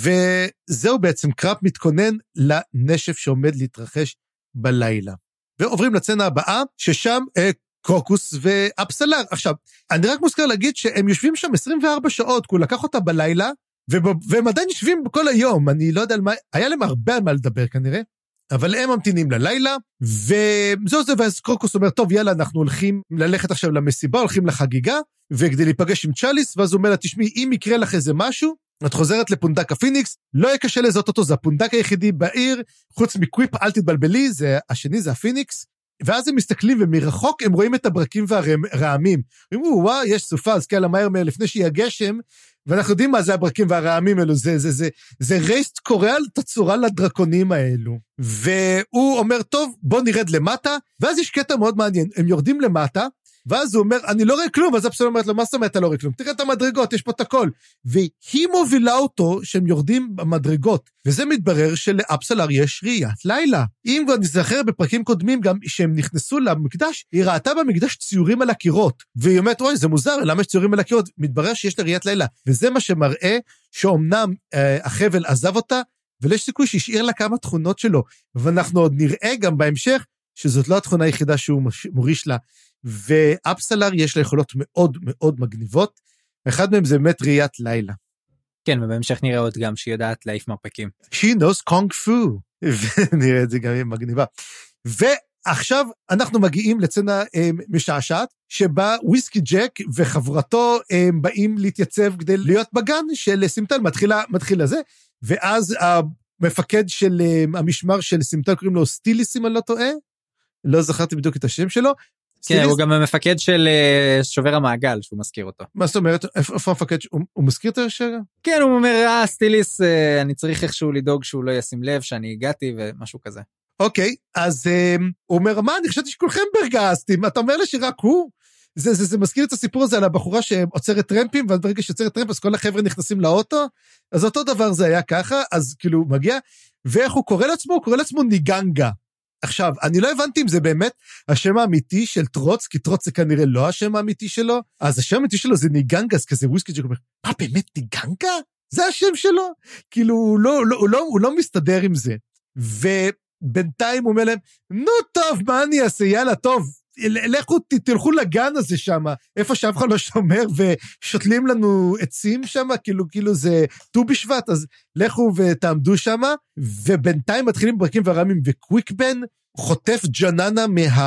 וזהו בעצם, קראפ מתכונן לנשף שעומד להתרחש בלילה. ועוברים לצנה הבאה, ששם קרוקוס ואפסלר. עכשיו, אני רק מוזכר להגיד שהם יושבים שם 24 שעות, כי הוא לקח אותה בלילה, והם עדיין יושבים כל היום, אני לא יודע על מה, היה להם הרבה על מה לדבר כנראה, אבל הם ממתינים ללילה, וזהו זה, ואז קרוקוס אומר, טוב, יאללה, אנחנו הולכים ללכת עכשיו למסיבה, הולכים לחגיגה, וכדי להיפגש עם צ'אליס, ואז הוא אומר לה, תשמעי, אם יקרה לך איזה משהו, את חוזרת לפונדק הפיניקס, לא יהיה קשה לזהות אותו, זה הפונדק היחידי בעיר, חוץ מקוויפ, אל תתבלבלי, זה השני, זה הפיניקס, ואז הם מסתכלים ומרחוק הם רואים את הברקים והרעמים. אומרים, וואו, יש סופה, אז קהל המהר לפני שיהיה הגשם, ואנחנו יודעים מה זה הברקים והרעמים האלו, זה רייסט קורא על תצורה לדרקונים האלו. והוא אומר, טוב, בוא נרד למטה, ואז יש קטע מאוד מעניין, הם יורדים למטה, ואז הוא אומר, אני לא רואה כלום, ואז אפסלר אומרת לו, מה זאת אומרת, אתה לא רואה כלום? תראה את המדרגות, יש פה את הכל. והיא מובילה אותו שהם יורדים במדרגות, וזה מתברר שלאפסלר יש ראיית לילה. אם כבר נזכר בפרקים קודמים, גם שהם נכנסו למקדש, היא ראתה במקדש ציורים על הקירות, והיא אומרת, אוי, זה מוזר, למה יש ציורים על הקירות? מתברר שיש לה ראיית לילה, וזה מה שמראה שאומנם החבל עזב אותה, ויש סיכוי שהשאיר לה כמה תכונות שלו, ואנחנו עוד נראה גם בהמשך, שזאת לא התכונה היחידה שהוא מוריש לה, ואפסלר יש לה יכולות מאוד מאוד מגניבות, אחד מהם זה באמת ראיית לילה. כן, ובהמשך נראה עוד גם שהיא יודעת להעיף מרפקים. She knows Kung Fu, ונראה את זה גם מגניבה. ועכשיו אנחנו מגיעים לצנה משעשעת, שבה וויסקי ג'ק וחברתו באים להתייצב כדי להיות בגן של סימטל, מתחיל לזה, ואז המפקד של המשמר של סימטל קוראים לו סטיליס, אם אני לא טועה, לא זכרתי בדיוק את השם שלו, כן, הוא גם המפקד של שובר המעגל, שהוא מזכיר אותו. מה זאת אומרת? איפה המפקד? הוא מזכיר את השיר? כן, הוא אומר, סטיליס, אני צריך איכשהו לדאוג שהוא לא ישים לב שאני הגעתי ומשהו כזה. אוקיי, אז הוא אומר, מה, אני חשבתי שכולכם ברגסטים, אתה אומר לי שרק הוא? זה מזכיר את הסיפור הזה על הבחורה שעוצרת טרמפים, וברגע שעוצרת טרמפ, אז כל החבר'ה נכנסים לאוטו, אז אותו דבר זה היה ככה, אז כאילו הוא מגיע, ואיך הוא קורא לעצמו? הוא קורא לעצמו ניגנגה. עכשיו, אני לא הבנתי אם זה באמת השם האמיתי של טרוץ, כי טרוץ זה כנראה לא השם האמיתי שלו, אז השם האמיתי שלו זה ניגנגה, אז כזה וויסקי ג'ק אומר, מה באמת ניגנגה? זה השם שלו? כאילו, הוא לא מסתדר עם זה. ובינתיים הוא אומר להם, נו טוב, מה אני אעשה? יאללה, טוב, לכו, תלכו לגן הזה שם, איפה שאף אחד לא שומר, ושותלים לנו עצים שם, כאילו זה ט"ו בשבט, אז לכו ותעמדו שם, ובינתיים מתחילים ברקים והרעמים, וקוויקבן חוטף ג'ננה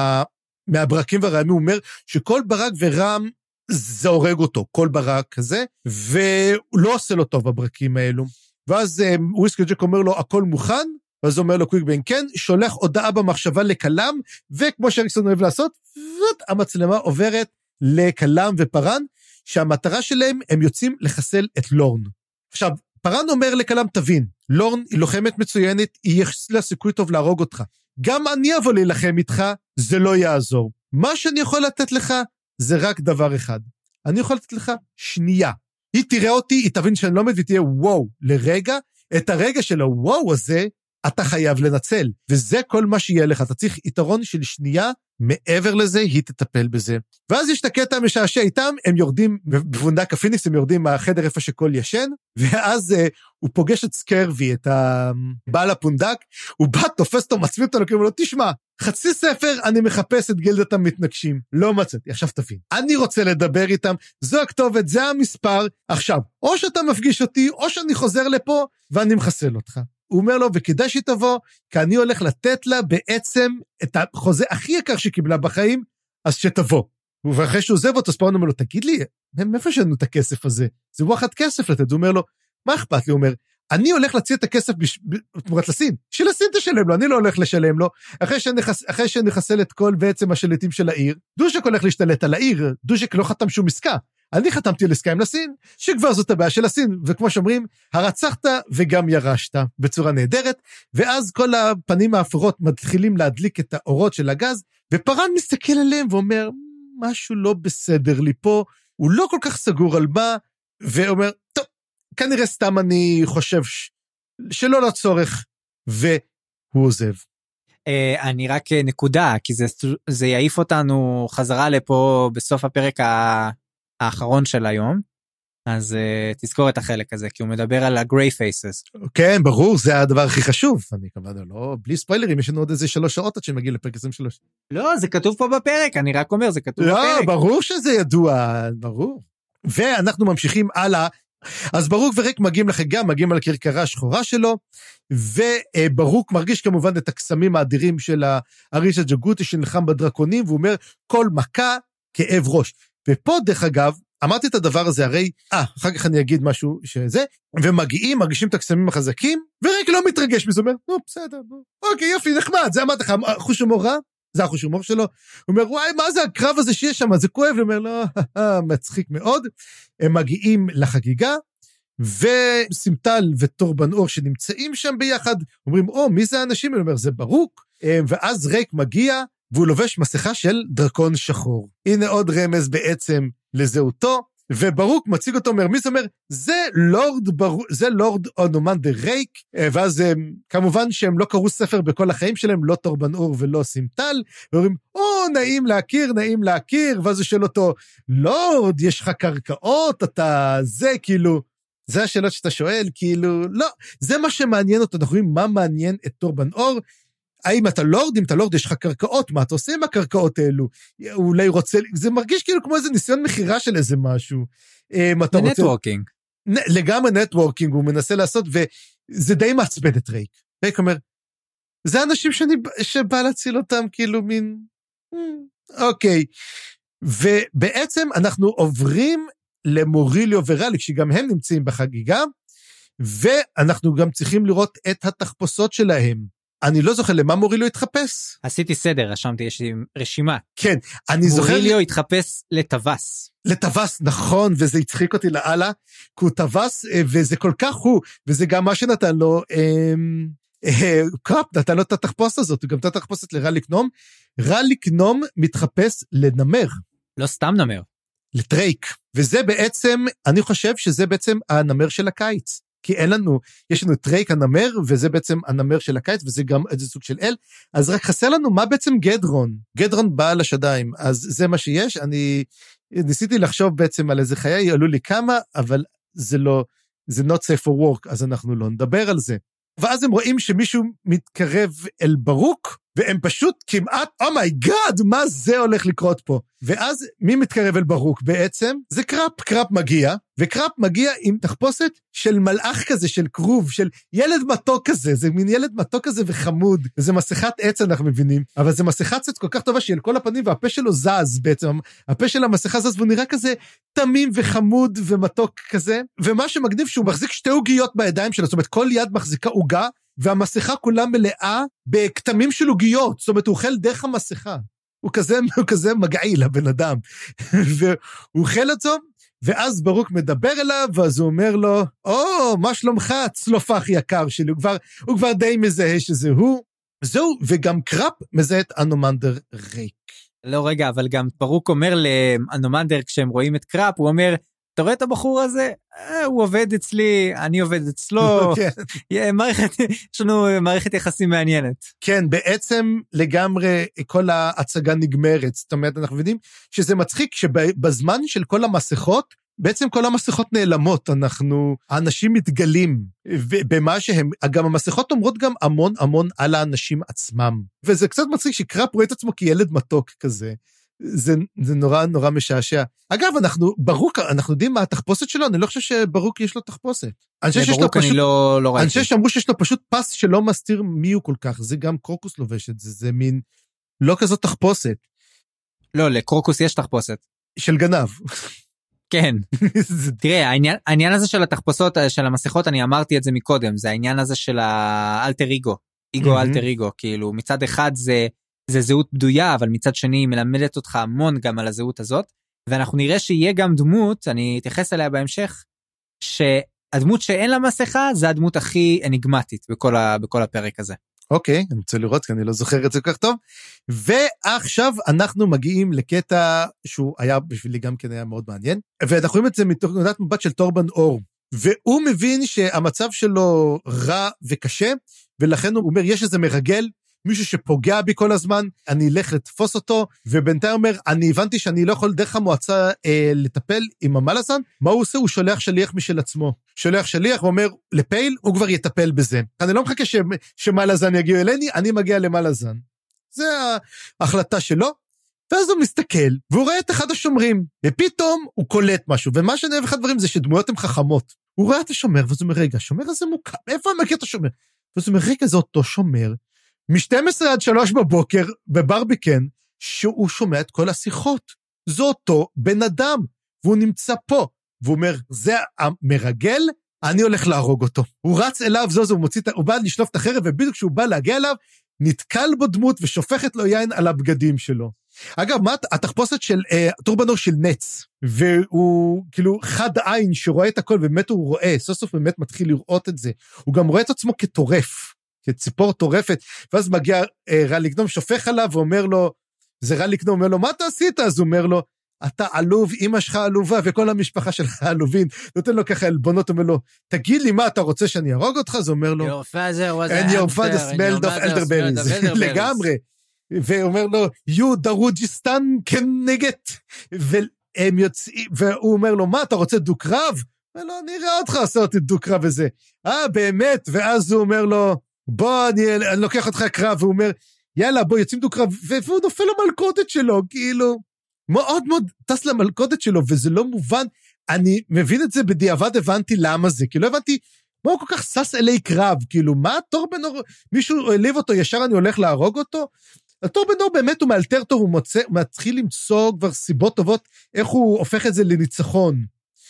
מהברקים והרעמים, הוא אומר שכל ברק ורם זה הורג אותו, כל ברק כזה, והוא לא עושה לו טוב הברקים האלו, ואז וויסקי ג'ק אומר לו, הכל מוכן, ואז אומר לו קוויקבן, כן, שולח הודעה במחשבה לקלם, וכמו שאריקסון אוהב לעשות, המצלמה עוברת לקלם ופרן, שהמטרה שלהם, הם יוצאים לחסל את לורן. עכשיו, פרן אומר לקלם, תבין, לורן היא לוחמת מצוינת, יש לה סיכוי טוב להרוג אותך. גם אני אבוא להילחם איתך, זה לא יעזור. מה שאני יכול לתת לך, זה רק דבר אחד. אני יכול לתת לך שנייה. היא תראה אותי, היא תבין שאני לא מת, והיא תהיה וואו, לרגע, את הרגע של הוואו הזה, אתה חייב לנצל, וזה כל מה שיהיה לך, אתה צריך יתרון של שנייה, מעבר לזה, היא תטפל בזה. ואז יש את הקטע המשעשע איתם, הם יורדים, בפונדק הפיניקס, הם יורדים מהחדר איפה שכל ישן, ואז הוא פוגש את סקרבי, את הבעל הפונדק, הוא בא, תופס אותו, מצמיד אותו, כאילו, לא תשמע, חצי ספר, אני מחפש את גילדת המתנגשים, לא מצאתי, עכשיו תבין, אני רוצה לדבר איתם, זו הכתובת, זה המספר, עכשיו, או שאתה מפגיש אותי, או שאני חוזר לפה, ואני מחסל אותך. הוא אומר לו, וכדאי שתבוא, כי אני הולך לתת לה בעצם את החוזה הכי יקר שקיבלה בחיים, אז שתבוא. ואחרי שהוא עוזב אותו, ספאון אומר לו, תגיד לי, מאיפה שלנו את הכסף הזה? זה וואחד כסף לתת. הוא אומר לו, מה אכפת לי? הוא אומר, אני הולך להציע את הכסף תמורת לסין, שלסין תשלם לו, אני לא הולך לשלם לו, אחרי שנחסל את כל בעצם השליטים של העיר, דושק הולך להשתלט על העיר, דושק לא חתם שום עסקה, אני חתמתי על עסקה עם לסין, שכבר זאת הבעיה של לסין, וכמו שאומרים, הרצחת וגם ירשת, בצורה נהדרת, ואז כל הפנים האפורות מתחילים להדליק את האורות של הגז, ופרן מסתכל עליהם ואומר, משהו לא בסדר לי פה, הוא לא כל כך סגור על מה, ואומר, טוב, כנראה סתם אני חושב שלא לצורך, והוא עוזב. אני רק נקודה, כי זה יעיף אותנו חזרה לפה בסוף הפרק האחרון של היום, אז תזכור את החלק הזה, כי הוא מדבר על ה-gray faces. כן, ברור, זה הדבר הכי חשוב. אני כמובן לא, בלי ספוילרים, יש לנו עוד איזה 3 שעות עד שמגיע לפרק 23. לא, זה כתוב פה בפרק, אני רק אומר, זה כתוב בפרק. לא, ברור שזה ידוע, ברור. ואנחנו ממשיכים הלאה, אז ברוק וריק מגיעים לחגם, מגיעים על הכרכרה השחורה שלו, וברוק מרגיש כמובן את הקסמים האדירים של האריש הג'גוטי שנלחם בדרקונים, והוא אומר, כל מכה כאב ראש. ופה דרך אגב, אמרתי את הדבר הזה, הרי, אחר כך אני אגיד משהו שזה, ומגיעים, מרגישים את הקסמים החזקים, וריק לא מתרגש מזה, אומר, בסדר, אוקיי, יופי, נחמד, זה אמרת לך, חוש הומור רע? זה החוש הומור שלו, הוא אומר, וואי, מה זה הקרב הזה שיש שם, זה כואב, הוא אומר, לא, מצחיק מאוד, הם מגיעים לחגיגה, וסימטל וטורבן אור שנמצאים שם ביחד, אומרים, מי זה האנשים? הוא אומר, זה ברוק, ואז ריק מגיע, והוא לובש מסכה של דרקון שחור. הנה עוד רמז בעצם לזהותו, וברוק מציג אותו, אומר, מי זה אומר? זה לורד אונומנדר ריק, ואז כמובן שהם לא קראו ספר בכל החיים שלהם, לא טורבן אור ולא סימטל, ואומרים, נעים להכיר, ואז הוא שואל אותו, לורד, יש לך קרקעות, אתה זה, כאילו, זה השאלות שאתה שואל, כאילו, לא, זה מה שמעניין אותו, אנחנו רואים מה מעניין את טורבן אור, האם אתה לורד, אם אתה לורד, יש לך קרקעות, מה אתה עושה עם הקרקעות האלו? אולי רוצה, זה מרגיש כאילו כמו איזה ניסיון מחירה של איזה משהו. נטוורקינג. לגמרי נטוורקינג, הוא מנסה לעשות, וזה די מעצבן את ריק. ריק אומר, זה אנשים שבא להציל אותם, כאילו מין, אוקיי. ובעצם אנחנו עוברים למוריליו וראליק, שגם הם נמצאים בחגיגה, ואנחנו גם צריכים לראות את התחפושות שלהם. אני לא זוכר למה מוריליו התחפש. עשיתי סדר, רשמתי, יש לי רשימה. כן, אני זוכר... מוריליו התחפש לטווס. לטווס, נכון, וזה הצחיק אותי לאללה, כי הוא טווס, וזה כל כך הוא, וזה גם מה שנתן לו, קראפ, נתן לו את התחפוש הזאת, וגם את התחפושת לרליק נום. רליק נום מתחפש לנמר. לא סתם נמר. לטרייק. וזה בעצם, אני חושב שזה בעצם הנמר של הקיץ. כי אין לנו, יש לנו טרייק הנמר, וזה בעצם הנמר של הקיץ, וזה גם איזה סוג של אל, אז רק חסר לנו מה בעצם גדרון. גדרון בא לשדיים, אז זה מה שיש, אני ניסיתי לחשוב בעצם על איזה חיי, עלו לי כמה, אבל זה לא, זה not safe for work, אז אנחנו לא נדבר על זה. ואז הם רואים שמישהו מתקרב אל ברוק, והם פשוט כמעט, אומייגאד, מה זה הולך לקרות פה? ואז מי מתקרב אל ברוק בעצם? זה קראפ, קראפ מגיע, וקראפ מגיע עם תחפושת של מלאך כזה, של קרוב, של ילד מתוק כזה, זה מין ילד מתוק כזה וחמוד, וזה מסכת עץ אנחנו מבינים, אבל זה מסכת עץ כל כך טובה שהיא על כל הפנים, והפה שלו זז בעצם, הפה של המסכה זז, והוא נראה כזה תמים וחמוד ומתוק כזה, ומה שמגניב שהוא מחזיק 2 עוגיות בידיים שלו, זאת אומרת כל יד מחזיקה עוגה, והמסכה כולה מלאה בכתמים של עוגיות, זאת אומרת הוא אוכל דרך המסכה, הוא כזה מגעיל הבן אדם, והוא אוכל אותו, ואז ברוק מדבר אליו, ואז הוא אומר לו, מה שלומך, צלופח יקר שלי, הוא כבר די מזהה שזה הוא, זהו, וגם קראפ מזהה את אנומנדר ריק. לא רגע, אבל גם פרוק אומר לאנומנדר כשהם רואים את קראפ, הוא אומר, אתה רואה את הבחור הזה? הוא עובד אצלי, אני עובד אצלו, יש לנו מערכת יחסים מעניינת. כן, בעצם לגמרי כל ההצגה נגמרת, זאת אומרת, אנחנו יודעים שזה מצחיק שבזמן של כל המסכות, בעצם כל המסכות נעלמות, האנשים מתגלים במה שהם, גם המסכות אומרות גם המון המון על האנשים עצמם, וזה קצת מצחיק שקראפ רואה את עצמו כילד מתוק כזה, זה נורא נורא משעשע. אגב, ברוק, אנחנו יודעים מה התחפושת שלו, אני לא חושב שברוק יש לו תחפושת. ברוק אני לא ראיתי. אני חושב שאמרו שיש לו פשוט פס שלא מסתיר מי הוא כל כך, זה גם קרוקוס לובש את זה, זה מין לא כזאת תחפושת. לא, לקרוקוס יש תחפושת. של גנב. כן. תראה, העניין הזה של התחפושות, של המסכות, אני אמרתי את זה מקודם, זה העניין הזה של האלטר איגו, אלטר איגו, כאילו מצד אחד זה זהות בדויה, אבל מצד שני היא מלמדת אותך המון גם על הזהות הזאת, ואנחנו נראה שיהיה גם דמות, אני אתייחס אליה בהמשך, שהדמות שאין לה מסכה, זה הדמות הכי אניגמטית בכל הפרק הזה. אוקיי, אני רוצה לראות, כי אני לא זוכר את זה כל כך טוב, ועכשיו אנחנו מגיעים לקטע שהוא היה בשבילי גם כן היה מאוד מעניין, ואנחנו רואים את זה מתוך נקודת מבט של טורבן אור, והוא מבין שהמצב שלו רע וקשה, ולכן הוא אומר, יש איזה מרגל, מישהו שפוגע בי כל הזמן, אני אלך לתפוס אותו, ובינתיים אומר, אני הבנתי שאני לא יכול דרך המועצה לטפל עם המלאזן, מה הוא עושה? הוא שולח שליח משל עצמו. שולח שליח ואומר, לפייל, הוא כבר יטפל בזה. אני לא מחכה שמלאזן יגיע אליני, אני מגיע למלאזן. זה ההחלטה שלו, ואז הוא מסתכל, והוא רואה את אחד השומרים, ופתאום הוא קולט משהו, ומה שאני אוהב אחד דברים זה שדמויות הן חכמות. הוא רואה את השומר, ואז הוא אומר, רגע, השומר הזה מוכר, איפה אני מכיר את השומר? ואז הוא אומר, רגע, זה אותו שומר, מ-12 עד 3 בבוקר בברביקן, שהוא שומע את כל השיחות. זה אותו בן אדם, והוא נמצא פה. והוא אומר, זה המרגל, אני הולך להרוג אותו. הוא רץ אליו, הוא בא לשלוף את החרב, ובדיוק כשהוא בא להגיע אליו, נתקל בו דמות ושופכת לו יין על הבגדים שלו. אגב, מה התחפושת של טורבנור של נץ, והוא כאילו חד עין שרואה את הכל, ובאמת הוא רואה, סוף סוף באמת מתחיל לראות את זה. הוא גם רואה את עצמו כטורף. כציפור טורפת, ואז מגיע רליקנום, שופך עליו ואומר לו, זה רליקנום, אומר לו, מה אתה עשית? אז הוא אומר לו, אתה עלוב, אמא שלך עלובה, וכל המשפחה שלך עלובים, נותן לו ככה אלבונות, אומר לו, תגיד לי מה אתה רוצה שאני ארוג אותך? אז הוא אומר לו, Your father was and your father smelled of elderberries, לגמרי, ואומר לו, you דרוג'יסטן כנגת, והם יוצאים, והוא אומר לו, מה אתה רוצה דו-קרב? אומר לו, אני אראה אותך עושה אותי דו-קרב וזה, באמת, ואז הוא אומר לו, בוא, אני לוקח אותך קרב, והוא אומר, יאללה, בוא, יוצאים דו-קרב, והוא נופל למלכודת שלו, כאילו, מאוד מאוד טס למלכודת שלו, וזה לא מובן, אני מבין את זה בדיעבד, הבנתי למה זה, כאילו הבנתי, מה הוא כל כך סס אלי קרב, כאילו, מה טורבנור, מישהו העליב אותו, ישר אני הולך להרוג אותו, טורבנור באמת הוא מאלתר טוב, הוא מתחיל למצוא כבר סיבות טובות, איך הוא הופך את זה לניצחון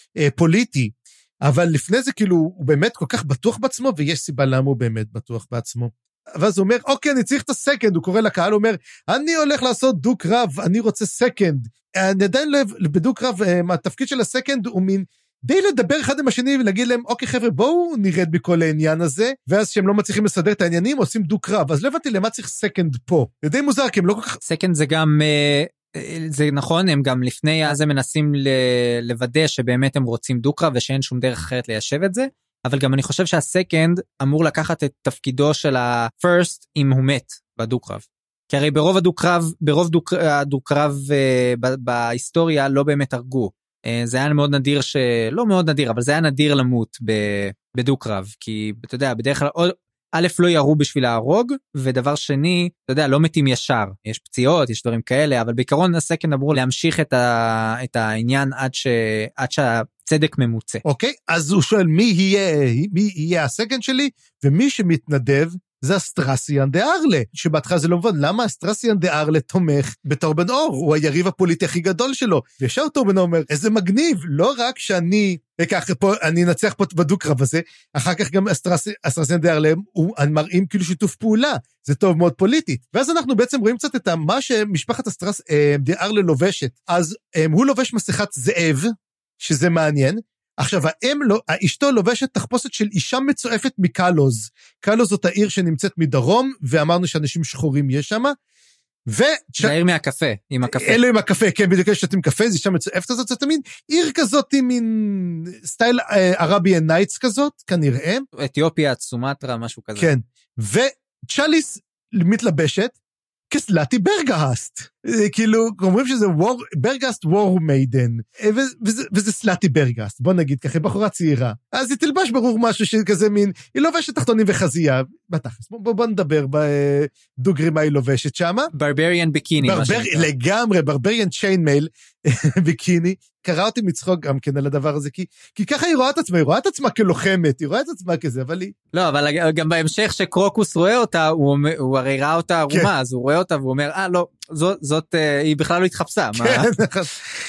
פוליטי, אבל לפני זה כאילו הוא באמת כל כך בטוח בעצמו, ויש סיבה למה הוא באמת בטוח בעצמו. ואז הוא אומר, אוקיי, אני צריך את הסקנד, הוא קורא לקהל, הוא אומר, אני הולך לעשות דו קרב, אני רוצה סקנד. אני עדיין בדו קרב, התפקיד של הסקנד הוא מין, די לדבר אחד עם השני ולהגיד להם, אוקיי חבר'ה, בואו נרד בכל העניין הזה, ואז שהם לא מצליחים לסדר את העניינים, עושים דו קרב, אז לא הבנתי למה צריך סקנד פה. זה די מוזר, כי הם לא כל כך... סקנד זה גם... זה נכון, הם גם לפני אז הם מנסים לוודא שבאמת הם רוצים דו-קרב ושאין שום דרך אחרת ליישב את זה, אבל גם אני חושב שהסקנד אמור לקחת את תפקידו של הפרסט אם הוא מת בדו-קרב. כי הרי ברוב הדו-קרב בהיסטוריה לא באמת הרגו. זה היה מאוד נדיר, לא מאוד נדיר, אבל זה היה נדיר למות בדו-קרב, כי אתה יודע, בדרך כלל א' לא ירו בשביל להרוג, ודבר שני, אתה יודע, לא מתים ישר, יש פציעות, יש דברים כאלה, אבל בעיקרון הסקנד אמור להמשיך את העניין עד שהצדק ממוצא. אוקיי, אז הוא שואל מי יהיה הסקנד שלי, ומי שמתנדב זה אסטרסיאן דה ארלה, שבהתחלה זה לא מובן, למה אסטרסיאן דה ארלה תומך בטורבן אור, הוא היריב הפוליטי הכי גדול שלו, וישר טורבן אור אומר, איזה מגניב, לא רק שאני אני אנצח פה בדו-קרב הזה, אחר כך גם אסטרסיאן דה ארלה, מראים כאילו שיתוף פעולה, זה טוב מאוד פוליטית, ואז אנחנו בעצם רואים קצת את מה שמשפחת דה ארלה לובשת, אז הוא לובש מסכת זאב, שזה מעניין, עכשיו, אשתו לובשת תחפושת של אישה מצועפת מקלוז. קלוז זאת העיר שנמצאת מדרום, ואמרנו שאנשים שחורים יש שם. זה העיר מהקפה, עם הקפה. אלו עם הקפה, כן, בדיוק שתים קפה, זה אישה מצועפת הזאת, זה תמיד עיר כזאת, מין סטייל ערביאן נייטס כזאת, כנראה. אתיופיה, סומטרה, משהו כזה. כן, וצ'אליס מתלבשת, כסלטי ברגהסט, כאילו, אומרים שזה ברגהסט וור מיידן, וזה סלטי ברגהסט, בוא נגיד ככה, בחורה צעירה, אז היא תלבש ברור משהו שכזה מין, היא לובשת תחתונים וחזייה, בתכלס, בוא נדבר בדוגרי מה היא לובשת שמה. ברבריאן ביקיני. לגמרי, ברבריאן צ'יין מייל ביקיני, קרא אותי מצחוק גם כן על הדבר הזה, כי ככה היא רואה את עצמה, היא רואה את עצמה כלוחמת, היא רואה את עצמה כזה, אבל היא... לא, אבל גם בהמשך שקרוקוס רואה אותה, הוא הרי ראה אותה ערומה, אז הוא רואה אותה והוא אומר, לא, זאת, היא בכלל לא התחפשה. כן, נכון.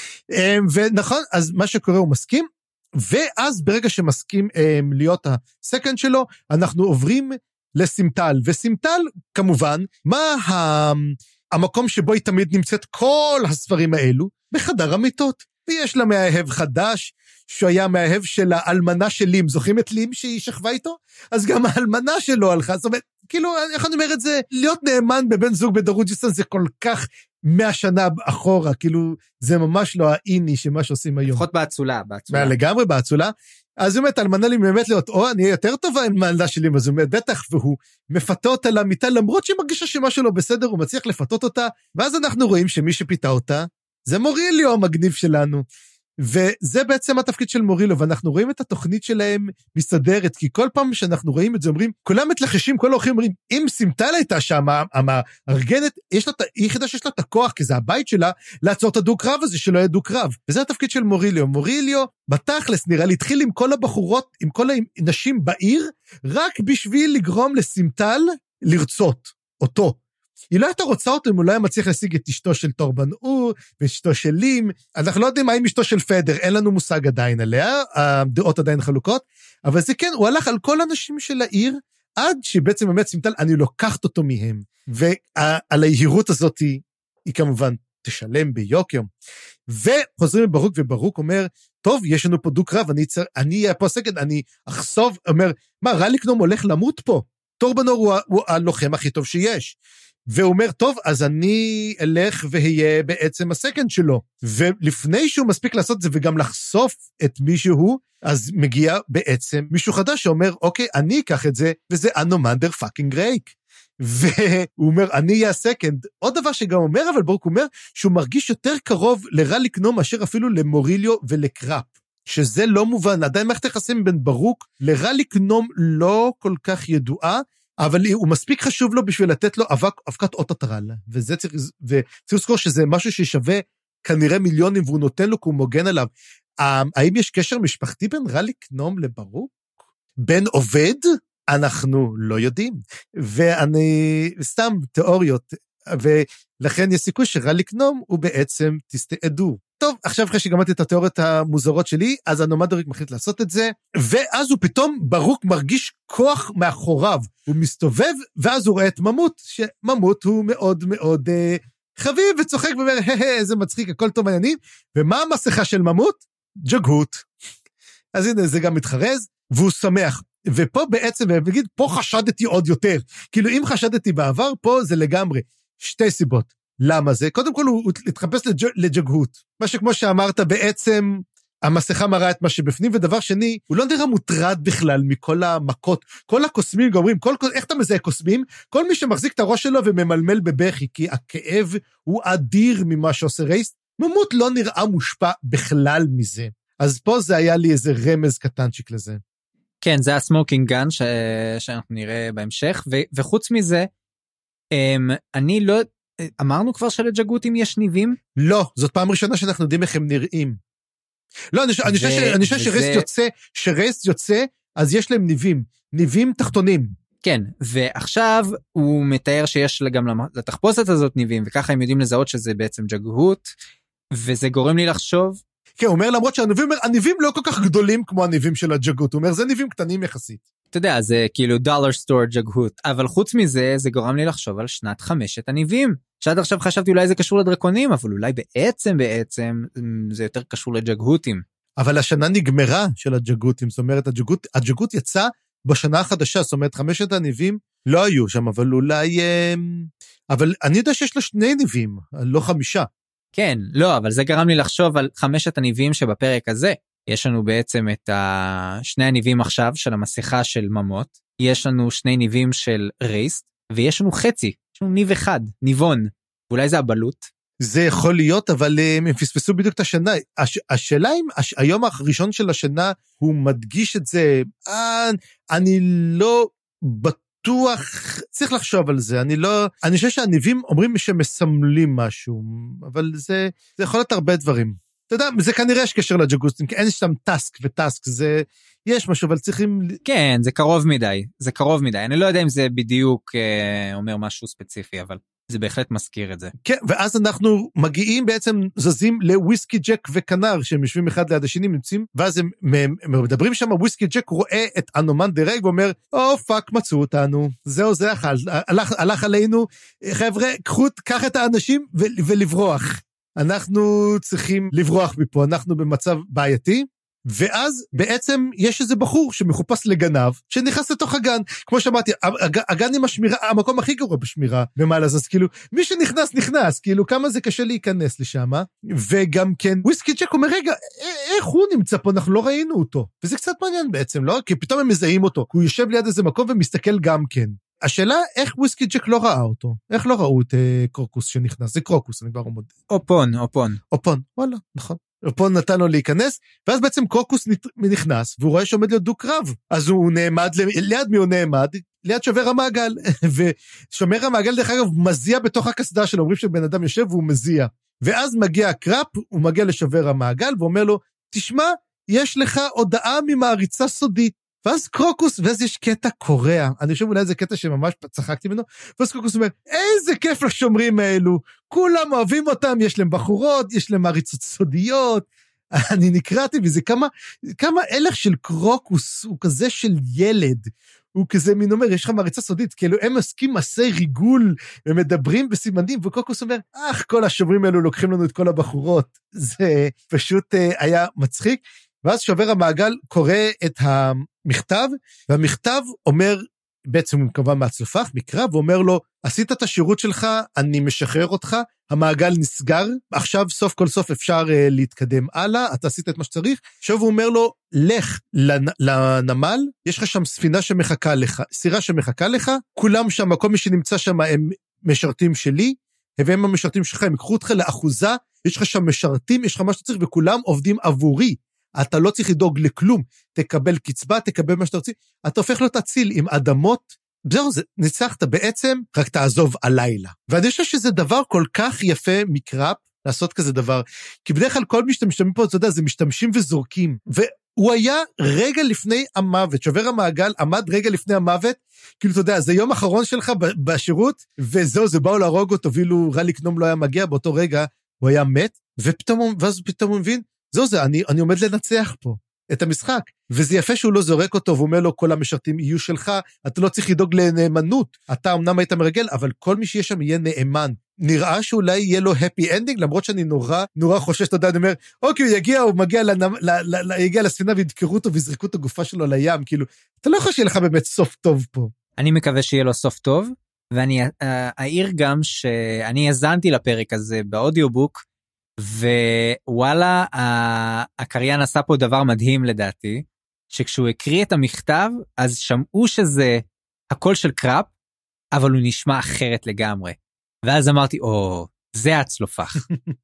ונכון, אז מה שקורה הוא מסכים, ואז ברגע שמסכים להיות הסקנד שלו, אנחנו עוברים לסימטל, וסימטל, כמובן, מה המקום שבו היא תמיד נמצאת כל הספרים האלו? בחדר המיטות. ויש לה מאהב חדש, שהוא היה מאהב של האלמנה של לים, זוכרים את לים שהיא שכבה איתו? אז גם האלמנה שלו הלכה, זאת אומרת, כאילו, איך אני אומר את זה, להיות נאמן בבן זוג בדרוג'יסטן, זה כל כך 100 שנה אחורה, כאילו, זה ממש לא האיני שמה שעושים היום. לפחות באצולה. לגמרי באצולה. אז הוא אומרת, אלמנה לי באמת להיות, אני אהיה יותר טובה עם האלמנה שלי, אז הוא אומרת, בטח, והוא מפתה אותה למיטה, למרות שהיא מרגישה שמשהו לא בסדר, הוא מצליח לפתות אותה, ואז אנחנו רואים שמי שפיתה אותה, זה מוריליו המגניב שלנו, וזה בעצם התפקיד של מוריליו, ואנחנו רואים את התוכנית שלהם מסתדרת, כי כל פעם שאנחנו רואים את זה, אומרים, כולם מתלחשים, כל האורחים אומרים, אם סימטל הייתה שם, המארגנת, היא יחידה שיש לה את הכוח, כי זה הבית שלה, לעצור את הדו-קרב הזה, שלא יהיה דו-קרב, וזה התפקיד של מוריליו. מוריליו, בתכלס נראה לי, התחיל עם כל הבחורות, עם כל הנשים בעיר, רק בשביל לגרום לסימטל לרצות אותו. היא לא הייתה רוצה אותו אם הוא לא היה מצליח להשיג את אשתו של טורבן אור, ואשתו של לים, אנחנו לא יודעים מה עם אשתו של פדר, אין לנו מושג עדיין עליה, הדעות עדיין חלוקות, אבל זה כן, הוא הלך על כל האנשים של העיר, עד שבעצם באמת סימטל, אני לוקחת אותו מהם, ועל היהירות הזאת היא כמובן תשלם ביוקר, וחוזרים לברוק, וברוק אומר, טוב, יש לנו פה דו-קרב, אני אהיה פה סגד, אני אחשוף, אומר, מה, רליקנום הולך למות פה? טורבן אור הוא הלוחם הכי טוב שיש, והוא אומר, טוב, אז אני אלך ואהיה בעצם הסקנד שלו. ולפני שהוא מספיק לעשות את זה וגם לחשוף את מישהו, אז מגיע בעצם מישהו חדש שאומר, אוקיי, אני אקח את זה, וזה אנומנדר פאקינג רייק. והוא אומר, אני אהיה הסקנד. עוד דבר שגם אומר, אבל ברוק אומר, שהוא מרגיש יותר קרוב לרליקנום, מאשר אפילו למוריליו ולקראפ. שזה לא מובן, עדיין מערכת היחסים בין ברוק לרליקנום לא כל כך ידועה, אבל הוא מספיק חשוב לו בשביל לתת לו אבקת אות הטרל, וצריך לזכור שזה משהו ששווה כנראה מיליונים, והוא נותן לו כי הוא מוגן עליו. האם יש קשר משפחתי בין רליקנום לברוק? בין עובד? אנחנו לא יודעים. ואני, סתם תיאוריות, ולכן יש סיכוי שרליקנום הוא בעצם תסתעדו. טוב, עכשיו אחרי שגמרתי את התיאוריות המוזרות שלי, אז הנומדריק מחליט לעשות את זה, ואז הוא פתאום, ברוק מרגיש כוח מאחוריו, הוא מסתובב, ואז הוא רואה את ממות, שממות הוא מאוד מאוד חביב, וצוחק ואומר, איזה מצחיק, הכל טוב מעניינים, ומה המסכה של ממות? ג'גהות. אז הנה, זה גם מתחרז, והוא שמח, ופה בעצם, ונגיד, פה חשדתי עוד יותר, כאילו אם חשדתי בעבר, פה זה לגמרי, שתי סיבות. למה זה? קודם כל הוא התחפש לג'גהות. מה שכמו שאמרת, בעצם המסכה מראה את מה שבפנים, ודבר שני, הוא לא נראה מוטרד בכלל מכל המכות. כל הקוסמים אומרים, איך אתה מזהה קוסמים? כל מי שמחזיק את הראש שלו וממלמל בבכי, כי הכאב הוא אדיר ממה שעושה רייס. ממות לא נראה מושפע בכלל מזה. אז פה זה היה לי איזה רמז קטנצ'יק לזה. כן, זה הסמוקינג גן שאנחנו נראה בהמשך, וחוץ מזה, אני לא... אמרנו כבר שלג'גהותים יש ניבים? לא, זאת פעם ראשונה שאנחנו יודעים איך הם נראים. לא, אני חושב שרייס יוצא, אז יש להם ניבים תחתונים. כן, ועכשיו הוא מתאר שיש גם לתחפושת הזאת ניבים, וככה הם יודעים לזהות שזה בעצם ג'גהות, וזה גורם לי לחשוב. כן, הוא אומר למרות שהניבים לא כל כך גדולים כמו הניבים של הג'גהות, הוא אומר זה ניבים קטנים יחסית. אתה יודע, זה כאילו דולר סטור ג'גהות, אבל חוץ מזה, זה גורם לי לחשוב על שנת 5 הניבים, שעד עכשיו חשבתי אולי זה קשור לדרקונים, אבל אולי בעצם זה יותר קשור לג'גהותים. אבל השנה נגמרה של הג'גותים, זאת אומרת, הג'גות יצא בשנה החדשה, זאת אומרת, 5 הניבים לא היו שם, אבל אולי, אבל אני יודע שיש לה 2 ניבים, לא 5. כן, לא, אבל זה גרם לי לחשוב על 5 הניבים שבפרק הזה. יש לנו בעצם את 2 הניבים עכשיו של המסכה של ממות, יש לנו 2 ניבים של רייסט, ויש לנו חצי, יש לנו ניב אחד, ניבון, ואולי זה הבלוט. זה יכול להיות, אבל הם פספסו בדיוק את השנה. השאלה אם היום הראשון של השנה הוא מדגיש את זה, אני לא בטוח, צריך לחשוב על זה, אני חושב שהניבים אומרים שמסמלים משהו, אבל זה יכול להיות הרבה דברים. אתה יודע, זה כנראה יש קשר לג'גוסטים, כי אין שם טסק וטסק, יש משהו, אבל צריכים... כן, זה קרוב מדי, אני לא יודע אם זה בדיוק אומר משהו ספציפי, אבל זה בהחלט מזכיר את זה. כן, ואז אנחנו מגיעים בעצם, זזים לוויסקי ג'ק וקנר, שהם יושבים אחד ליד השני, נמצאים, ואז הם מדברים שם, וויסקי ג'ק רואה את אנומן דרג, ואומר, פאק, מצאו אותנו, זהו, זה הלך עלינו, חבר'ה, קח את האנשים ולברוח. אנחנו צריכים לברוח מפה, אנחנו במצב בעייתי, ואז בעצם יש איזה בחור שמחופש לגנב, שנכנס לתוך הגן, כמו שאמרתי, הגן עם השמירה, המקום הכי גרוע בשמירה, במעלה, אז כאילו, מי שנכנס, כאילו, כמה זה קשה להיכנס לשם, וגם כן, וויסקי ג'ק אומר, רגע, איך הוא נמצא פה, אנחנו לא ראינו אותו, וזה קצת מעניין בעצם, לא? כי פתאום הם מזהים אותו, הוא יושב ליד איזה מקום ומסתכל גם כן. השאלה, איך וויסקי ג'ק לא ראה אותו? איך לא ראו את קרוקוס שנכנס? זה קרוקוס, אני כבר אומר. אופון, וואלה, נכון. אופון נתן לו להיכנס, ואז בעצם קרוקוס נכנס, והוא רואה שעומד להיות דו-קרב. אז הוא נעמד, ליד מי הוא נעמד? ליד שובר המעגל. ושומר המעגל, דרך אגב, מזיע בתוך הכסדה שלו, אומרים שבן אדם יושב והוא מזיע. ואז מגיע הקראפ, הוא מגיע לשובר המעגל, ואומר לו, תשמע, יש לך הודעה ממעריצה סודית. ואז קרוקוס, ואז יש קטע קורע, אני חושב אולי זה קטע שממש צחקתי ממנו, ואז קרוקוס אומר, איזה כיף לשומרים האלו, כולם אוהבים אותם, יש להם בחורות, יש להם מעריצות סודיות, אני נקראתי, וזה כמה הלך של קרוקוס, הוא כזה של ילד, הוא כזה מין אומר, יש לך מעריצה סודית, כאילו הם עסקים מסי ריגול, ומדברים בסימנים, וקרוקוס אומר, כל השומרים האלו לוקחים לנו את כל הבחורות, זה פשוט היה מצחיק, ואז שובר המעגל קורא את המכתב, והמכתב אומר, בעצם הוא כמובן מהצלפח, מקרא, ואומר לו, עשית את השירות שלך, אני משחרר אותך, המעגל נסגר, עכשיו סוף כל סוף אפשר להתקדם הלאה, אתה עשית את מה שצריך, עכשיו הוא אומר לו, לך לנמל, יש לך שם ספינה שמחכה לך, סירה שמחכה לך, כולם שם, כל מי שנמצא שם הם משרתים שלי, והם המשרתים שלך, הם יקחו אותך לאחוזה, יש לך שם משרתים, יש לך מה שצריך, וכולם עובדים עבורי, אתה לא צריך לדאוג לכלום, תקבל קצבה, תקבל מה שאתה רוצה, אתה הופך להיות אציל עם אדמות, זהו, ניצחת בעצם, רק תעזוב הלילה. ואני חושב שזה דבר כל כך יפה מקראפ, לעשות כזה דבר, כי בדרך כלל כל מי שאתם משתמשים פה, אתה יודע, זה משתמשים וזורקים, והוא היה רגע לפני המוות, שובר המעגל עמד רגע לפני המוות, כאילו אתה יודע, זה יום אחרון שלך בשירות, וזהו, זה באו להרוג אותו, ואילו רלי קנום לא היה מגיע, באותו רגע הוא היה מת, ואז פתאום הוא מבין, זהו זה, אני עומד לנצח פה את המשחק, וזה יפה שהוא לא זורק אותו, ואומר לו, כל המשרתים יהיו שלך, אתה לא צריך לדאוג לנאמנות, אתה אמנם היית מרגל, אבל כל מי שיש שם יהיה נאמן, נראה שאולי יהיה לו happy ending, למרות שאני נורא חושש, אתה יודע, אני אומר, אוקיי, הוא יגיע לספינה, וידקרו אותו, ויזרקו את הגופה שלו לים, כאילו, אתה לא יכול שיהיה לך באמת סוף טוב פה. אני מקווה שיהיה לו סוף טוב, ואני אעיר גם שאני הזנתי לפרק הזה באודיובוק, ווואלה, הקריין עשה פה דבר מדהים לדעתי, שכשהוא הקריא את המכתב, אז שמעו שזה הקול של קראפ, אבל הוא נשמע אחרת לגמרי. ואז אמרתי, זה הצלופח.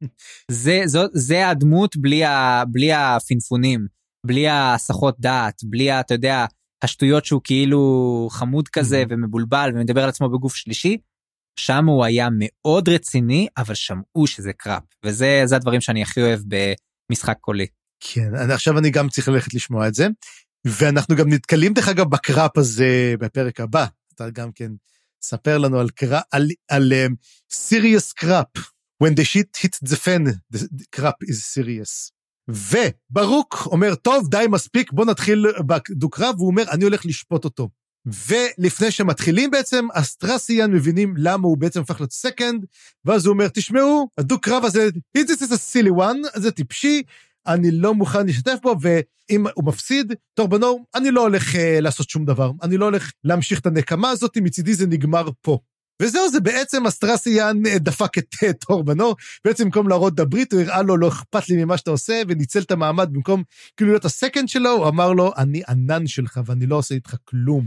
זה הדמות בלי הפנפונים, בלי ההסחות דעת, בלי, אתה יודע, השטויות שהוא כאילו חמוד כזה ומבולבל ומדבר על עצמו בגוף שלישי, שם הוא היה מאוד רציני, אבל שמעו שזה קראפ, וזה הדברים שאני הכי אוהב במשחק קולי. כן, עכשיו אני גם צריך ללכת לשמוע את זה, ואנחנו גם נתקלים דרך אגב בקראפ הזה בפרק הבא, אתה גם כן ספר לנו על serious crap, when the shit hits the fan, the crap is serious. וברוק אומר, טוב, די מספיק, בוא נתחיל בדו-קרב, והוא אומר, אני הולך לשפוט אותו. ולפני שמתחילים בעצם, הסטרסיאן מבינים למה הוא בעצם הפך להיות סקנד, ואז הוא אומר, תשמעו, הדו-קרב הזה, this is a silly one, זה טיפשי, אני לא מוכן להשתתף בו, ואם הוא מפסיד, טורבנור, אני לא הולך לעשות שום דבר, אני לא הולך להמשיך את הנקמה הזאת, מצידי זה נגמר פה. וזהו, זה בעצם אסטרסיאן דפק את טורבנור, בעצם במקום להראות דברית, הוא הראה לו, לא אכפת לי ממה שאתה עושה, וניצל את המעמד, במקום כאילו להיות הסקנד שלו, הוא אמר לו, אני ענן שלך, ואני לא עושה איתך כלום.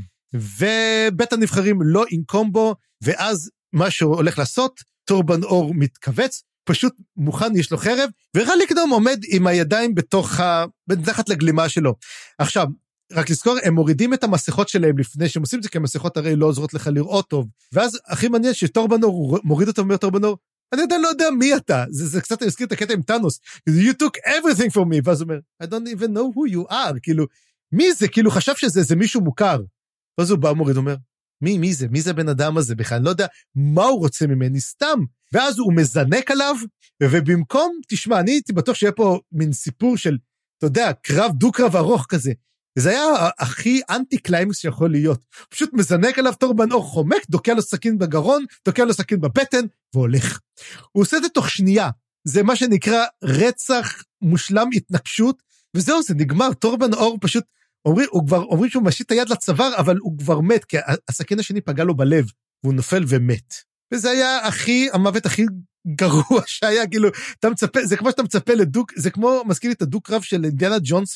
ובית הנבחרים לא אינקום בו, ואז מה שהוא הולך לעשות, טורבנור מתכווץ, פשוט מוכן, יש לו חרב, ורליקדום עומד עם הידיים מתחת לגלימה שלו. עכשיו, רק לזכור, הם מורידים את המסכות שלהם לפני שהם עושים את זה, כי המסכות הרי לא עוזרות לך לראות טוב. ואז הכי מעניין שטורבנור מוריד אותו ואומר טורבנור, אני עדיין לא יודע מי אתה. זה קצת מזכיר את הקטע עם טאנוס. You took everything from me. ואז הוא אומר, I don't even know who you are. כאילו, מי זה? כאילו חשב שזה מישהו מוכר. ואז הוא בא מוריד, אומר, מי זה? מי זה הבן אדם הזה? בכלל, אני לא יודע מה הוא רוצה ממני, סתם. ואז הוא מזנק עליו, ובמקום, תשמע, אני הייתי בטוח שיהיה פה מין סיפור של, אתה יודע, דו-קרב ארוך כזה. זה היה הכי אנטי-קליימקס שיכול להיות. פשוט מזנק עליו טורבנור חומק, דוקע לו סכין בגרון, דוקע לו סכין בבטן, והולך. הוא עושה את זה תוך שנייה. זה מה שנקרא רצח מושלם התנגשות, וזהו, זה נגמר. טורבנור פשוט, אומרים שהוא משית היד לצוואר, אבל הוא כבר מת, כי הסכין השני פגע לו בלב, והוא נופל ומת. וזה היה המוות הכי גרוע שהיה, כאילו, אתה מצפה, זה כמו שאתה מצפה לדוק, זה כמו, מזכיר לי את הדוק רב של אינדיאנה ג'ונס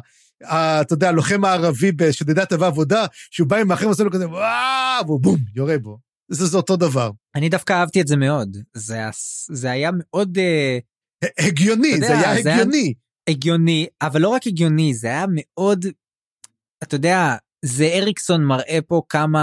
אתה יודע, הלוחם הערבי בשודדי טבע עבודה, שהוא בא עם האחרים ועושה לו כזה, והוא בום, יורה בו. זה אותו דבר. אני דווקא אהבתי את זה מאוד. זה היה מאוד הגיוני, זה היה הגיוני. הגיוני, אבל לא רק הגיוני, זה היה מאוד, אתה יודע, זה אריקסון מראה פה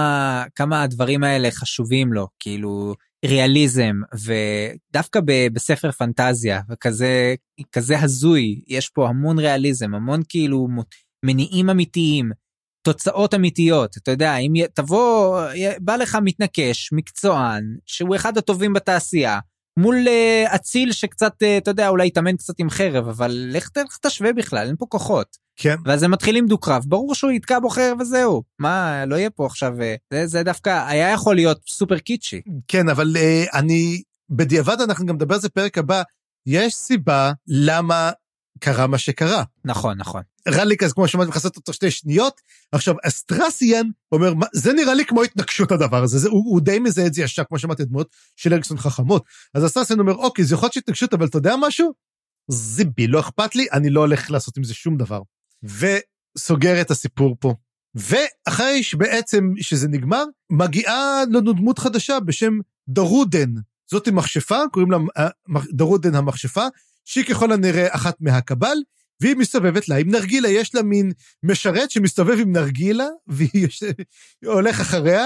כמה הדברים האלה חשובים לו, כאילו ריאליזם, ודווקא בספר פנטזיה, וכזה הזוי, יש פה המון ריאליזם, המון כאילו מניעים אמיתיים, תוצאות אמיתיות, אתה יודע, אם תבוא, בא לך מתנקש, מקצוען, שהוא אחד הטובים בתעשייה, מול אציל שקצת, אתה יודע, אולי יתאמן קצת עם חרב, אבל לך תשווה בכלל, אין פה כוחות. כן. ואז הם מתחילים דו-קרב, ברור שהוא יתקע בו חרב וזהו. מה, לא יהיה פה עכשיו, זה דווקא, היה יכול להיות סופר קיצ'י. כן, אבל בדיעבד אנחנו גם נדבר על זה פרק הבא, יש סיבה למה קרה מה שקרה. נכון, נכון. רליק, אז כמו שמעת, מחסות אותו 2 שניות, עכשיו, אסטרסיאן אומר, זה נראה לי כמו התנגשות הדבר הזה, הוא די מזהה את זה ישר, כמו שמעת, דמות של אריקסון חכמות, אז אסטרסיאן אומר, אוקיי, זה יכול להיות שהתנגשות, אבל אתה יודע משהו? זיבי, לא אכפת לי, אני לא הולך לעשות עם זה שום דבר. וסוגר את הסיפור פה. ואחרי שבעצם שזה נגמר, מגיעה לנו דמות חדשה בשם דרודן. זאת עם מכשפה, קוראים לה דרודן המכשפה, שהיא ככל הנראה אחת מהקבל, והיא מסתובבת לה עם נרגילה, יש לה מין משרת שמסתובב עם נרגילה, והיא הולך אחריה,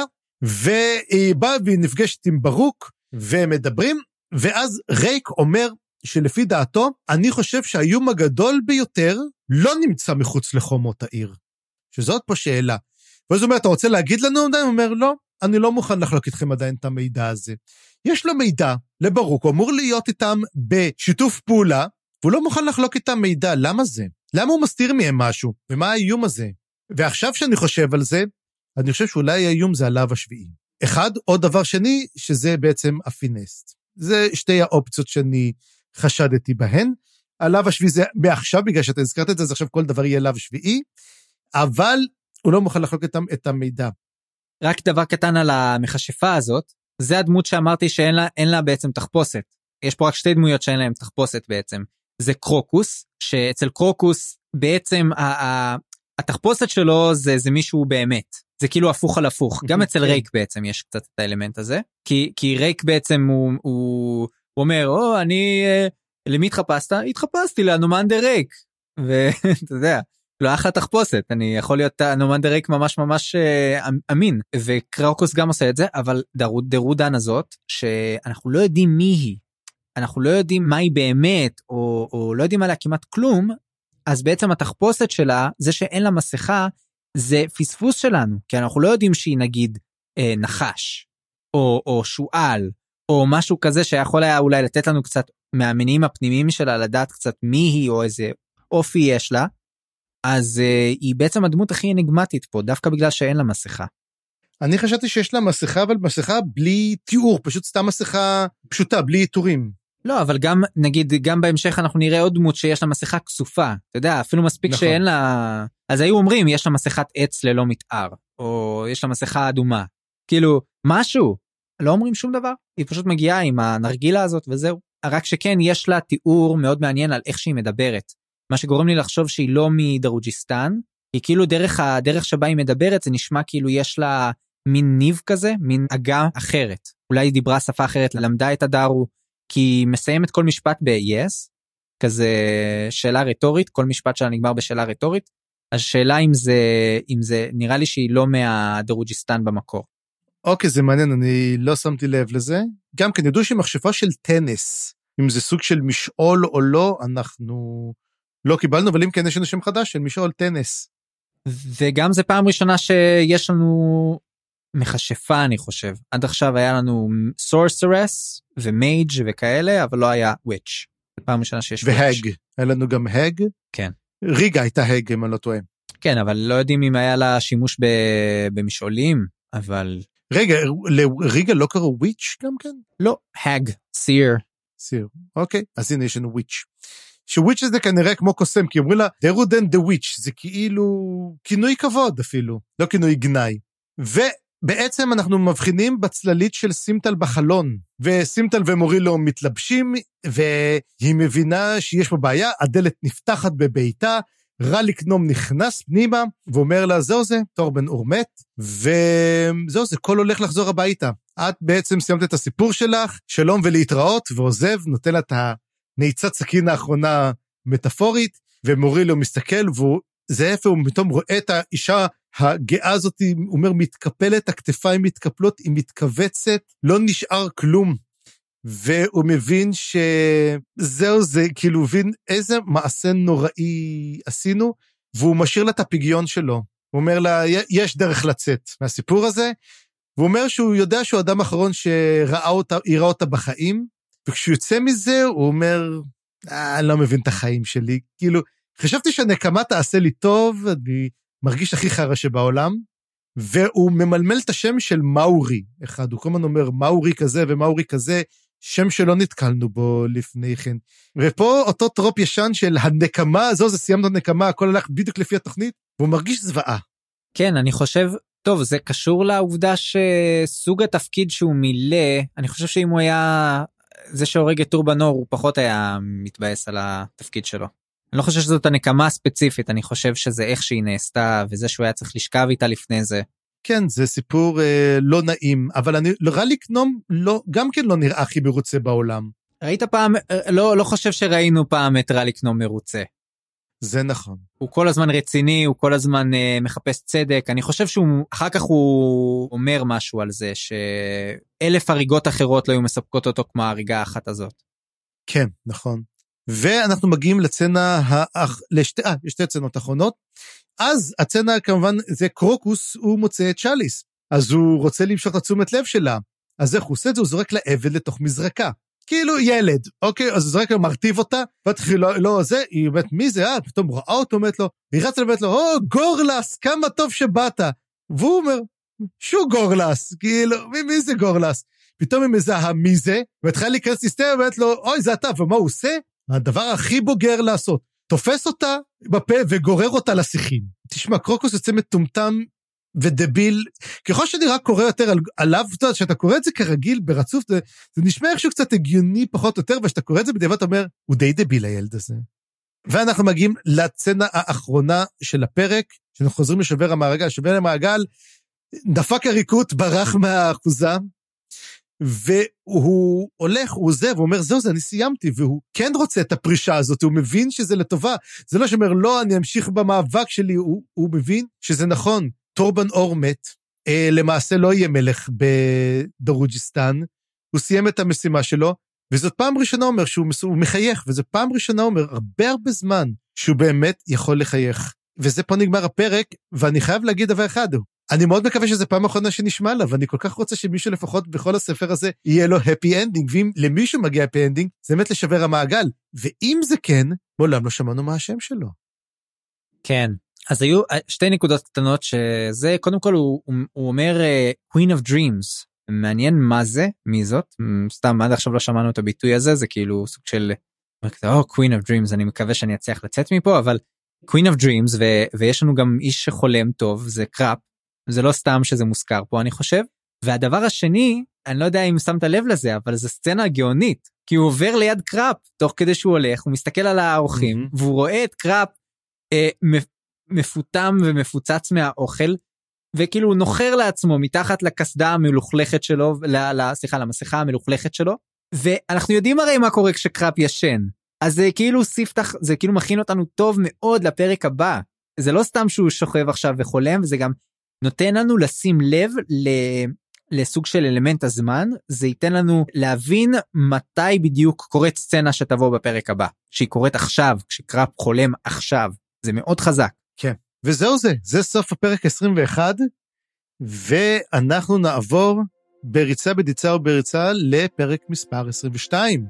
והיא באה והיא נפגשת עם ברוק, ומדברים, ואז רייק אומר שלפי דעתו, אני חושב שהאיום הגדול ביותר לא נמצא מחוץ לחומות העיר. שזאת פה שאלה. ואז הוא אומר, אתה רוצה להגיד לנו? הוא אומר, לא, אני לא מוכן לחלוק איתכם עדיין את המידע הזה. יש לו מידע לברוק, הוא אמור להיות איתם בשיתוף פעולה, והוא לא מוכן לחלוק איתם מידע. למה זה? למה הוא מסתיר מהם משהו? ומה האיום הזה? ועכשיו שאני חושב על זה, אני חושב שאולי האיום זה הלאו השביעי. אחד, עוד דבר שני, שזה בעצם הפינסט. זה 2 האופציות שאני חשדתי בהן. הלאו השביעי זה מעכשיו, בגלל שאתה הזכרת את זה, אז עכשיו כל דבר יהיה לאו שביעי, אבל הוא לא מוכן לחלוק איתם את המידע. רק דבר קטן על המכשפה הזאת, זה הדמות שאמרתי שאין לה בעצם תחפושת. יש פה רק 2 דמויות שאין להם תחפושת בעצם. זה קרוקוס, שאצל קרוקוס בעצם התחפושת שלו זה מישהו באמת. זה כאילו הפוך על הפוך. גם אצל רייק בעצם יש קצת את האלמנט הזה. כי רייק בעצם הוא אומר, אני, למי התחפשת? התחפשתי לאנומנדר רייק. ואתה יודע, לא אחלה תחפושת, אני יכול להיות אנומנדר רייק ממש ממש אמין. וקרוקוס גם עושה את זה, אבל דרודן הזאת, שאנחנו לא יודעים מי היא. אנחנו לא יודעים מה היא באמת, או לא יודעים עליה כמעט כלום, אז בעצם התחפושת שלה, זה שאין לה מסכה, זה פספוס שלנו, כי אנחנו לא יודעים שהיא נגיד נחש, או שואל, או משהו כזה שיכול היה אולי לתת לנו קצת מהמניעים הפנימיים שלה, לדעת קצת מי היא, או איזה אופי יש לה, אז היא בעצם הדמות הכי אניגמטית פה, דווקא בגלל שאין לה מסכה. אני חשבתי שיש לה מסכה, אבל מסכה בלי תיאור, פשוט סתם מסכה פשוטה, בלי עיטורים. לא, אבל גם, נגיד, גם בהמשך אנחנו נראה עוד דמות שיש לה מסכה כסופה, אתה יודע, אפילו מספיק נכון. שאין לה, אז היו אומרים, יש לה מסכת עץ ללא מתאר, או יש לה מסכה אדומה, כאילו, משהו, לא אומרים שום דבר, היא פשוט מגיעה עם הנרגילה הזאת וזהו, רק שכן, יש לה תיאור מאוד מעניין על איך שהיא מדברת, מה שגורם לי לחשוב שהיא לא מדרוג'יסטן, היא כאילו הדרך שבה היא מדברת, זה נשמע כאילו יש לה מין ניב כזה, מין עגה אחרת, אולי היא דיברה שפה אחרת, למדה את הדרו, כי היא מסיימת כל משפט ב-yes, כזה שאלה רטורית, כל משפט שלה נגמר בשאלה רטורית, אז שאלה אם זה נראה לי שהיא לא מהדרוג'יסטן במקור. אוקיי, זה מעניין, אני לא שמתי לב לזה. גם כן, ידעו שהיא מחשבה של טנס, אם זה סוג של משעול או לא, אנחנו לא קיבלנו, אבל אם כן יש לנו שם חדש של משעול טנס. וגם זה פעם ראשונה שיש לנו מכשפה, אני חושב. עד עכשיו היה לנו sorceress ומייג' וכאלה, אבל לא היה witch. זה פעם ראשונה שיש witch. והג, היה לנו גם הג. כן. ריגה הייתה הג, אם אני לא טועה. כן, אבל לא יודעים אם היה לה שימוש במשעולים, אבל... רגע, לריגה לא קראו וויץ' גם כן? לא, הג, סיר. סיר, אוקיי, אז הנה יש לנו וויץ'. שוויץ' זה כנראה כמו קוסם, כי אומרים לה, דרודן דה וויץ', זה כאילו כינוי כבוד אפילו, לא כינוי גנאי. ובעצם אנחנו מבחינים בצללית של סימטל בחלון, וסימטל ומורילו מתלבשים, והיא מבינה שיש פה בעיה, הדלת נפתחת בביתה, רליקנום נכנס פנימה, ואומר לה, זהו זה, טורבן אור מת, וזהו זה, כל הולך לחזור הביתה. את בעצם סיימת את הסיפור שלך, שלום ולהתראות, ועוזב, נותן לה את הנעיצת סכין האחרונה מטאפורית, ומורילו מסתכל, וזה איפה הוא פתאום רואה את האישה הגאה הזאת, הוא אומר, מתקפלת, הכתפיים מתקפלות, היא מתכווצת, לא נשאר כלום. והוא מבין שזהו זה, כאילו הוא מבין איזה מעשה נוראי עשינו, והוא משאיר לה את הפגיון שלו. הוא אומר לה, יש דרך לצאת מהסיפור הזה, והוא אומר שהוא יודע שהוא אדם אחרון שראה אותה בחיים, וכשהוא יוצא מזה, הוא אומר, אני לא מבין את החיים שלי, כאילו, חשבתי שהנקמה תעשה לי טוב, אני מרגיש הכי חרא שבעולם, והוא ממלמל את השם של מאורי, אחד, הוא כל הזמן אומר, מאורי כזה ומאורי כזה, שם שלא נתקלנו בו לפני כן. ופה אותו טרופ ישן של הנקמה, זה סיימנו הנקמה, הכל הלך בדיוק לפי התוכנית, והוא מרגיש זוועה. כן, אני חושב, טוב, זה קשור לעובדה שסוג התפקיד שהוא מילא, אני חושב שאם הוא היה, זה שהורג את טורבנור, הוא פחות היה מתבאס על התפקיד שלו. אני לא חושב שזאת הנקמה הספציפית, אני חושב שזה איך שהיא נעשתה, וזה שהוא היה צריך לשכב איתה לפני זה. כן, זה סיפור לא נעים, אבל רליקנום גם כן לא נראה הכי מרוצה בעולם. ראית פעם, לא חושב שראינו פעם את רליקנום מרוצה. זה נכון. הוא כל הזמן רציני, הוא כל הזמן מחפש צדק, אני חושב אחר כך הוא אומר משהו על זה, ש1,000 הריגות אחרות לא היו מספקות אותו כמו ההריגה האחת הזאת. כן, נכון. ואנחנו מגיעים לצנה, יש שתי צנות אחרונות, אז הצנה כמובן זה קרוקוס, הוא מוצא את צ'אליס, אז הוא רוצה למשוך את תשומת לב שלה, אז איך הוא עושה את זה? הוא זורק לה אבן לתוך מזרקה, כאילו ילד, אוקיי, אז הוא זורק לה, מרטיב אותה, ותחיל לא זה, היא אומרת מי זה, פתאום רואה אותו, אומרת לו, היא רצה לבית לו, גורלס, כמה טוב שבאת, והוא אומר, שו גורלס, כאילו, מי זה גורלס? פתאום היא מזהה מי זה, והתחילה להיכנס להסתר, ואומרת לו, אוי זה אתה, ומה הוא עושה? הדבר הכי בוגר לעשות, תופס אותה בפה וגורר אותה לשיחים. תשמע, קרוקוס יוצא מטומטם ודביל, ככל שאני רק קורא יותר עליו, שאתה קורא את זה כרגיל ברצוף, זה נשמע איכשהו קצת הגיוני פחות או יותר, ושאתה קורא את זה בדיעבד, אתה אומר, הוא די דביל הילד הזה. ואנחנו מגיעים לצנה האחרונה של הפרק, שאנחנו חוזרים לשובר המעגל, שובר המעגל, דפק הריקות, ברח מהאחוזה, והוא הולך, הוא עוזב, הוא אומר, זהו זה, אני סיימתי, והוא כן רוצה את הפרישה הזאת, הוא מבין שזה לטובה, זה לא שאומר, לא, אני אמשיך במאבק שלי, הוא מבין שזה נכון, טורבן אור מת, למעשה לא יהיה מלך בדרוג'יסטן, הוא סיים את המשימה שלו, וזאת פעם ראשונה אומר שהוא מחייך, וזאת פעם ראשונה אומר, הרבה זמן, שהוא באמת יכול לחייך, וזה פה נגמר הפרק, ואני חייב להגיד דבר אחד, אני מאוד מקווה שזה פעם אחרונה שנשמע לה, ואני כל כך רוצה שמישהו לפחות בכל הספר הזה יהיה לו happy ending, ואם למישהו מגיע happy ending, זה באמת לשבר המעגל, ואם זה כן, מעולם לא שמענו מה השם שלו. כן, אז היו שתי נקודות קטנות שזה, קודם כל הוא אומר Queen of Dreams, מעניין מה זה, מי זאת, סתם עד עכשיו לא שמענו את הביטוי הזה, זה כאילו סוג של, Queen of Dreams, אני מקווה שאני אצליח לצאת מפה, אבל Queen of Dreams, ויש לנו גם איש שחולם טוב, זה קראפ, זה לא סתם שזה מוזכר פה אני חושב, והדבר השני, אני לא יודע אם שמת לב לזה, אבל זו סצנה גאונית, כי הוא עובר ליד קראפ, תוך כדי שהוא הולך, הוא מסתכל על האורחים, והוא רואה את קראפ מפותם ומפוצץ מהאוכל, וכאילו הוא נוחר לעצמו מתחת לקסדה המלוכלכת שלו, סליחה, למסכה המלוכלכת שלו, ואנחנו יודעים הרי מה קורה כשקראפ ישן, אז זה כאילו ספתח, זה כאילו מכין אותנו טוב מאוד לפרק הבא, זה לא סתם שהוא שוכב עכשיו וחולם, וזה גם נותן לנו לשים לב לסוג של אלמנט הזמן, זה ייתן לנו להבין מתי בדיוק קורית סצנה שתבוא בפרק הבא, שהיא קורית עכשיו, כשקראפ חולם עכשיו, זה מאוד חזק. כן, וזהו זה סוף הפרק 21, ואנחנו נעבור בריצה בדיצה ובריצה לפרק מספר 22.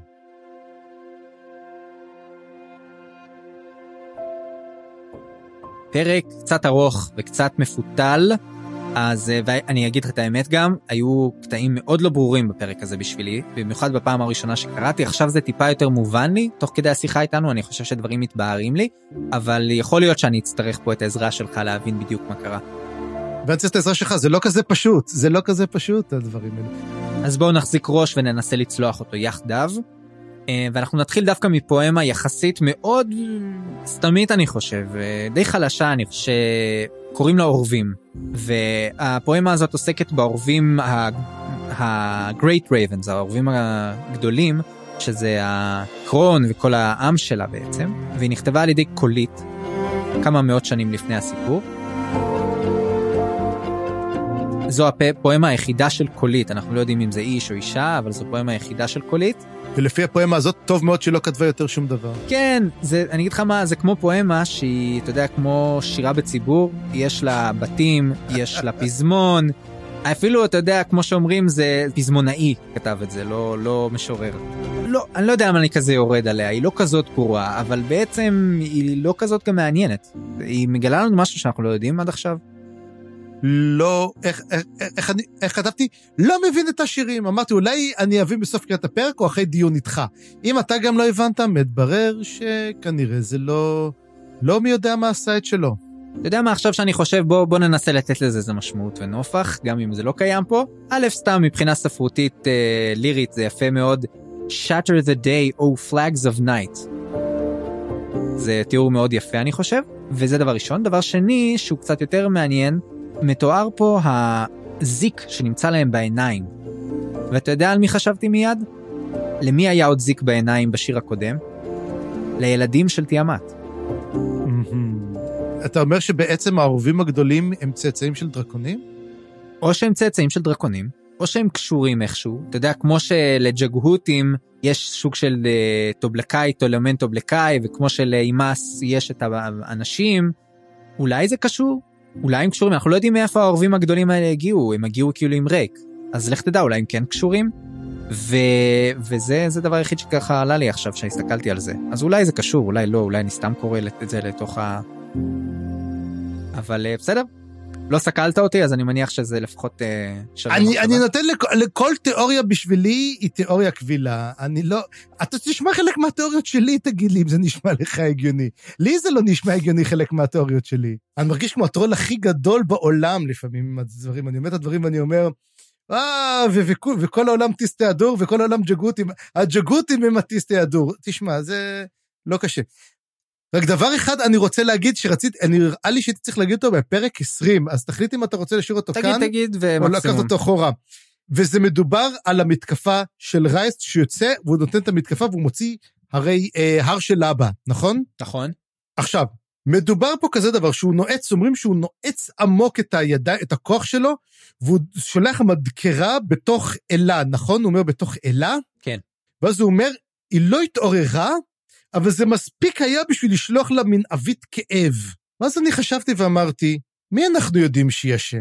פרק קצת ארוך וקצת מפותל, אז ואני אגיד לך את האמת גם, היו קטעים מאוד לא ברורים בפרק הזה בשבילי, במיוחד בפעם הראשונה שקראתי, עכשיו זה טיפה יותר מובן לי, תוך כדי השיחה איתנו, אני חושב שדברים מתבהרים לי, אבל יכול להיות שאני אצטרך פה את העזרה שלך להבין בדיוק מה קרה. ואני צריך את העזרה שלך, זה לא כזה פשוט, הדברים האלה. אז בואו נחזיק ראש וננסה לצלוח אותו יחדיו, ואנחנו נתחיל דווקא מפואמה יחסית מאוד סתמית אני חושב, די חלשה אני חושב, שקוראים לה אורבים, והפואמה הזאת עוסקת באורבים ה-Great Ravens, האורבים הגדולים, שזה הקרון וכל העם שלה בעצם, והיא נכתבה על ידי קולית, כמה מאות שנים לפני הסיפור. זו הפואמה היחידה של קולית, אנחנו לא יודעים אם זה איש או אישה, אבל זו פואמה היחידה של קולית. ולפי הפואמה הזאת, טוב מאוד שלא כתבה יותר שום דבר. כן, אני אגיד לך מה, זה כמו פואמה שהיא, אתה יודע, כמו שירה בציבור, יש לה בתים, יש לה פזמון, אפילו, אתה יודע, כמו שאומרים, זה פזמונאי כתב את זה, לא משורר. לא, אני לא יודע אם אני כזה יורד עליה, היא לא כזאת גרועה, אבל בעצם היא לא כזאת גם מעניינת. היא מגלה לנו משהו שאנחנו לא יודעים עד עכשיו. לא, איך כתבתי? לא מבין את השירים. אמרתי, אולי אני אבין בסוף קריאת הפרק או אחרי דיון איתך. אם אתה גם לא הבנת, מתברר שכנראה זה לא מי יודע מה עשה את שלו. אתה יודע מה עכשיו שאני חושב, בוא ננסה לתת לזה איזה משמעות ונופח, גם אם זה לא קיים פה. א', סתם מבחינה ספרותית לירית זה יפה מאוד. Shatter the day, oh flags of night. זה תיאור מאוד יפה אני חושב, וזה דבר ראשון. דבר שני, שהוא קצת יותר מעניין, מתואר פה הזיק שנמצא להם בעיניים. ואתה יודע על מי חשבתי מיד? למי היה עוד זיק בעיניים בשיר הקודם? לילדים של תיאמת. אתה אומר שבעצם העורבים הגדולים הם צאצאים של דרקונים? או שהם צאצאים של דרקונים, או שהם קשורים איכשהו. אתה יודע, כמו שלג'גהותים יש סוג של טובלקאי, טולמנט טובלקאי, וכמו שלאימאס יש את האנשים, אולי זה קשור? אולי הם קשורים, אנחנו לא יודעים מאיפה העורבים הגדולים האלה הגיעו, הם הגיעו כאילו עם ריק. אז לך תדע, אולי הם כן קשורים? וזה דבר היחיד שככה עלה לי עכשיו שהסתכלתי על זה. אז אולי זה קשור, אולי לא, אולי אני סתם קורא את זה לתוך אבל בסדר, לא סקלת אותי, אז אני מניח שזה לפחות אני נותן לכל תיאוריה בשבילי היא תיאוריה קבילה. אני לא, אתה תשמע חלק מהתיאוריות שלי, תגיד לי אם זה נשמע לך הגיוני. לי זה לא נשמע הגיוני חלק מהתיאוריות שלי. אני מרגיש כמו הטרול הכי גדול בעולם לפעמים עם הדברים. אני אומר את הדברים ואני אומר, וכל העולם טיסטי הדור, וכל העולם ג'גותים. הג'גותים הם הטיסטי הדור. תשמע, זה לא קשה. רק דבר אחד אני רוצה להגיד נראה לי שהייתי צריך להגיד אותו בפרק 20, אז תחליט אם אתה רוצה לשאיר אותו כאן, או לקחת אותו אחורה. וזה מדובר על המתקפה של רייסט שיוצא, והוא נותן את המתקפה, והוא מוציא הרי הר של אבא, נכון? נכון. עכשיו, מדובר פה כזה דבר, שהוא נועץ, אומרים שהוא נועץ עמוק את הכוח שלו, והוא שולח מדקרה בתוך אלה, נכון? הוא אומר בתוך אלה? כן. ואז הוא אומר, היא לא התעוררה, אבל זה מספיק היה בשביל לשלוח לה מן אבית כאב. ואז אני חשבתי ואמרתי, מי אנחנו יודעים שישן?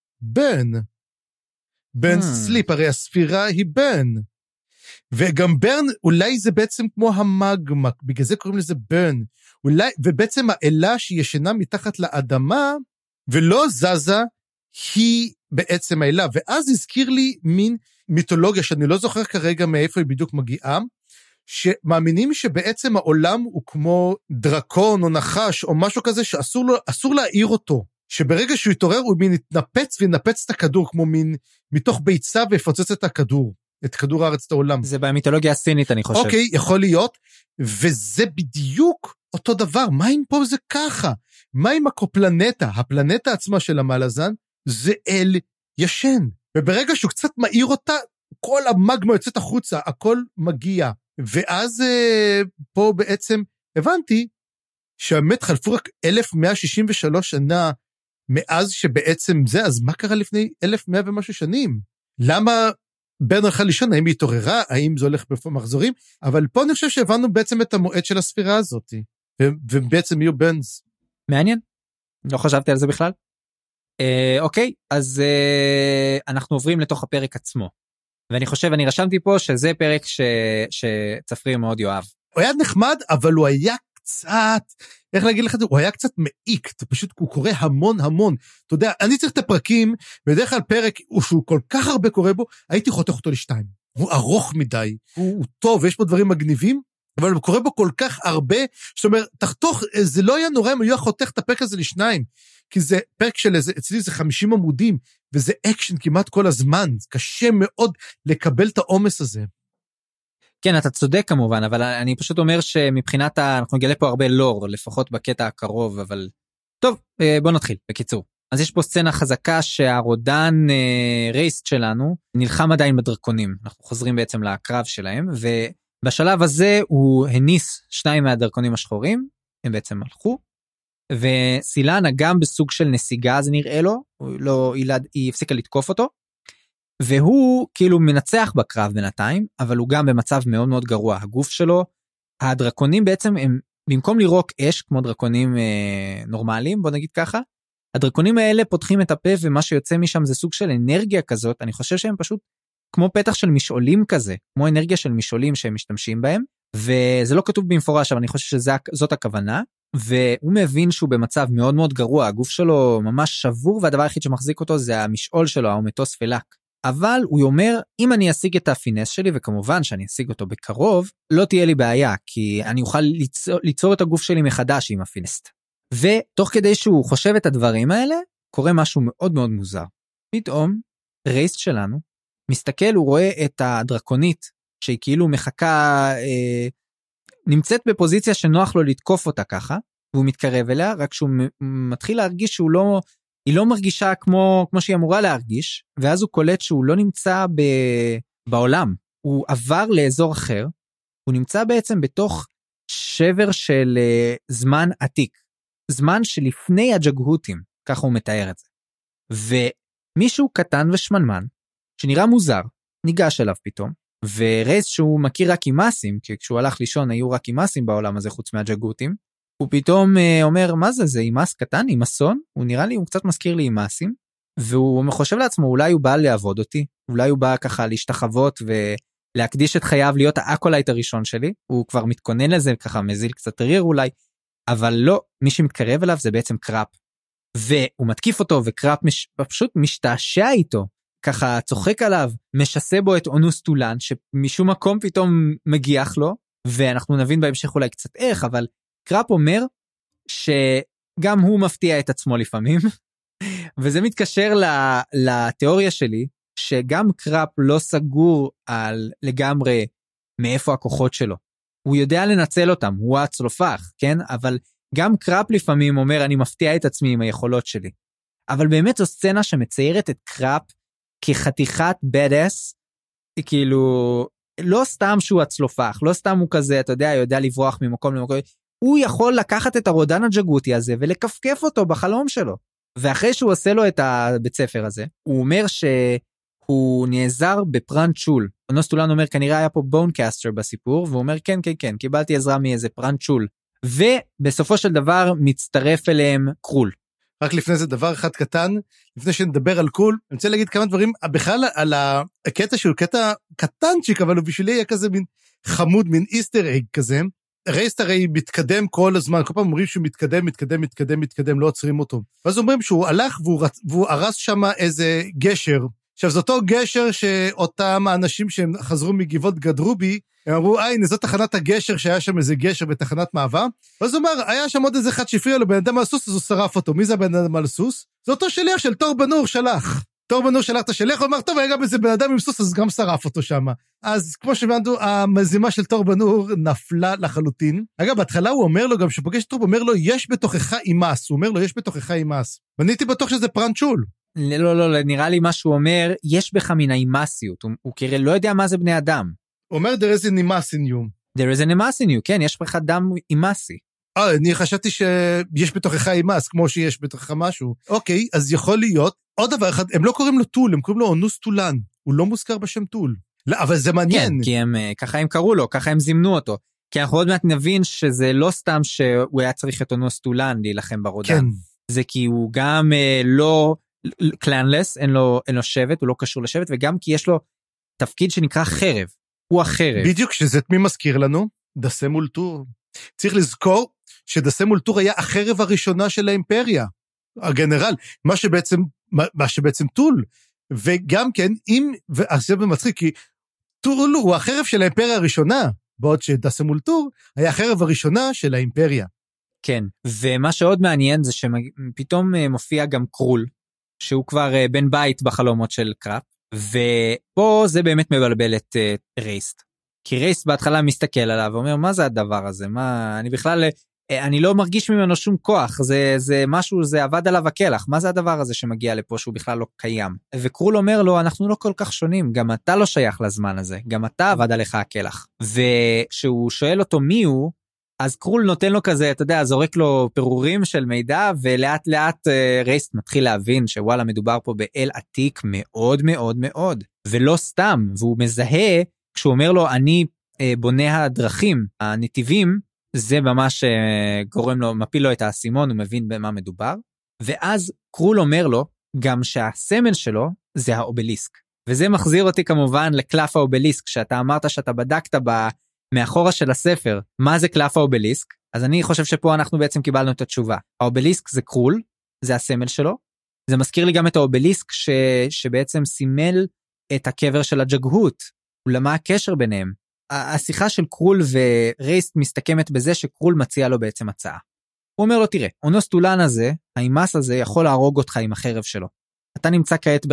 בן סליפ, הרי הספירה היא בן. וגם ברן, אולי זה בעצם כמו המגמה, בגלל זה קוראים לזה ברן. ובעצם האלה שישנה מתחת לאדמה, ולא זזה, היא בעצם האלה, ואז הזכיר לי מין מיתולוגיה, שאני לא זוכר כרגע מאיפה היא בדיוק מגיעה, שמאמינים שבעצם העולם הוא כמו דרקון או נחש או משהו כזה שאסור להעיר אותו, שברגע שהוא יתעורר הוא מין יתנפץ וינפץ את הכדור כמו מין מתוך ביצה ויפוצץ את הכדור, את כדור הארץ, את העולם. זה במיתולוגיה הסינית אני חושב. אוקיי, יכול להיות, וזה בדיוק אותו דבר. מה אם פה זה ככה? מה אם הקופלנטה, הפלנטה עצמה של המלאזן, זה אל ישן, וברגע שהוא קצת מאיר אותה, כל המגמה יוצאת החוצה, הכל מגיע. ואז פה בעצם הבנתי שהאמת חלפו רק 1163 שנה מאז שבעצם זה, אז מה קרה לפני 1100 ומשהו שנים? למה ברנר הלכה לישון? האם היא התעוררה? האם זה הולך במחזורים? אבל פה אני חושב שהבנו בעצם את המועד של הספירה הזאת, ובעצם יהיו ברנס. מעניין, לא חשבתי על זה בכלל. אוקיי, אז אנחנו עוברים לתוך הפרק עצמו. ואני חושב, אני רשמתי פה שזה פרק שצפריר מאוד יאהב. הוא היה נחמד, אבל הוא היה קצת, איך להגיד לך את זה? הוא היה קצת מעיק, פשוט הוא קורא המון המון. אתה יודע, אני צריך את הפרקים, בדרך כלל פרק שהוא כל כך הרבה קורא בו, הייתי חותך אותו לשתיים. הוא ארוך מדי, הוא טוב, יש פה דברים מגניבים, אבל הוא קורא בו כל כך הרבה, זאת אומרת, תחתוך, זה לא היה נורא אם הוא היה חותך את הפרק הזה לשניים, כי זה פרק של אצלי זה 50 עמודים, וזה אקשן כמעט כל הזמן, קשה מאוד לקבל את העומס הזה. כן, אתה צודק כמובן, אבל אני פשוט אומר שמבחינת, אנחנו נגלה פה הרבה לור, לפחות בקטע הקרוב, אבל טוב, בוא נתחיל, בקיצור. אז יש פה סצנה חזקה שהרודן רייסט שלנו נלחם עדיין בדרקונים, אנחנו חוזרים בעצם לקרב שלהם, ובשלב הזה הוא הניס 2 מהדרקונים השחורים, הם בעצם הלכו, וסילנה גם בסוג של נסיגה, זה נראה לו, היא הפסיקה לתקוף אותו, והוא כאילו מנצח בקרב בינתיים, אבל הוא גם במצב מאוד מאוד גרוע, הגוף שלו, הדרקונים בעצם הם, במקום לירוק אש, כמו דרקונים נורמליים, בוא נגיד ככה, הדרקונים האלה פותחים את הפה, ומה שיוצא משם זה סוג של אנרגיה כזאת, אני חושב שהם פשוט כמו פתח של משעולים כזה, כמו אנרגיה של משעולים שהם משתמשים בהם, וזה לא כתוב במפורש, אבל אני חושב שזאת הכוונה, והוא מבין שהוא במצב מאוד מאוד גרוע, הגוף שלו ממש שבור, והדבר היחיד שמחזיק אותו זה המשעול שלו, האומטוס פלק. אבל הוא אומר, אם אני אשיג את הפינס שלי, וכמובן שאני אשיג אותו בקרוב, לא תהיה לי בעיה, כי אני אוכל ליצור את הגוף שלי מחדש עם הפינסט. ותוך כדי שהוא חושב את הדברים האלה, קורה משהו מאוד מאוד מוזר. פתאום, רייסט שלנו, מסתכל, הוא רואה את הדרקונית, שהיא כאילו מחכה, נמצאת בפוזיציה שנוח לו לתקוף אותה ככה, והוא מתקרב אליה, רק שהוא מתחיל להרגיש היא לא מרגישה כמו שהיא אמורה להרגיש, ואז הוא קולט שהוא לא נמצא בעולם, הוא עבר לאזור אחר, הוא נמצא בעצם בתוך שבר של זמן עתיק, זמן שלפני הג'גהותים, ככה הוא מתאר את זה. ומישהו קטן ושמנמן, שנראה מוזר, ניגש אליו פתאום, ורייס שהוא מכיר רק אימאסים, כי כשהוא הלך לישון היו רק אימאסים בעולם הזה חוץ מהג'גהותים, הוא פתאום אומר, מה זה אימאס קטן, אימאסון? הוא נראה לי, הוא קצת מזכיר לי אימאסים, והוא חושב לעצמו, אולי הוא בא לעבוד אותי, אולי הוא בא ככה להשתחוות ולהקדיש את חייו להיות האקולייט הראשון שלי, הוא כבר מתכונן לזה, ככה מזיל קצת ריר אולי, אבל לא, מי שמתקרב אליו זה בעצם קראפ, והוא מתקיף אותו, וקראפ פשוט משתעשע איתו, ככה צוחק עליו, משסה בו את אונוס טולן, שמשום מקום פתאום מגיח לו, ואנחנו נבין בהמשך אולי קצת איך, אבל קראפ אומר שגם הוא מפתיע את עצמו לפעמים, וזה מתקשר לתיאוריה שלי, שגם קראפ לא סגור על לגמרי מאיפה הכוחות שלו. הוא יודע לנצל אותם, הוא הצלופח, כן? אבל גם קראפ לפעמים אומר, אני מפתיע את עצמי עם היכולות שלי. אבל באמת זו סצנה שמציירת את קראפ כחתיכת בדס, כאילו, לא סתם שהוא הצלופח, לא סתם הוא כזה, אתה יודע לברוח ממקום למקום, הוא יכול לקחת את הרודן הג'גותי הזה ולקפקף אותו בחלום שלו. ואחרי שהוא עושה לו את הבית ספר הזה, הוא אומר שהוא נעזר בפרנצ'ול. אונוס טולן אומר, כנראה היה פה בונקאסטר בסיפור, והוא אומר, כן, קיבלתי עזרה מאיזה פרנצ'ול. ובסופו של דבר מצטרף אליהם קרול. רק לפני זה דבר אחד קטן, לפני שנדבר על קול, אני רוצה להגיד כמה דברים, בכלל על הקטע שהוא קטע קטנצ'יק, אבל הוא בשבילי היה כזה מין חמוד, מין איסטר אג כזה, רייסט הרי מתקדם כל הזמן, כל פעם אומרים שהוא מתקדם, לא עוצרים אותו. ואז אומרים שהוא הלך והוא הרס שם איזה גשר. עכשיו, זה אותו גשר שאותם האנשים שהם חזרו מגבעות גדרובי, הם אמרו, הנה, זאת תחנת הגשר, שהיה שם איזה גשר בתחנת מעבר. ואז הוא אומר, היה שם עוד איזה אחד שהפריע לו, בן אדם על סוס, אז הוא שרף אותו. מי זה הבן אדם על סוס? זה אותו שליח של תור בנור שלח. תור בנור שלח את השליח, הוא אמר, טוב, היה גם איזה בן אדם עם סוס, אז גם שרף אותו שם. אז כמו שבנדו, המזימה של תור בנור נפלה לחלוטין. אגב, בהתחלה הוא אומר לו, גם שפוגש תור, הוא אומר לו, יש בתוכך אימס. הוא אומר לו, יש בתוכך אימס. ואני הייתי בטוח שזה פרנצ'ול. לא, נראה לי מה שהוא אומר, יש בך מן האימסיות. הוא כנראה לא יודע מה זה בני אדם. הוא אומר, there is an imas in you. There is an imas in you, כן, יש בך דם אימסי. אני חשבתי שיש בתוכך אימס, כמו שיש בתוכך משהו. אוקיי, אז יכול להיות, עוד דבר אחד, הם לא קוראים לו טול, הם קוראים לו אונוס טולן. הוא לא מוזכר בשם טול. לא, אבל זה מעניין. כן, כי ככה הם קראו לו, ככה הם זימנו אותו. כי אנחנו עוד מעט נבין שזה לא סתם שהוא היה צריך את אונוס טולן להילחם ברודן. כן. זה כי הוא גם לא קלאנלס, אין לו שבט, הוא לא קשור לשבט, וגם כי יש לו תפקיד שנקרא חרב. הוא החרב. בדיוק, שזה מי מזכיר לנו? דסה מולטור. צריך לזכור שדסה מולטור היה החרב הראשונה של האימפריה. הגנרל, מה שבעצם טול. וגם כן, ועכשיו במצחיק, כי טול הוא החרב של האימפריה הראשונה, בעוד שדסה מולטור היה החרב הראשונה של האימפריה. כן, ומה שעוד מעניין זה שפתאום מופיע גם קרול, שהוא כבר בן בית בחלומות של קראפ, ופה זה באמת מבלבל את רייסט. כי רייסט בהתחלה מסתכל עליו ואומר, מה זה הדבר הזה? אני בכלל, אני לא מרגיש ממנו שום כוח, זה משהו, זה עבד עליו הכלח, מה זה הדבר הזה שמגיע לפה שהוא בכלל לא קיים? וקרול אומר לו, אנחנו לא כל כך שונים, גם אתה לא שייך לזמן הזה, גם אתה עבד עליך הכלח. וכשהוא שואל אותו מי הוא, אז קרול נותן לו כזה, אתה יודע, זורק לו פירורים של מידע, ולאט לאט רייסט מתחיל להבין שוואלה מדובר פה באל עתיק מאוד מאוד מאוד, ולא סתם, והוא מזהה, כשהוא אומר לו אני בונה הדרכים, הנתיבים, זה ממש גורם לו, מפיל לו את האסימון, הוא מבין במה מדובר, ואז קרול אומר לו, גם שהסמל שלו זה האובליסק, וזה מחזיר אותי כמובן לקלף האובליסק, שאתה אמרת שאתה בדקת מאחורה של הספר, מה זה קלף האובליסק? אז אני חושב שפה אנחנו בעצם קיבלנו את התשובה. האובליסק זה קרול, זה הסמל שלו, זה מזכיר לי גם את האובליסק שבעצם סימל את הקבר של הג'גהות, ולמה הקשר ביניהם. השיחה של קרול ורייסט מסתכמת בזה שקרול מציע לו בעצם הצעה. הוא אומר לו, תראה, אונוס טולן הזה, האימס הזה יכול להרוג אותך עם החרב שלו. אתה נמצא כעת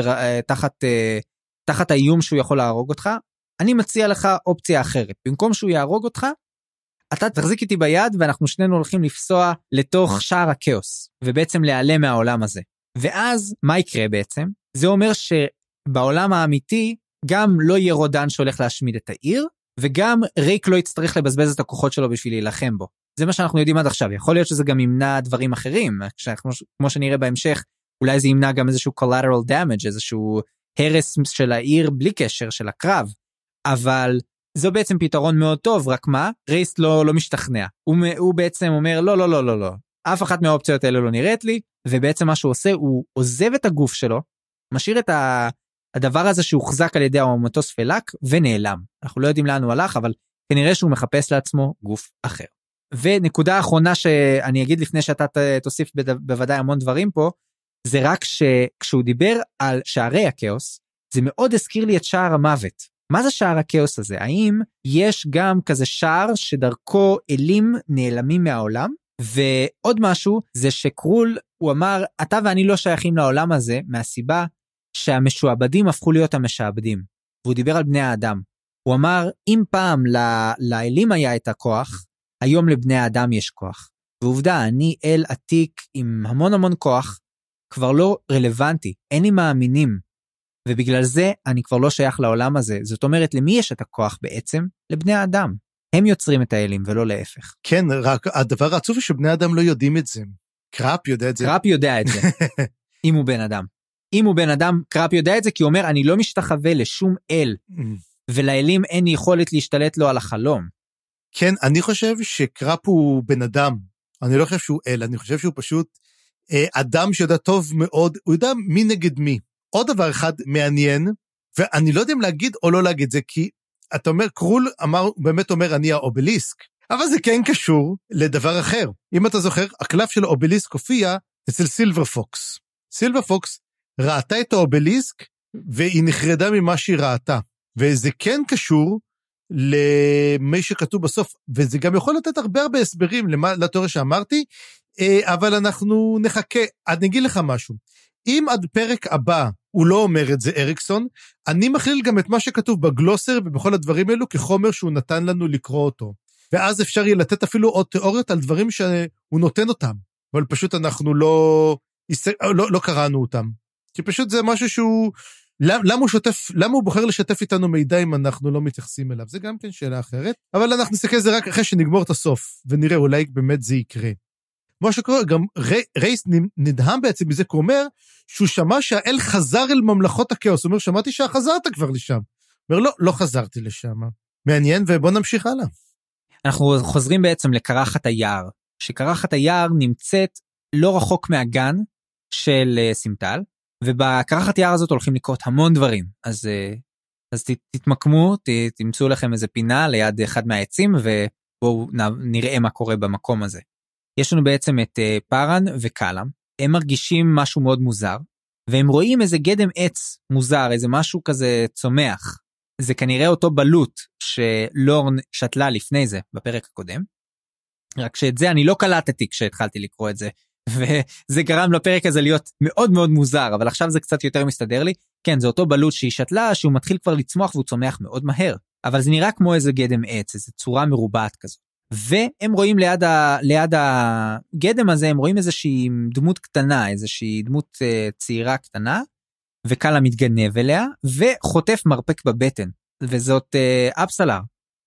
תחת האיום שהוא יכול להרוג אותך, אני מציע לך אופציה אחרת. במקום שהוא יהרוג אותך, אתה תחזיק איתי ביד, ואנחנו שנינו הולכים לפסוע לתוך שער הכאוס, ובעצם להיעלם מהעולם הזה. ואז, מה יקרה בעצם? זה אומר שבעולם האמיתי, גם לא יהיה רודן שהולך להשמיד את העיר, וגם ריק לא יצטרך לבזבז את הכוחות שלו בשביל להילחם בו. זה מה שאנחנו יודעים עד עכשיו. יכול להיות שזה גם ימנע דברים אחרים, כמו שנראה בהמשך, אולי זה ימנע גם איזשהו collateral damage, איזשהו הרס של העיר בלי קשר של הקרב, אבל זו בעצם פתרון מאוד טוב, רק מה? רייסט לא משתכנע. הוא בעצם אומר, לא. אף אחת מהאופציות האלה לא נראית לי, ובעצם מה שהוא עושה, הוא עוזב את הגוף שלו, משאיר את הדבר הזה שהוחזק על ידי המטוס פלק, ונעלם. אנחנו לא יודעים לאן הוא הלך, אבל כנראה שהוא מחפש לעצמו גוף אחר. ונקודה האחרונה שאני אגיד לפני שאתה תוסיף בוודאי המון דברים פה, זה רק שכשהוא דיבר על שערי הכאוס, זה מאוד הזכיר לי את שער המוות. מה זה שער הכאוס הזה? האם יש גם כזה שער שדרכו אלים נעלמים מהעולם? ועוד משהו זה שקרול, הוא אמר, אתה ואני לא שייכים לעולם הזה, מהסיבה שהמשועבדים הפכו להיות המשעבדים. והוא דיבר על בני האדם. הוא אמר, אם פעם לאלים היה את הכוח, היום לבני האדם יש כוח. ועובדה, אני אל עתיק עם המון המון כוח, כבר לא רלוונטי, אין לי מאמינים. ובגלל זה אני כבר לא שייך לעולם הזה. זאת אומרת, למי יש את הכוח בעצם? לבני האדם. הם יוצרים את האלים ולא להפך. כן, רק הדבר העצוב הוא שבני האדם לא יודעים את זה. קראפ יודע את זה. קראפ יודע את זה. אם הוא בן אדם. אם הוא בן אדם, קראפ יודע את זה, כי הוא אומר, אני לא משתחווה לשום אל, ולאלים אין יכולת להשתלט לו על החלום. כן, אני חושב שקראפ הוא בן אדם. אני לא חושב שהוא אל, אני חושב שהוא פשוט אדם שיודע טוב מאוד, הוא יודע מי נגד מי. עוד דבר אחד מעניין, ואני לא יודע אם להגיד או לא להגיד זה, כי אתה אומר, קרול באמת אומר, אני האובליסק, אבל זה כן קשור לדבר אחר. אם אתה זוכר, הקלף של האובליסק הופיע אצל סילבר פוקס. סילבר פוקס ראתה את האובליסק, והיא נחרדה ממה שהיא ראתה. וזה כן קשור למי שכתוב בסוף, וזה גם יכול לתת הרבה הסברים לתיאוריה שאמרתי, אבל אנחנו נחכה. אני אגיד לך משהו. אם עד פרק הבא הוא לא אומר את זה אריקסון, אני מכליל גם את מה שכתוב בגלוסר ובכל הדברים האלו כחומר שהוא נתן לנו לקרוא אותו. ואז אפשר יהיה לתת אפילו עוד תיאוריות על דברים שהוא נותן אותם, אבל פשוט אנחנו לא קראנו אותם. כי פשוט זה משהו שהוא, למה הוא בוחר לשתף איתנו מידע אם אנחנו לא מתייחסים אליו? זה גם כן שאלה אחרת, אבל אנחנו נסתכל על זה רק אחרי שנגמור את הסוף, ונראה אולי באמת זה יקרה. מה שקורה, גם רייס נדהם בעצם מזה, הוא אומר שהוא שמע שהאל חזר אל ממלכות הכאוס, הוא אומר, שמעתי שחזרת כבר לשם. הוא אומר, לא חזרתי לשם. מעניין, ובוא נמשיך הלאה. אנחנו חוזרים בעצם לקרחת היער, שקרחת היער נמצאת לא רחוק מהגן של סימטל, ובקרחת היער הזאת הולכים לקרות המון דברים, אז תתמקמו, תמצאו לכם איזה פינה ליד אחד מהעצים, ובואו נראה מה קורה במקום הזה. יש לנו בעצם את פארן וקלם, הם מרגישים משהו מאוד מוזר, והם רואים איזה גדם עץ מוזר, איזה משהו כזה צומח, זה כנראה אותו בלוט שלורן שתלה לפני זה בפרק הקודם, רק שאת זה אני לא קלטתי כשהתחלתי לקרוא את זה, וזה גרם לפרק הזה להיות מאוד מאוד מוזר, אבל עכשיו זה קצת יותר מסתדר לי. כן, זה אותו בלוט שהיא שתלה, שהוא מתחיל כבר לצמוח והוא צומח מאוד מהר, אבל זה נראה כמו איזה גדם עץ, איזו צורה מרובעת כזו. והם רואים ליד הגדם הזה, הם רואים איזושהי דמות קטנה, איזושהי דמות צעירה קטנה, וקלה מתגנב אליה, וחוטף מרפק בבטן, וזאת אפסלר,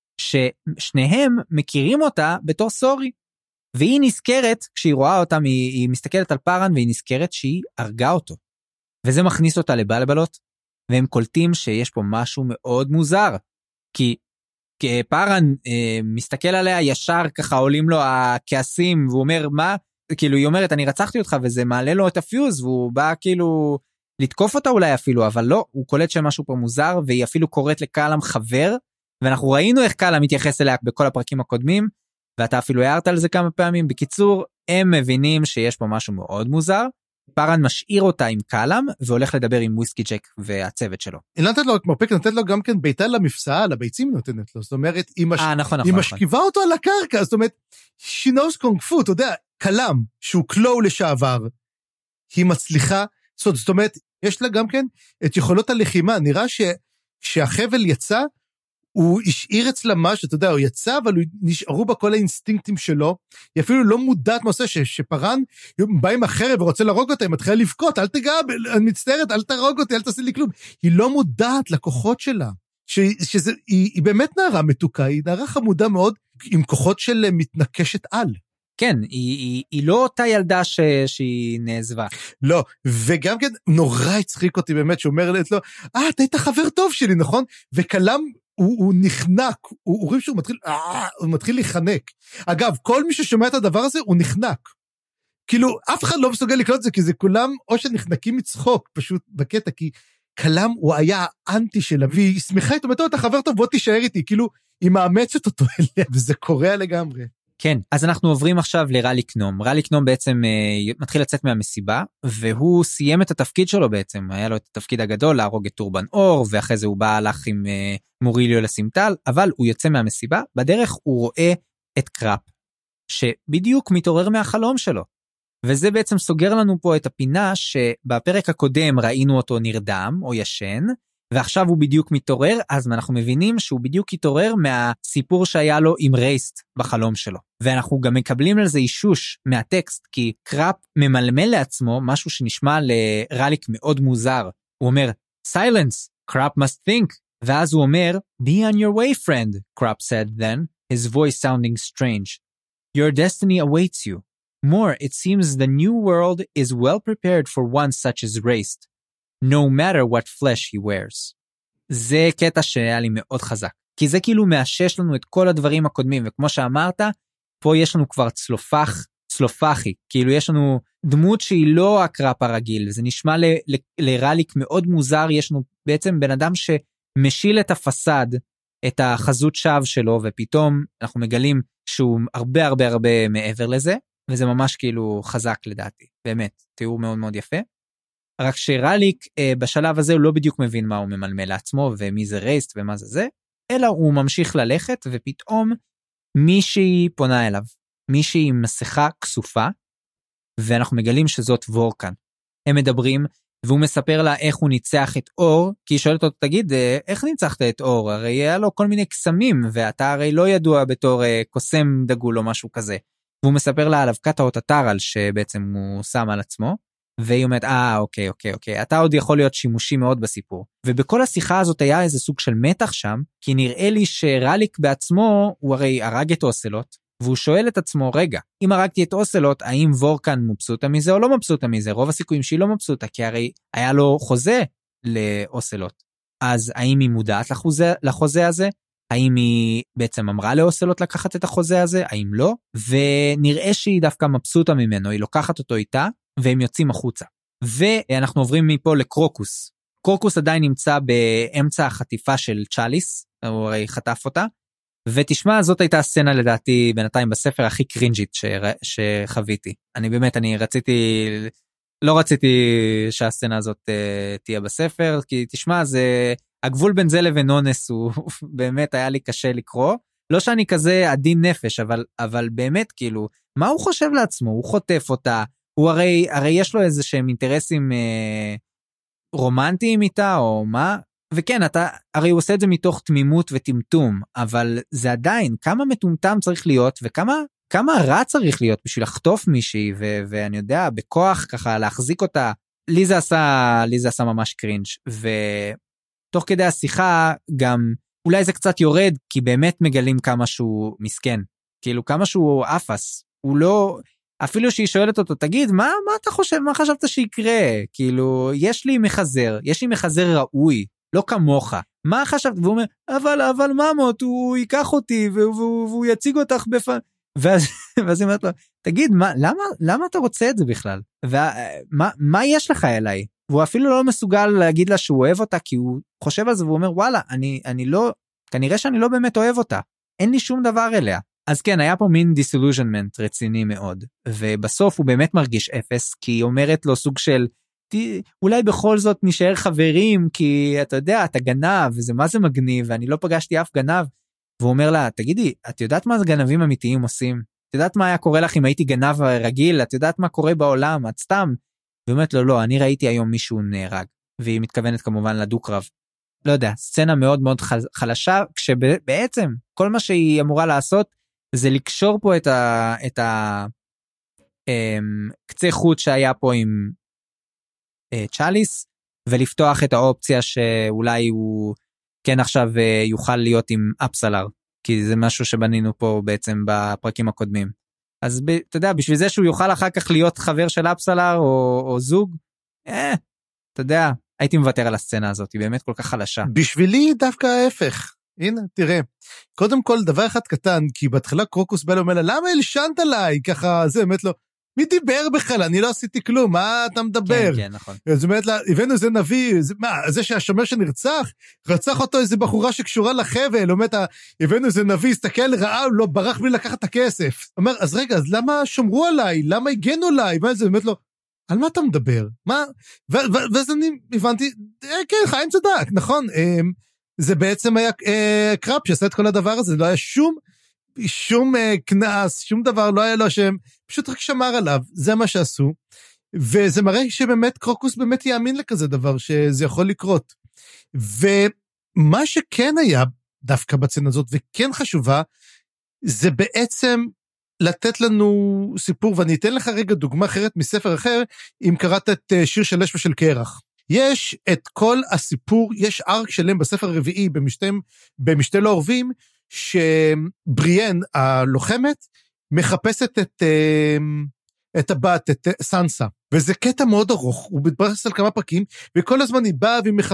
ששניהם מכירים אותה בתור סורי, והיא נזכרת, כשהיא רואה אותם, היא מסתכלת על פארן, והיא נזכרת שהיא הרגה אותו, וזה מכניס אותה לבלבלות, והם קולטים שיש פה משהו מאוד מוזר, כי פארן מסתכל עליה, ישר ככה עולים לו הכעסים, והוא אומר, מה? כאילו היא אומרת, אני רצחתי אותך, וזה מעלה לו את הפיוז, והוא בא כאילו לתקוף אותה אולי אפילו, אבל לא, הוא קולט שמשהו פה מוזר, והיא אפילו קוראת לקלם חבר, ואנחנו ראינו איך קלם מתייחס אליה בכל הפרקים הקודמים, ואתה אפילו הערת על זה כמה פעמים. בקיצור, הם מבינים שיש פה משהו מאוד מוזר, פארן משאיר אותה עם קלם, והולך לדבר עם וויסקי ג'ק והצוות שלו. היא נתת לו מרפק, נתת לו גם כן ביתה למפסעה, לביצים נותנת לו, זאת אומרת, היא משכיבה אותו על הקרקע, זאת אומרת, she knows קונג פו, אתה יודע, קלם, שהוא קלו לשעבר, היא מצליחה, זאת אומרת, יש לה גם כן את יכולות הלחימה, נראה שהחבל יצא, הוא השאיר אצלה משהו, אתה יודע, הוא יצא, אבל נשארו בה כל האינסטינקטים שלו, היא אפילו לא מודעת מה עושה, שפרן בא עם החרב ורוצה להרוג אותה, היא מתחילה לבכות, אל תגע, אני מצטערת, אל תרוג אותי, אל תעשי לי כלום, היא לא מודעת לכוחות שלה, היא באמת נערה מתוקה, היא נערה חמודה מאוד, עם כוחות של מתנקשת על. כן, היא לא אותה ילדה שהיא נעזבה. לא, וגם כן נורא הצחיק אותי באמת, שאומר לו, אתה היית חבר טוב שלי, נכון? וקלם, הוא נחנק, הוא רואה שהוא מתחיל להיחנק. אגב, כל מי ששומע את הדבר הזה, הוא נחנק. כאילו, אף אחד לא מסוגל לקלוט את זה, כי זה כולם, או שנחנקים מצחוק, פשוט בקטע, כי קלם הוא היה האנטי שלה, והיא שמחה, היא אומרת, אתה חבר טוב, בוא תישאר איתי, כאילו, היא מאמצת אותו אליה, וזה קורה לגמרי. כן, אז אנחנו עוברים עכשיו לרלי קנום. רלי קנום בעצם מתחיל לצאת מהמסיבה, והוא סיים את התפקיד שלו בעצם, היה לו את התפקיד הגדול להרוג את טורבן אור, ואחרי זה הוא בא הלך עם מוריליו לסימטל, אבל הוא יוצא מהמסיבה, בדרך הוא רואה את קראפ, שבדיוק מתעורר מהחלום שלו, וזה בעצם סוגר לנו פה את הפינה, שבפרק הקודם ראינו אותו נרדם או ישן, ועכשיו הוא בדיוק מתעורר, אז אנחנו מבינים שהוא בדיוק התעורר מהסיפור שהיה לו עם רייסט בחלום שלו. ואנחנו גם מקבלים על זה אישוש מהטקסט, כי קראפ ממלמל לעצמו משהו שנשמע לרליק מאוד מוזר. הוא אומר, silence, קראפ must think. ואז הוא אומר, be on your way friend, קראפ said then, his voice sounding strange. Your destiny awaits you. More, it seems the new world is well prepared for one such as raced. No matter what flesh he wears. זה קטע שהיה לי מאוד חזק, כי זה כאילו מאשש לנו את כל הדברים הקודמים, וכמו שאמרת, פה יש לנו כבר צלופחי, כאילו יש לנו דמות שהיא לא הקראפ הרגיל, זה נשמע לרליק מאוד מוזר, יש לנו בעצם בן אדם שמשיל את הפסד, את החזות שווא שלו, ופתאום אנחנו מגלים שהוא הרבה הרבה הרבה מעבר לזה, וזה ממש כאילו חזק לדעתי, באמת, תיאור מאוד מאוד יפה. רק שרליק בשלב הזה הוא לא בדיוק מבין מה הוא ממלמל לעצמו, ומי זה רייסט ומה זה, אלא הוא ממשיך ללכת, ופתאום מישהי פונה אליו, מישהי עם מסכה כסופה, ואנחנו מגלים שזאת וורקן. הם מדברים, והוא מספר לה איך הוא ניצח את אור, כי היא שואלת אותו, תגיד, איך ניצחת את אור? הרי היה לו כל מיני קסמים, ואתה הרי לא ידוע בתור קוסם דגול או משהו כזה. והוא מספר לה על אבקת האוטטרל, שבעצם הוא שם על עצמו, והיא אומרת, אוקיי, אתה עוד יכול להיות שימושי מאוד בסיפור. ובכל השיחה הזאת היה איזה סוג של מתח שם, כי נראה לי שרליק בעצמו, הוא הרי הרג את אוסלוט, והוא שואל את עצמו, רגע, אם הרגתי את אוסלוט, האם וורקן מבסוטה מזה או לא מבסוטה מזה? רוב הסיכויים שהיא לא מבסוטה, כי הרי היה לו חוזה לאוסלוט. אז האם היא מודעת לחוזה הזה? האם היא בעצם אמרה לאוסלוט לקחת את החוזה הזה? האם לא? ונראה שהיא דווקא מבסוטה ממנו, היא לוקחת אותו איתה, והם יוצאים החוצה. ואנחנו עוברים מפה לקרוקוס. קרוקוס עדיין נמצא באמצע החטיפה של צ'אליס, הוא הרי חטף אותה, ותשמע, זאת הייתה הסצנה לדעתי בינתיים בספר הכי קרינג'ית שחוויתי. לא רציתי שהסצנה הזאת תהיה בספר, כי תשמע, הגבול בין זה לבין אונס הוא באמת היה לי קשה לקרוא, לא שאני כזה עדין נפש, אבל באמת כאילו, מה הוא חושב לעצמו? הוא חוטף אותה, הוא הרי יש לו איזה שהם אינטרסים רומנטיים איתה, או מה? וכן, הרי הוא עושה את זה מתוך תמימות וטמטום, אבל זה עדיין, כמה מטומטם צריך להיות, וכמה רע צריך להיות בשביל לחטוף מישהי, ואני יודע, בכוח ככה להחזיק אותה, לי זה עשה ממש קרינג', ותוך כדי השיחה גם, אולי זה קצת יורד, כי באמת מגלים כמה שהוא מסכן, כאילו כמה שהוא אפס, הוא לא, אפילו שהיא שואלת אותו, תגיד, מה אתה חושב, מה חשבת שיקרה? כאילו, יש לי מחזר ראוי, לא כמוך. מה חשבת? והוא אומר, אבל ממות, הוא ייקח אותי, והוא יציג אותך ואז היא אומרת לו, תגיד, למה אתה רוצה את זה בכלל? מה יש לך אליי? והוא אפילו לא מסוגל להגיד לה שהוא אוהב אותה, כי הוא חושב על זה, והוא אומר, וואלה, אני לא, כנראה שאני לא באמת אוהב אותה. אין לי שום דבר אליה. אז כן, היה פה מין דיסילוז'נמנט רציני מאוד, ובסוף הוא באמת מרגיש אפס, כי היא אומרת לו סוג של, אולי בכל זאת נשאר חברים, כי אתה יודע, אתה גנב, וזה מה זה מגניב, ואני לא פגשתי אף גנב, והוא אומר לה, תגידי, את יודעת מה גנבים אמיתיים עושים? את יודעת מה היה קורה לך אם הייתי גנב רגיל? את יודעת מה קורה בעולם? את סתם? והיא אומרת לו, לא, אני ראיתי היום מישהו נהרג, והיא מתכוונת כמובן לדו-קרב. לא יודע, סצנה מאוד מאוד חלשה, כשבעצם כל מה שהיא אמורה לעשות, זה לקשור פה את קצה חוט שהיה פה עם צ'אליס, ולפתוח את האופציה שאולי הוא כן עכשיו יוכל להיות עם אפסלר, כי זה משהו שבנינו פה בעצם בפרקים הקודמים. אז אתה יודע, בשביל זה שהוא יוכל אחר כך להיות חבר של אפסלר או זוג, אתה יודע, הייתי מוותר על הסצנה הזאת, היא באמת כל כך חלשה. בשבילי דווקא ההפך. הנה, תראה. קודם כל, דבר אחד קטן, כי בהתחלה קרוקוס בא ואומר לה, למה הלשנת עליי? ככה, זה באמת לא, מי דיבר בכלל? אני לא עשיתי כלום, מה אתה מדבר? כן, נכון. אז אומרת לה, הבאנו איזה נביא, זה שהשומר שנרצח, רצח אותו איזה בחורה שקשורה לחבל, אומרת, הבאנו איזה נביא, הסתכל רעה, לא ברח בלי לקחת את הכסף. אומר, אז רגע, אז למה שמרו עליי? למה הגנו עליי? וזה באמת לא, על מה אתה מדבר? מה? ואז אני הבנתי, כן, חיים צדק, נכון? זה בעצם היה קראפ שעשה את כל הדבר הזה, לא היה שום כנס, שום דבר, לא היה לו שם, פשוט רק שמר עליו, זה מה שעשו, וזה מראה שבאמת קרוקוס באמת יאמין לכזה דבר, שזה יכול לקרות. ומה שכן היה דווקא בצנה הזאת, וכן חשובה, זה בעצם לתת לנו סיפור, ואני אתן לך רגע דוגמה אחרת מספר אחר, אם קראת את שיר של אש ושל קרח. יש את כל הסיפור, יש ארק שלם בספר הרביעי, במשתה לא עורבים, שבריאן הלוחמת מחפשת את הבת, את סנסה, וזה קטע מאוד ארוך, הוא מתברס על כמה פרקים, וכל הזמן היא באה והיא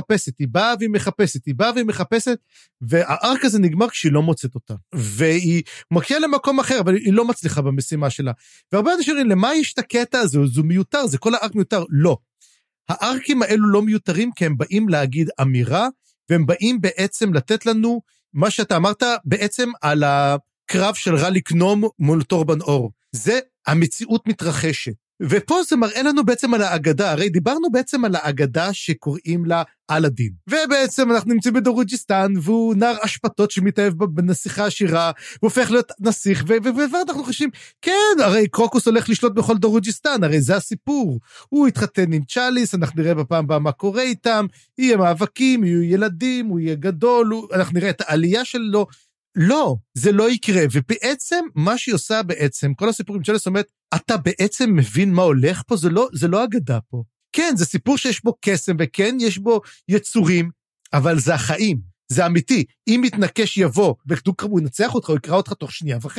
מחפשת, והארק הזה נגמר כשהיא לא מוצאת אותה, והיא מגיעה למקום אחר, אבל היא לא מצליחה במשימה שלה, והרבה אנשים אומרים, למה יש את הקטע הזה? זה מיותר, זה כל הארק מיותר, לא. הארקים האלו לא מיותרים, כי הם באים להגיד אמירה, והם באים בעצם לתת לנו מה שאתה אמרת בעצם על הקרב של רליק נום מול טורבן אור. זה המציאות מתרחשת. ופה זה מראה לנו בעצם על האגדה, הרי דיברנו בעצם על האגדה שקוראים לה אלאדין. ובעצם אנחנו נמצאים בדרוג'יסטן, והוא נער אשפתות שמתאהב בנסיכה עשירה, הוא הופך להיות נסיך, ואנחנו חושבים, כן, הרי קרוקוס הולך לשלוט בכל דרוג'יסטן, הרי זה הסיפור. הוא התחתן עם צ'אליס, אנחנו נראה בפעם הבאה מה קורה איתם, יהיה מאבקים, יהיו ילדים, הוא יהיה גדול, אנחנו נראה את העלייה שלו. לא, זה לא יקרה, ובעצם מה שהיא עושה בעצם, כל הסיפורים של אומרת, אתה בעצם מבין מה הולך פה, זה לא אגדה פה. כן, זה סיפור שיש בו קסם, וכן, יש בו יצורים, אבל זה החיים, זה אמיתי. אם מתנקש יבוא, הוא ינצח אותך, הוא יקרא אותך תוך 2.5 שנים.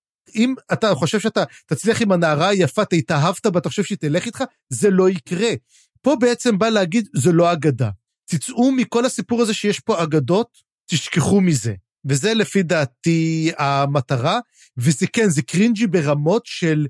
אם אתה חושב שאתה תצליח עם הנערה היפה, התאהבת בה, אתה חושב שהיא תלך איתך, זה לא יקרה. פה בעצם בא להגיד, זה לא אגדה. תצאו מכל הסיפור הזה שיש פה אגדות, תשכחו מזה. וזה לפי דעתי המטרה, וזה כן, זה קרינג'י ברמות של,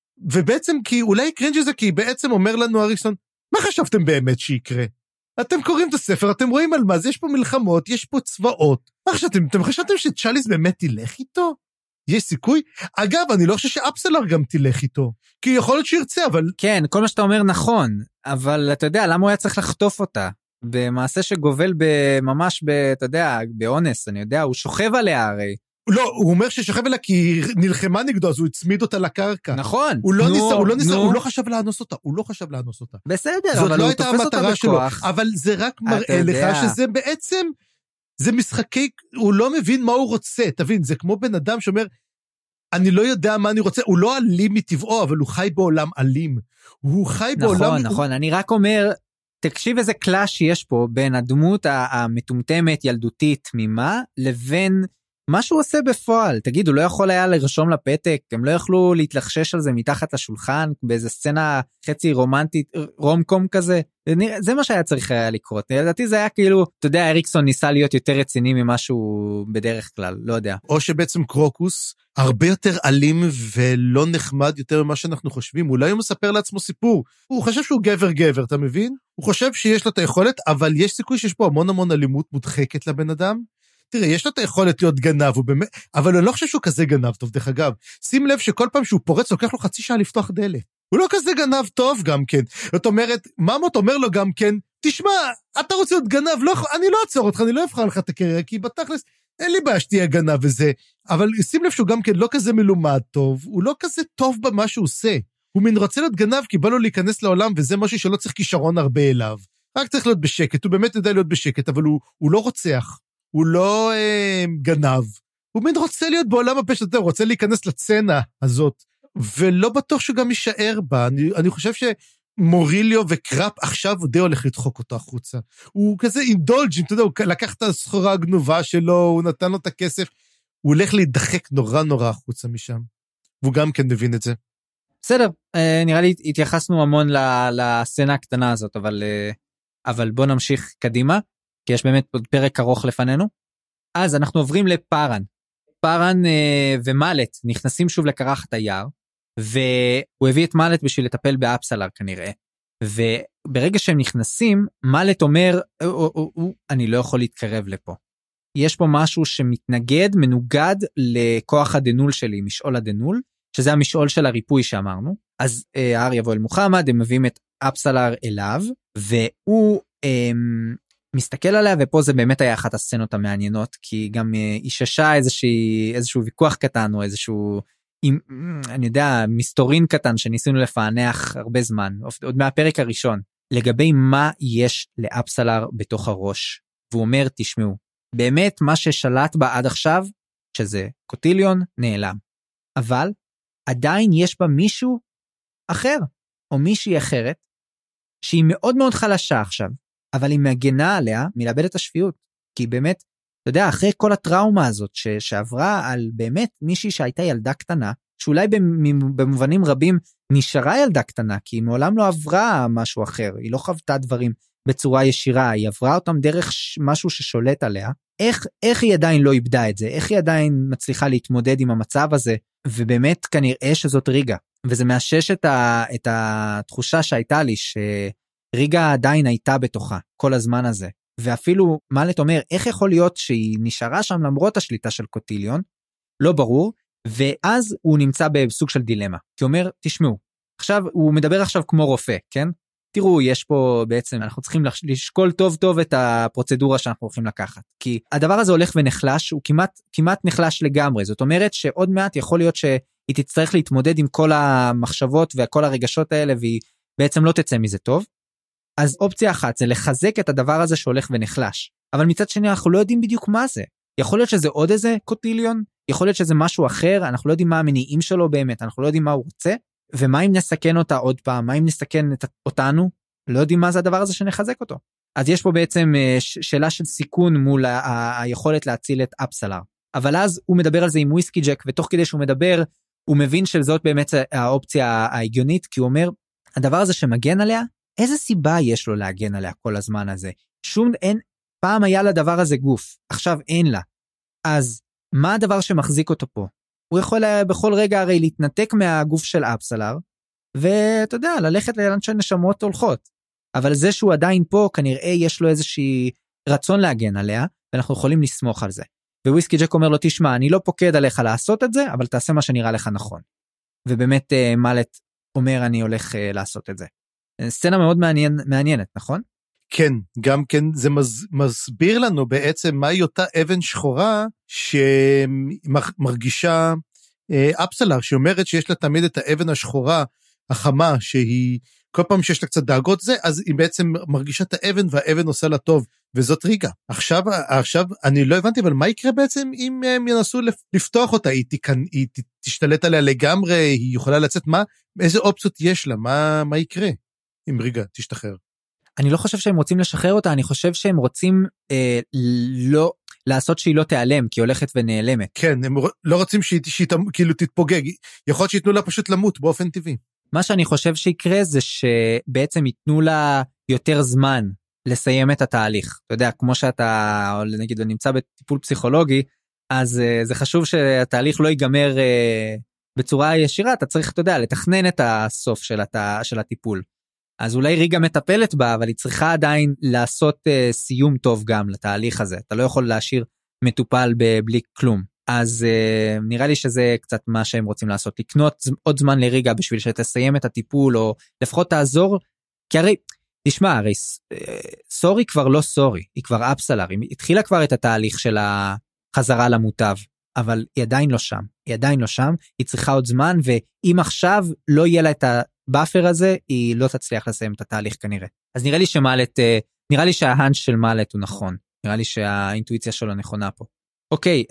ובעצם כי, אולי קרינג'י זה כי בעצם אומר לנו אריקסון, מה חשבתם באמת שיקרה? אתם קוראים את הספר, אתם רואים על מה זה, יש פה מלחמות, יש פה צבאות, מה חשבתם? אתם חשבתם שצ'אליס באמת תלך איתו? יש סיכוי? אגב, אני לא חושב שאפסלר גם תלך איתו, כי יכול להיות שירצה, אבל... כן, כל מה שאתה אומר נכון, אבל אתה יודע, למה הוא היה צריך לחטוף אותה? במעשה שגובל ממש, אתה יודע, באונס, אני יודע, הוא שוכב עליה הרי. לא, הוא אומר ששוכב עליה כי היא נלחמה נגדו, אז הוא הצמיד אותה לקרקע. נכון. הוא לא חשב לאנוס אותה, בסדר, אבל הוא תופס אותה בכוח. אבל זה רק מראה לך שזה בעצם, זה משחקי, הוא לא מבין מה הוא רוצה, תבין, זה כמו בן אדם שאומר, אני לא יודע מה אני רוצה, הוא לא אלים מטבעו, אבל הוא חי בעולם אלים. הוא חי בעולם... נכון, אני רק אומר... תקשיב איזה קלאש יש פה בין הדמות המטומטמת, ילדותית, תמימה, לבין מה שהוא עושה בפועל. תגיד, הוא לא יכול היה לרשום לפתק, הם לא יכלו להתלחשש על זה מתחת לשולחן, באיזה סצנה חצי רומנטית, רומקום כזה. זה מה שהיה צריך היה לקרות. לדעתי זה היה כאילו, אתה יודע, אריקסון ניסה להיות יותר רציני ממה שהוא בדרך כלל, לא יודע. או שבעצם קרוקוס הרבה יותר אלים ולא נחמד יותר ממה שאנחנו חושבים. אולי הוא מספר לעצמו סיפור. הוא חושב שהוא גבר, אתה מבין? הוא חושב שיש לו את היכולת, אבל יש סיכוי שיש פה המון אלימות מודחקת לבן אדם. תראה, יש לו את היכולת להיות גנב, אבל אני לא חושב שהוא כזה גנב טוב, דרך אגב. שים לב שכל פעם שהוא פורץ, לוקח לו 0.5 שעה לפתוח דלת. הוא לא כזה גנב טוב גם כן. זאת אומרת, ממות אומר לו גם כן, תשמע, אתה רוצה להיות גנב, אני לא אעצור אותך, אני לא אבחר לך את הקריירה, כי בתכלס, אין לי בעיה שתהיה גנב וזה. אבל שים לב שהוא גם כן לא כזה מלומד טוב, הוא לא כזה טוב במה שהוא עושה. הוא מן רוצה להיות גנב כי בא לו להיכנס לעולם, וזה משהו שלא צריך כישרון הרבה אליו. רק צריך להיות בשקט, הוא באמת יודע להיות בשקט, אבל הוא לא רוצח, הוא לא גנב. הוא מן רוצה להיות בעולם הפשט, הוא רוצה להיכנס לצנה הזאת, ולא בטוח שגם יישאר בה. אני חושב שמוריליו וקראפ עכשיו די הולך לדחוק אותו החוצה. הוא כזה אינדולג'ים, אתה יודע, הוא לקח את הסחורה הגנובה שלו, הוא נתן לו את הכסף, הוא הולך להידחק נורא החוצה משם. והוא גם כן מבין את זה. בסדר, נראה לי התייחסנו המון לסצנה הקטנה הזאת, אבל בוא נמשיך קדימה, כי יש באמת עוד פרק ארוך לפנינו. אז אנחנו עוברים לפארן. פארן ומלט נכנסים שוב לקרחת היער, והוא הביא את מלט בשביל לטפל באפסלר כנראה. וברגע שהם נכנסים, מלט אומר, אני לא יכול להתקרב לפה. יש פה משהו שמתנגד, מנוגד לכוח הדנול שלי, משעול הדנול, שזה המשעול של הריפוי שאמרנו. אז האר יבוא אל מוחמד, הם מביאים את אפסלר אליו, והוא מסתכל עליה, ופה זה באמת היה אחת הסצנות המעניינות, כי גם איששה איזשהו ויכוח קטן, או איזשהו, אני יודע, מסתורין קטן, שניסינו לפענח הרבה זמן, עוד מהפרק הראשון, לגבי מה יש לאפסלר בתוך הראש. והוא אומר, תשמעו, באמת מה ששלט בה עד עכשיו, שזה קוטיליון, נעלם. אבל עדיין יש בה מישהו אחר, או מישהי אחרת, שהיא מאוד מאוד חלשה עכשיו, אבל היא מגנה עליה מלאבד את השפיות, כי באמת, אתה יודע, אחרי כל הטראומה הזאת שעברה על באמת מישהי שהייתה ילדה קטנה, שאולי במובנים רבים נשארה ילדה קטנה, כי היא מעולם לא עברה משהו אחר, היא לא חוותה דברים בצורה ישירה, היא עברה אותם דרך משהו ששולט עליה, איך היא עדיין לא איבדה את זה, איך היא עדיין מצליחה להתמודד עם המצב הזה, ובאמת כנראה שזאת ריגה, וזה מאשש את התחושה שהייתה לי, שריגה עדיין הייתה בתוכה, כל הזמן הזה, ואפילו מלט אומר, איך יכול להיות שהיא נשארה שם למרות השליטה של קוטיליון? לא ברור, ואז הוא נמצא בסוג של דילמה, כי הוא אומר, תשמעו, עכשיו, הוא מדבר עכשיו כמו רופא, כן? תראו, יש פה בעצם, אנחנו צריכים לשקול טוב טוב את הפרוצדורה שאנחנו הולכים לקחת, כי הדבר הזה הולך ונחלש, הוא כמעט נחלש לגמרי, זאת אומרת שעוד מעט יכול להיות שהיא תצטרך להתמודד עם כל המחשבות וכל הרגשות האלה, והיא בעצם לא תצא מזה טוב. אז אופציה אחת זה לחזק את הדבר הזה שהולך ונחלש, אבל מצד שני אנחנו לא יודעים בדיוק מה זה, יכול להיות שזה עוד איזה קוטיליון, יכול להיות שזה משהו אחר, אנחנו לא יודעים מה המניעים שלו באמת, אנחנו לא יודעים מה הוא רוצה, ומה אם נסכן אותה עוד פעם, מה אם נסכן אותנו, לא יודעים מה זה הדבר הזה שנחזק אותו. אז יש פה בעצם שאלה של סיכון מול היכולת להציל את אפסלר, אבל אז הוא מדבר על זה עם וויסקי ג'ק, ותוך כדי שהוא מדבר, הוא מבין שזאת באמת האופציה ההגיונית, כי הוא אומר, הדבר הזה שמגן עליה, איזה סיבה יש לו להגן עליה כל הזמן הזה? פעם היה לדבר הזה גוף, עכשיו אין לה. אז מה הדבר שמחזיק אותו פה? הוא יכול בכל רגע הרי להתנתק מהגוף של אפסלר, ואתה יודע, ללכת לאן שנשמות הולכות. אבל זה שהוא עדיין פה, כנראה יש לו איזושהי רצון להגן עליה, ואנחנו יכולים לסמוך על זה. וויסקי ג'ק אומר לו, תשמע, אני לא פוקד עליך לעשות את זה, אבל תעשה מה שנראה לך נכון. ובאמת מלט אומר, אני הולך לעשות את זה. סצנה מאוד מעניינת, נכון? כן, גם כן זה מסביר לנו בעצם מהי אותה אבן שחורה שמרגישה אפסלר, שאומרת שיש לה תמיד את האבן השחורה החמה, שהיא כל פעם שיש לה קצת דאגות זה, אז היא בעצם מרגישה את האבן והאבן עושה לה טוב, וזאת ריגה. עכשיו אני לא הבנתי, אבל מה יקרה בעצם אם הם ינסו לפתוח אותה? היא תשתלט עליה לגמרי, היא יכולה לצאת, איזה אופציות יש לה? מה יקרה אם ריגה תשתחרר? אני לא חושב שהם רוצים לשחרר אותה, אני חושב שהם רוצים לא לעשות שהיא לא תיעלם, כי היא הולכת ונעלמת. כן, הם לא רוצים שהיא כאילו תתפוגג, יכול להיות שיתנו לה פשוט למות באופן טבעי. מה שאני חושב שיקרה זה שבעצם ייתנו לה יותר זמן לסיים את התהליך. אתה יודע, כמו שאתה, נגיד, נמצא בטיפול פסיכולוגי, אז זה חשוב שהתהליך לא ייגמר בצורה ישירה, אתה צריך, אתה יודע, לתכנן את הסוף של הטיפול. אז אולי ריגה מטפלת בה, אבל היא צריכה עדיין לעשות סיום טוב גם לתהליך הזה. אתה לא יכול להשאיר מטופל בלי כלום. אז נראה לי שזה קצת מה שהם רוצים לעשות. לקנות עוד זמן לריגה בשביל שתסיים את הטיפול, או לפחות תעזור. כי הרי, תשמע, הרי סורי כבר לא סורי, היא כבר אפסלר. היא התחילה כבר את התהליך של החזרה למוטב, אבל היא עדיין לא שם. היא עדיין לא שם, היא צריכה עוד זמן, ואם עכשיו לא יהיה לה את הבאפר הזה, היא לא תצליח לסיים את התהליך כנראה. אז נראה לי נראה לי שההאנץ' של מלט הוא נכון. נראה לי שהאינטואיציה שלו נכונה פה. אוקיי,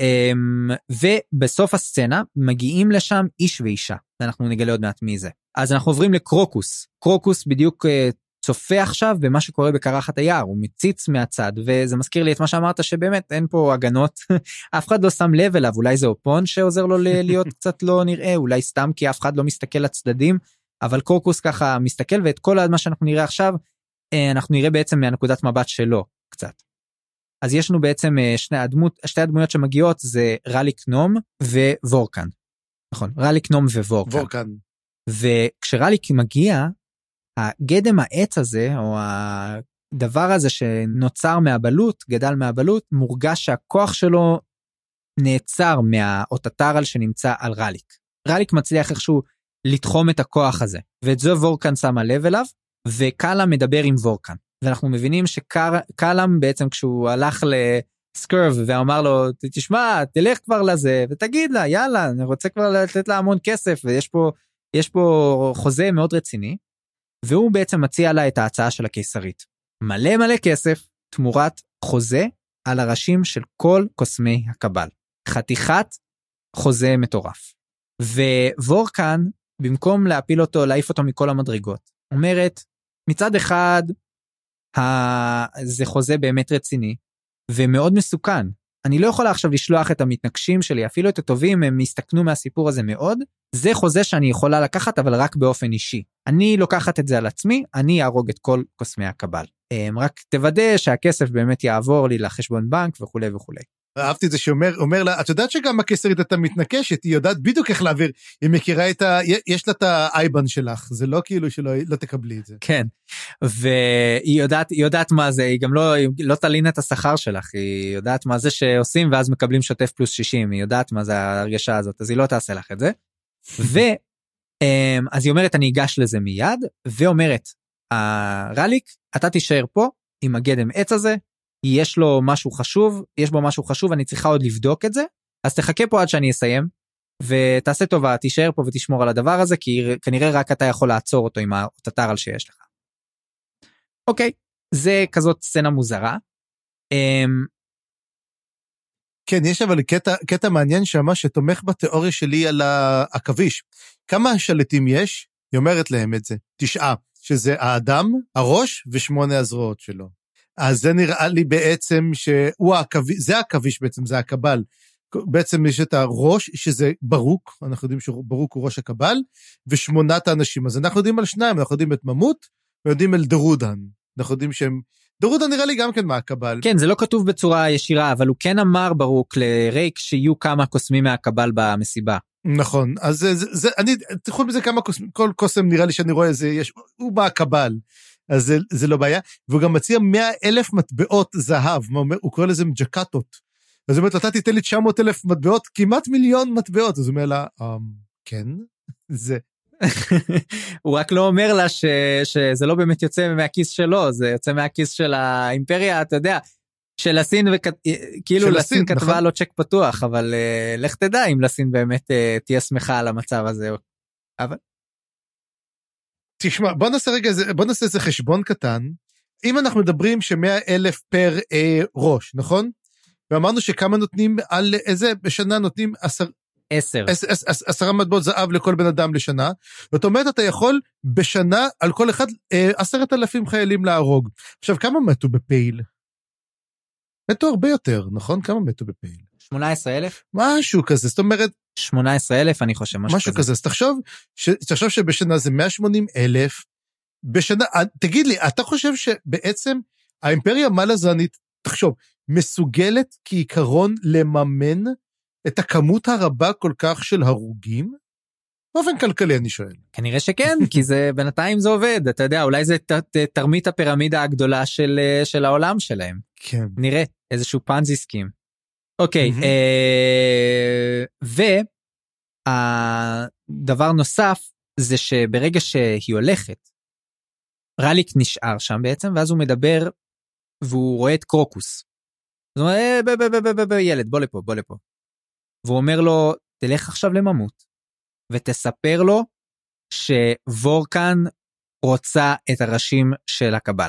ובסוף הסצנה מגיעים לשם איש ואישה. ואנחנו נגלה עוד מעט מי זה. אז אנחנו עוברים לקרוקוס. קרוקוס בדיוק צופה עכשיו במה שקורה בקרחת היער. הוא מציץ מהצד, וזה מזכיר לי את מה שאמרת שבאמת אין פה הגנות. אף אחד לא שם לב אליו, אולי זה אופון שעוזר לו להיות קצת לא נראה, אולי סתם כי אף אחד לא מסתכל לצדדים. אבל קורקוס ככה מסתכל, ואת כל מה שאנחנו נראה עכשיו, אנחנו נראה בעצם מהנקודת מבט שלו קצת. אז יש לנו בעצם שתי הדמויות שמגיעות, זה רליק נום ווורקן. נכון, רליק נום וורקן. וכשרליק מגיע, הגדם העץ הזה, או הדבר הזה שנוצר מהבלות, גדל מהבלות, מורגש שהכוח שלו נעצר מהאוטטרל שנמצא על רליק. רליק מצליח איכשהו לתחום את הכוח הזה, ואת זה וורקן שמה לב אליו, וקלאם מדבר עם וורקן, ואנחנו מבינים שקלאם בעצם כשהוא הלך לסקרב, ואמר לו, תשמע, תלך כבר לזה, ותגיד לה, יאללה, אני רוצה כבר לתת לה המון כסף, ויש פה חוזה מאוד רציני, והוא בעצם מציע לה את ההצעה של הקיסרית, מלא כסף, תמורת חוזה, על הראשים של כל קוסמי הקבל, חתיכת חוזה מטורף, ווורקן, במקום להפיל אותו, להעיף אותו מכל המדרגות, אומרת, מצד אחד, זה חוזה באמת רציני, ומאוד מסוכן. אני לא יכולה עכשיו לשלוח את המתנגשים שלי, אפילו את הטובים, הם מסתכנו מהסיפור הזה מאוד. זה חוזה שאני יכולה לקחת, אבל רק באופן אישי. אני לוקחת את זה על עצמי, אני ארוג את כל קוסמי הקבל. רק תוודא שהכסף באמת יעבור לי לחשבון בנק וכו' וכו'. אהבתי את זה שאומר לה, את יודעת שגם הקיסרית הייתה מתנקשת, היא יודעת בדיוק איך להעביר, היא מכירה יש לה את האייבן שלך, זה לא כאילו שלא תקבלי את זה. כן, והיא יודעת מה זה, היא גם לא תלין את השכר שלך, היא יודעת מה זה שעושים ואז מקבלים שוטף פלוס 60, היא יודעת מה זה ההרגשה הזאת, אז היא לא תעשה לך את זה. אז היא אומרת, אני אגש לזה מיד, ואומרת, רליק, אתה תישאר פה עם הגדם עץ הזה, יש לו משהו חשוב, יש בו משהו חשוב, אני צריכה עוד לבדוק את זה, אז תחכה פה עד שאני אסיים, ותעשה טובה, תישאר פה ותשמור על הדבר הזה, כי כנראה רק אתה יכול לעצור אותו עם הטרל שיש לך. אוקיי, זה כזאת סצנה מוזרה. כן, יש אבל קטע מעניין שמה שתומך בתיאוריה שלי על העכביש. כמה שליטים יש? היא אומרת להם את זה, 9, שזה האדם, הראש ו8 הזרועות שלו. אז זה נראה לי בעצם שהוא העכביש, זה העכביש בעצם, זה הקבל. בעצם יש את הראש, שזה ברוק, אנחנו יודעים שברוק הוא ראש הקבל, ו8 האנשים. אז אנחנו יודעים על 2, אנחנו יודעים את ממות, ויודעים על דרודן. אנחנו יודעים שהם, דרודן נראה לי גם כן מהקבל. כן, זה לא כתוב בצורה ישירה, אבל הוא כן אמר ברוק לרייק שיהיו כמה קוסמים מהקבל במסיבה. נכון, אז אני, תחול בזה כמה קוסמים, כל קוסם נראה לי שאני רואה איזה, הוא מהקבל. אז זה לא בעיה, והוא גם מציע 100,000 מטבעות זהב, הוא קורא לזה ג'קטות, אז הוא אומר, אתה תיתן לי 900,000 מטבעות, כמעט 1,000,000 מטבעות, אז הוא אומר לה, כן, זה. הוא רק לא אומר לה שזה לא באמת יוצא מהכיס שלו, זה יוצא מהכיס של האימפריה, אתה יודע, של לסין, כאילו לסין כתבה לו צ'ק פתוח, אבל לך תדע אם לסין באמת תהיה שמחה על המצב הזה, אבל... תשמע, בוא נעשה איזה חשבון קטן, אם אנחנו מדברים ש100,000 פר ראש, נכון? ואמרנו שכמה נותנים על איזה, בשנה נותנים 10 מטבעות זהב לכל בן אדם לשנה, זאת אומרת, אתה יכול בשנה על כל אחד 10,000 חיילים להרוג. עכשיו, כמה מתו בפייל? מתו הרבה יותר, נכון? כמה מתו בפייל? 18,000? משהו כזה, זאת אומרת... 18,000 אני חושב, משהו כזה. אז תחשוב שבשנה זה 180,000, בשנה, תגיד לי, אתה חושב שבעצם האימפריה המלזנית, תחשוב, מסוגלת כעיקרון לממן את הכמות הרבה כל כך של הרוגים? באופן כלכלי אני שואל. כנראה שכן, כי זה בינתיים זה עובד, אתה יודע, אולי זה תרמית הפירמידה הגדולה של העולם שלהם. כן. נראה, איזשהו פאנזי סקים. אוקיי, והדבר נוסף, זה שברגע שהיא הולכת, רליק נשאר שם בעצם, ואז הוא מדבר, והוא רואה את קרוקוס. אז הוא אומר, ילד, בוא לפה. והוא אומר לו, תלך עכשיו לממות, ותספר לו, שוורקן רוצה את הראשים של הקבל.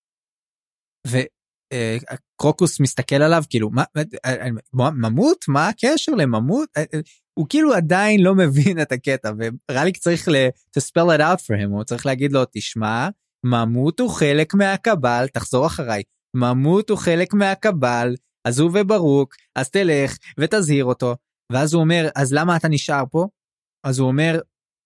וקרוקוס מסתכל עליו, כאילו, ממות? מה הקשר לממות? הוא כאילו עדיין לא מבין את הקטע, ורליק צריך to spell it out for him, הוא צריך להגיד לו, תשמע, ממות הוא חלק מהקבל, תחזור אחריי, ממות הוא חלק מהקבל, אז הוא וברוק, אז תלך ותזהיר אותו, ואז הוא אומר, אז למה אתה נשאר פה? אז הוא אומר,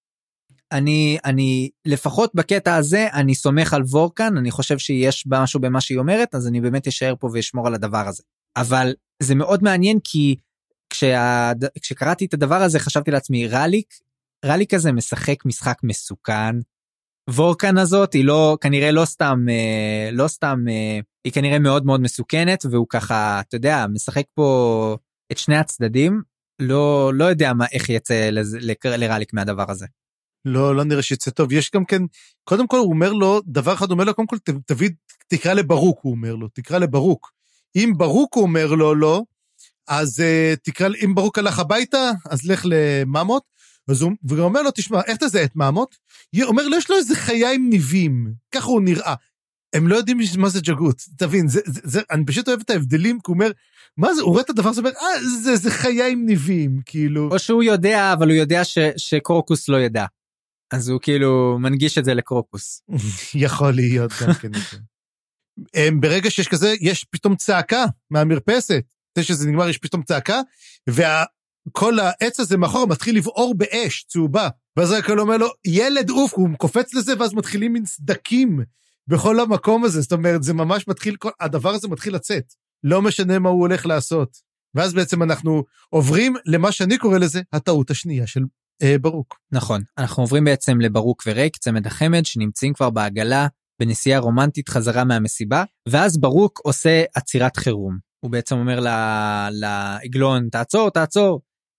אני לפחות בקטע הזה, אני סומך על וורקן, אני חושב שיש משהו במה שהיא אומרת, אז אני באמת אשאר פה ואשמור על הדבר הזה. אבל זה מאוד מעניין, כי כשקראתי את הדבר הזה, חשבתי לעצמי, רליק הזה משחק משחק מסוכן, וורקן הזאת היא כנראה לא סתם, היא כנראה מאוד מאוד מסוכנת, והוא ככה, אתה יודע, משחק פה את שני הצדדים, לא יודע איך יצא לרליק מהדבר הזה. לא נראה שיצא טוב. יש גם כן, קודם כל הוא אומר לו, דבר אחד הוא אומר לו, קודם כל תקרא לברוק, הוא אומר לו, תקרא לברוק. אם ברוק הוא אומר לו, לא, אז אם ברוק הלך הביתה, אז לך לממות, וגם אומר לו, תשמע, איך תזהה את ממות? הוא אומר לו, יש לו איזה חיה עם ניבים, ככה הוא נראה. הם לא יודעים מה זה ג'גות, תבין, אני פשוט אוהב את ההבדלים, כי הוא אומר, מה זה, הוא רואה את הדבר הזה, הוא אומר, זה חיה עם ניבים, כאילו. או שהוא יודע, אבל הוא יודע שקרוקוס לא ידע. אז הוא כאילו מנגיש את זה לקרוקוס. יכול להיות גם כן. ברגע שיש כזה, יש פתאום צעקה מהמרפסת, שזה נגמר, יש פתאום צעקה, וכל העץ הזה מאחור מתחיל לבעור באש צהובה, ואז רק הוא אומר לו, ילד אוף, הוא קופץ לזה, ואז מתחילים מין סדקים בכל המקום הזה, זאת אומרת, זה ממש מתחיל, הדבר הזה מתחיל לצאת, לא משנה מה הוא הולך לעשות. ואז בעצם אנחנו עוברים למה שאני קורא לזה, הטעות השנייה של ברוק. נכון, אנחנו עוברים בעצם לברוק ורייק, צמד החמד, שנמצאים כבר בעגלה, בנסיעה רומנטית חזרה מהמסיבה, ואז ברוק עושה עצירת חירום. הוא בעצם אומר לעגלון, תעצור,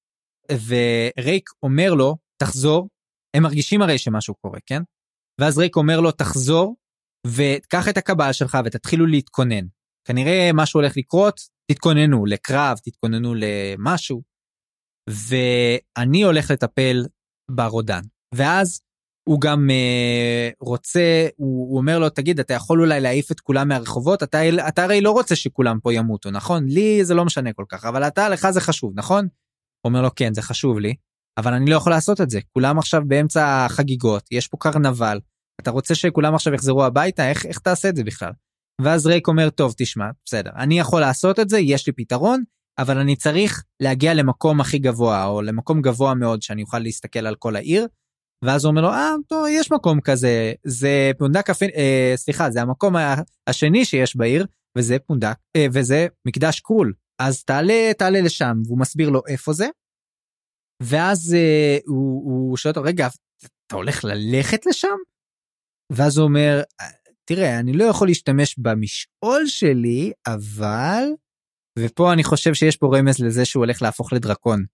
ורייק אומר לו, תחזור, הם מרגישים הרי שמשהו קורה, כן? ואז רייק אומר לו, תחזור, ותקח את הקבל שלך ותתחילו להתכונן. כנראה משהו הולך לקרות, תתכוננו לקרב, תתכוננו למשהו, ואני הולך לטפל ברודן. ואז הוא גם רוצה, הוא אומר לו, תגיד, אתה יכול אולי להעיף את כולם מהרחובות, אתה הרי לא רוצה שכולם פה ימותו, נכון? לי זה לא משנה כל כך, אבל לך זה חשוב, נכון? הוא אומר לו, כן, זה חשוב לי, אבל אני לא יכול לעשות את זה, כולם עכשיו באמצע החגיגות, יש פה קרנבל, אתה רוצה שכולם עכשיו יחזרו הביתה, איך תעשה את זה בכלל? ואז רייק אומר, טוב, תשמע, בסדר, אני יכול לעשות את זה, יש לי פתרון, אבל אני צריך להגיע למקום הכי גבוה, או למקום גבוה מאוד, שאני אוכל להסתכל על כל העיר, ואז הוא אומר לו, טוב, יש מקום כזה, זה פונדק, זה המקום השני שיש בעיר, וזה פונדק, וזה מקדש קרול, אז תעלה לשם, והוא מסביר לו איפה זה, ואז הוא שואל אותו, רגע, אתה הולך ללכת לשם? ואז הוא אומר, תראה, אני לא יכול להשתמש במשעול שלי, אבל, ופה אני חושב שיש פה רמז לזה שהוא הולך להפוך לדרקון,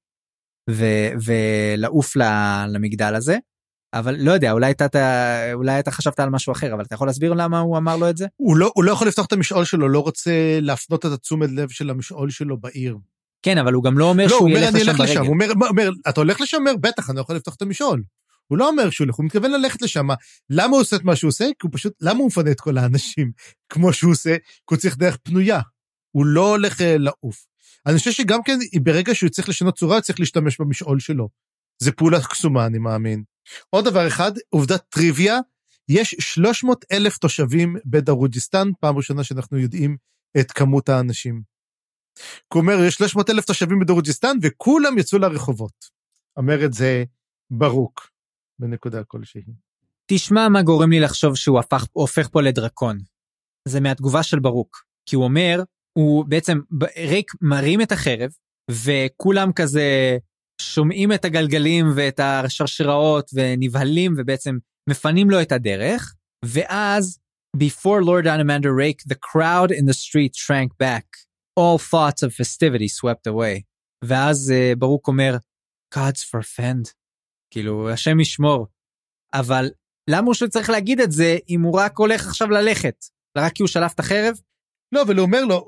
ולעוף למגדל הזה, אבל לא יודע, אולי אתה חשבת על משהו אחר, אבל אתה יכול להסביר למה הוא אמר לו את זה? הוא לא יכול לפתוח את המשעול שלו, לא רוצה להפנות את התשומת לב של המשעול שלו בעיר. כן, אבל הוא גם לא אומר שהוא ילך לשם ברגל. הוא אומר, אתה הולך לשם? בטח, אני לא יכול לפתוח את המשעול. הוא לא אומר שהוא הולך, הוא מתכוון ללכת לשם. למה הוא עושה את מה שהוא עושה? כי הוא פשוט, למה הוא מפנה את כל האנשים כמו שהוא עושה? כי הוא צריך דרך פנויה. הוא לא הולך לעוף. אני חושב שגם כן, ברגע שהוא צריך לשנות צורה, הוא צריך להשתמש במשעול שלו. זה פעולה קסומה, אני מאמין. עוד דבר אחד, עובדת טריוויה, יש 300,000 תושבים בדרוג'יסטן, פעם ראשונה שאנחנו יודעים את כמות האנשים. כלומר, יש 300,000 תושבים בדרוג'יסטן, וכולם יצאו לרחובות. אומר את זה ברוק, בנקודה כלשהי. תשמע מה גורם לי לחשוב שהוא הופך פה לדרקון. זה מהתגובה של ברוק. כי הוא אומר, הוא בעצם, ריק מרים את החרב, וכולם כזה שומעים את הגלגלים ואת השרשראות, ונבהלים, ובעצם מפנים לו את הדרך, ואז, before Lord Anomander Rake, the crowd in the street shrank back. All thoughts of festivity swept away. ואז ברוק אומר, God's forfend. כאילו, השם ישמור. אבל למה הוא שצריך להגיד את זה, אם הוא רק הולך עכשיו ללכת? רק כי הוא שלף את החרב? לא, אבל הוא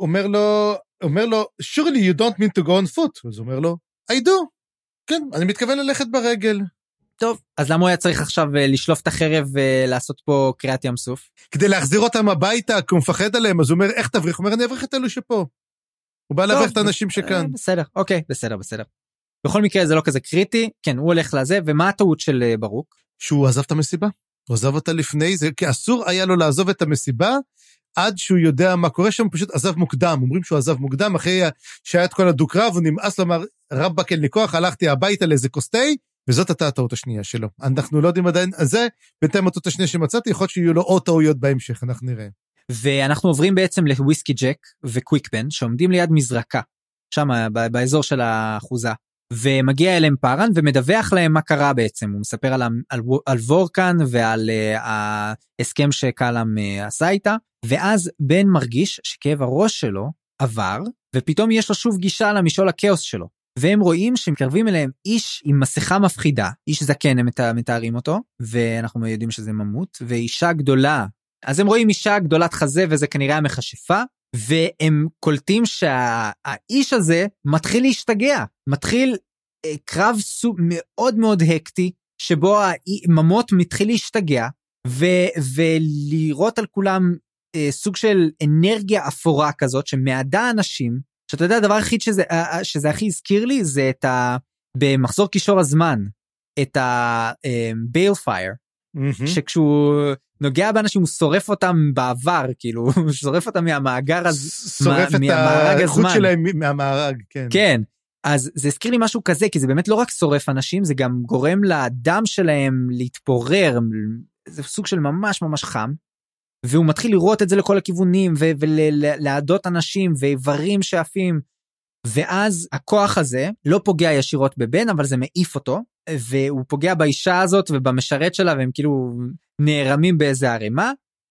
אומר לו, surely you don't mean to go on foot. אז הוא אומר לו, I do. כן, אני מתכוון ללכת ברגל. טוב, אז למה הוא היה צריך עכשיו לשלוף את החרב ולעשות פה קריאת ים סוף? כדי להחזיר אותם הביתה, כי הוא מפחד עליהם, אז הוא אומר, איך תבריך? הוא אומר, אני אבריך את אלו שפה. הוא בא להבריך את האנשים שכאן. בסדר, אוקיי, בסדר. בכל מקרה זה לא כזה קריטי, כן, הוא הולך לזה, ומה הטעות של ברוק? שהוא עזב את המסיבה. הוא עזב אותה לפני זה, כי אסור היה לו לעזוב את המסיבה, עד שהוא יודע מה קורה שם, הוא פשוט עזב מוקדם. אומרים שהוא עזב מוקדם, אחרי שהיה את כל הדוקרב, הוא נמאס לומר, רבק אין לי כוח, הלכתי הביתה לאיזה קוסטי, וזאת הייתה הטעות השנייה שלו. אנחנו לא יודעים עדיין, אז זה, בינתיים הטעות השנייה שמצאתי, יכול להיות שיהיו לו עוד טעויות בהמשך, אנחנו נראה. ואנחנו עוברים בעצם לוויסקי ג'ק וקוויקפן, שעומדים ליד מזרקה, שם באזור של האחוזה, ומגיע אליהם פארן, ומדווח להם מה קרה בעצם, הוא מספר על וורקן, ועל ההסכם שקלם עשה איתה, ואז בן מרגיש שכאב הראש שלו עבר, ופתאום יש לו שוב גישה למשעול הכאוס שלו, והם רואים שמקרבים אליהם איש עם מסכה מפחידה, איש זקן הם מתארים אותו, ואנחנו יודעים שזה ממות, ואישה גדולה, אז הם רואים אישה גדולת חזה, וזה כנראה המכשפה, והם קולטים שהאיש הזה מתחיל להשתגע, מתחיל קרב מאוד מאוד הקטי, שבו הממות מתחיל להשתגע, ולראות על כולם סוג של אנרגיה אפורה כזאת, שמעדה אנשים, שאתה יודע, הדבר היחיד שזה הכי הזכיר לי, זה במחזור קישור הזמן, את ה-Balefire, שכשהוא נוגע באנשים, הוא שורף אותם בעבר, כאילו, הוא שורף אותם מהמאגר הזמן. שורף את האיכות שלהם מהמארג, כן. כן, אז זה הזכיר לי משהו כזה, כי זה באמת לא רק שורף אנשים, זה גם גורם לדם שלהם להתפורר, זה סוג של ממש ממש חם, והוא מתחיל לראות את זה לכל הכיוונים, ולעדות אנשים, ואיברים שאפים, ואז הכוח הזה לא פוגע ישירות בבן, אבל זה מעיף אותו, והוא פוגע באישה הזאת ובמשרת שלה, והם כאילו נערמים באיזה ערימה,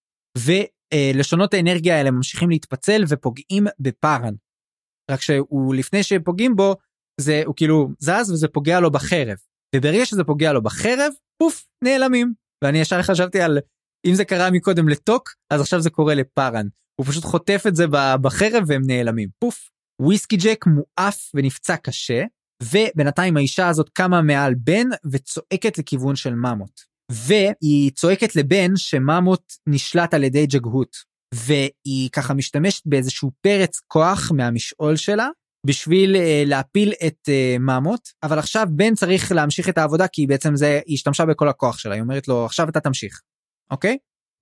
ולשונות האנרגיה האלה ממשיכים להתפצל ופוגעים בפארן. רק שהוא לפני שפוגעים בו, הוא כאילו זז וזה פוגע לו בחרב. וברגע שזה פוגע לו בחרב, פוף, נעלמים. ואני ישר חשבתי על, אם זה קרה מקודם לטוק, אז עכשיו זה קורה לפארן. הוא פשוט חוטף את זה בחרב והם נעלמים. פוף. וויסקי ג'ק מואף ונפצע קשה, ובינתיים האישה הזאת קמה מעל בן וצועקת לכיוון של ממוט. והיא צועקת לבן שממוט נשלט על ידי ג'גהות, והיא ככה משתמשת באיזשהו פרץ כוח מהמשעול שלה, בשביל להפיל את ממוט, אבל עכשיו בן צריך להמשיך את העבודה, כי בעצם היא השתמשה בכל הכוח שלה, היא אומרת לו עכשיו אתה תמשיך, אוקיי?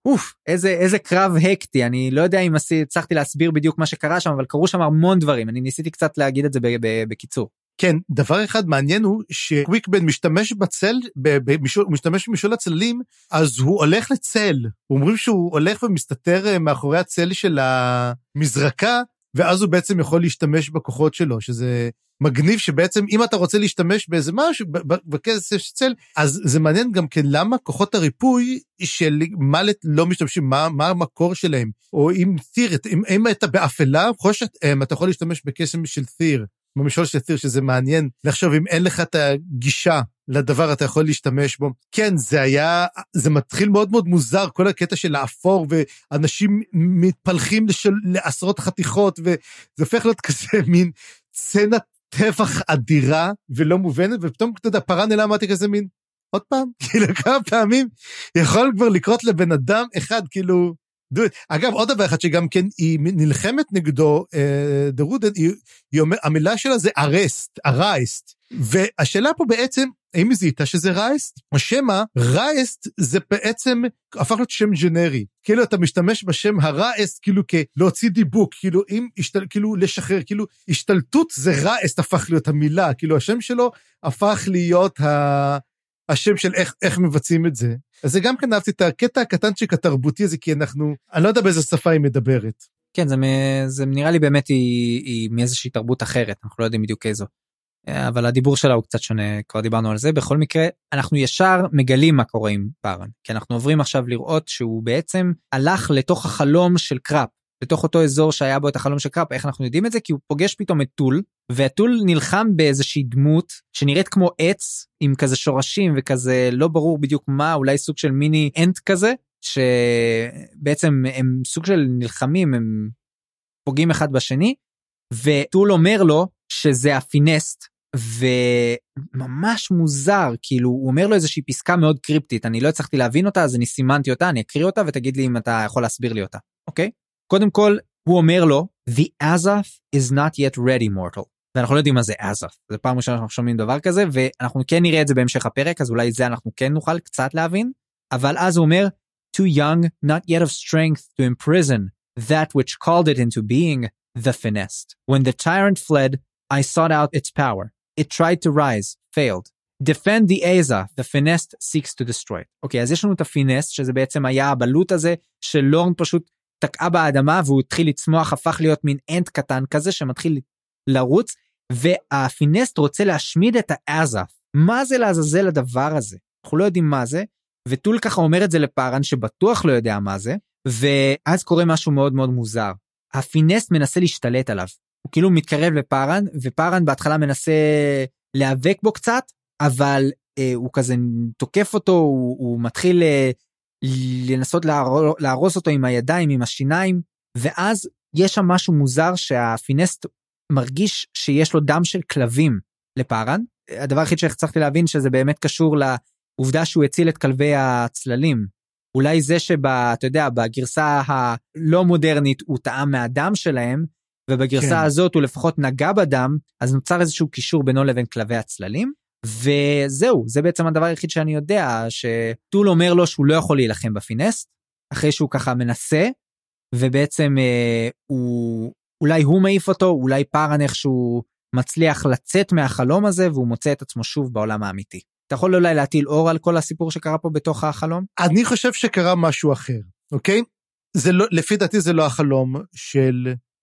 איזה קרב הקטי, אני לא יודע אם הצלחתי להסביר בדיוק מה שקרה שם, אבל קרו שם המון דברים, אני ניסיתי קצת להגיד את זה בקיצור. כן, דבר אחד מעניין הוא שקוויקבן משתמש בצל, הוא משתמש במשעול הצללים, אז הוא הולך לצל, אומרים שהוא הולך ומסתתר מאחורי הצל של המזרקה, ואז הוא בעצם יכול להשתמש בכוחות שלו, שזה מגניב שבעצם אם אתה רוצה להשתמש באיזה משהו, בכסף של צל, אז זה מעניין גם כן למה כוחות הריפוי של מלט לא משתמשים, מה המקור שלהם, או אם תיר, אם אתה באפלה, אתה יכול להשתמש בקסם של תיר, במשעול של תיר, שזה מעניין לחשוב אם אין לך את הגישה לדבר, אתה יכול להשתמש בו. כן, זה מתחיל מאוד מאוד מוזר, כל הקטע של האפור, ואנשים מתפלחים לעשרות חתיכות, וזה הופך להיות כזה מין סצנת טבח אדירה, ולא מובנת, ופתאום, אתה יודע, פרה נעלם, אמרתי כזה מין, עוד פעם, כאילו כמה פעמים, יכול כבר לקרות לבן אדם אחד, כאילו, אגב, עוד דבר אחד שגם כן, היא נלחמת נגדו, דרודן, המילה שלה זה ארייסט, והשאלה פה בעצם, האם היא זיהתה שזה רייסט? או שמה, רייסט זה בעצם הפך להיות שם ג'נרי. כאילו אתה משתמש בשם הרייסט, כאילו כלהוציא דיבוק, כאילו לשחרר, כאילו השתלטות זה רייסט הפך להיות המילה, כאילו השם שלו הפך להיות השם של איך מבצעים את זה. אז זה גם כן אהבתי את הקטע הקטנצ'יק התרבותי הזה, כי אני לא יודע באיזה שפה היא מדברת. כן, זה נראה לי באמת היא מאיזושהי תרבות אחרת, אנחנו לא יודעים בדיוק איזו. אבל הדיבור שלה הוא קצת שונה, כבר דיברנו על זה. בכל מקרה, אנחנו ישר מגלים מה קורה עם פארן, כי אנחנו עוברים עכשיו לראות שהוא בעצם הלך לתוך החלום של קראפ, לתוך אותו אזור שהיה בו את החלום של קראפ. איך אנחנו יודעים את זה? כי הוא פוגש פתאום את טול, והטול נלחם באיזושהי דמות שנראית כמו עץ, עם כזה שורשים וכזה לא ברור בדיוק מה, אולי סוג של מיני אנט כזה, שבעצם הם סוג של נלחמים, הם פוגעים אחד בשני, וטול אומר לו שזה הפינסט, וממש מוזר, כאילו הוא אומר לו איזושהי פסקה מאוד קריפטית, אני לא הצלחתי להבין אותה, אז אני סימנתי אותה, אני אקריא אותה ותגיד לי אם אתה יכול להסביר לי אותה, אוקיי? קודם כל, הוא אומר לו, The Azoth is not yet ready mortal, ואנחנו לא יודעים מה זה Azoth, זה פעם ראשונה שאנחנו שומעים דבר כזה, ואנחנו כן נראה את זה בהמשך הפרק, אז אולי זה אנחנו כן נוכל קצת להבין, אבל אז הוא אומר, Too young, not yet of strength to imprison that which called it into being, the finest. When the tyrant fled, I sought out its power. It tried to rise, failed. Defend the Aza, the finest seeks to destroy. אוקיי, אז יש לנו את הפינסט, שזה בעצם היה הבלוט הזה, שלורן פשוט תקעה באדמה, והוא התחיל לצמוח, הפך להיות מין אנט קטן כזה, שמתחיל לרוץ, והפינסט רוצה להשמיד את האזה. מה זה לעזאזל הדבר הזה? אנחנו לא יודעים מה זה, וטול ככה אומר את זה לפארן, שבטוח לא יודע מה זה, ואז קורה משהו מאוד מאוד מוזר. הפינסט מנסה להשתלט עליו. הוא כאילו מתקרב לפארן, ופארן בהתחלה מנסה להיאבק בו קצת, אבל הוא כזה תוקף אותו, הוא מתחיל לנסות להרוס אותו עם הידיים, עם השיניים, ואז יש שם משהו מוזר שהפינסט מרגיש שיש לו דם של כלבים לפארן. הדבר הכי שצריכתי להבין שזה באמת קשור לעובדה שהוא הציל את כלבי הצללים. אולי זה אתה יודע, בגרסה הלא מודרנית הוא טעם מהדם שלהם, ובגרסה הזאת הוא לפחות נגע בדם, אז נוצר איזשהו קישור בינו לבין כלבי הצללים, וזהו, זה בעצם הדבר היחיד שאני יודע, שטול אומר לו שהוא לא יכול להילחם בפינסט, אחרי שהוא ככה מנסה, ובעצם אולי הוא מעיף אותו, אולי פארן איכשהו מצליח לצאת מהחלום הזה, והוא מוצא את עצמו שוב בעולם האמיתי. אתה יכול אולי להטיל אור על כל הסיפור שקרה פה בתוך החלום? אני חושב שקרה משהו אחר, אוקיי? לפי דעתי זה לא החלום של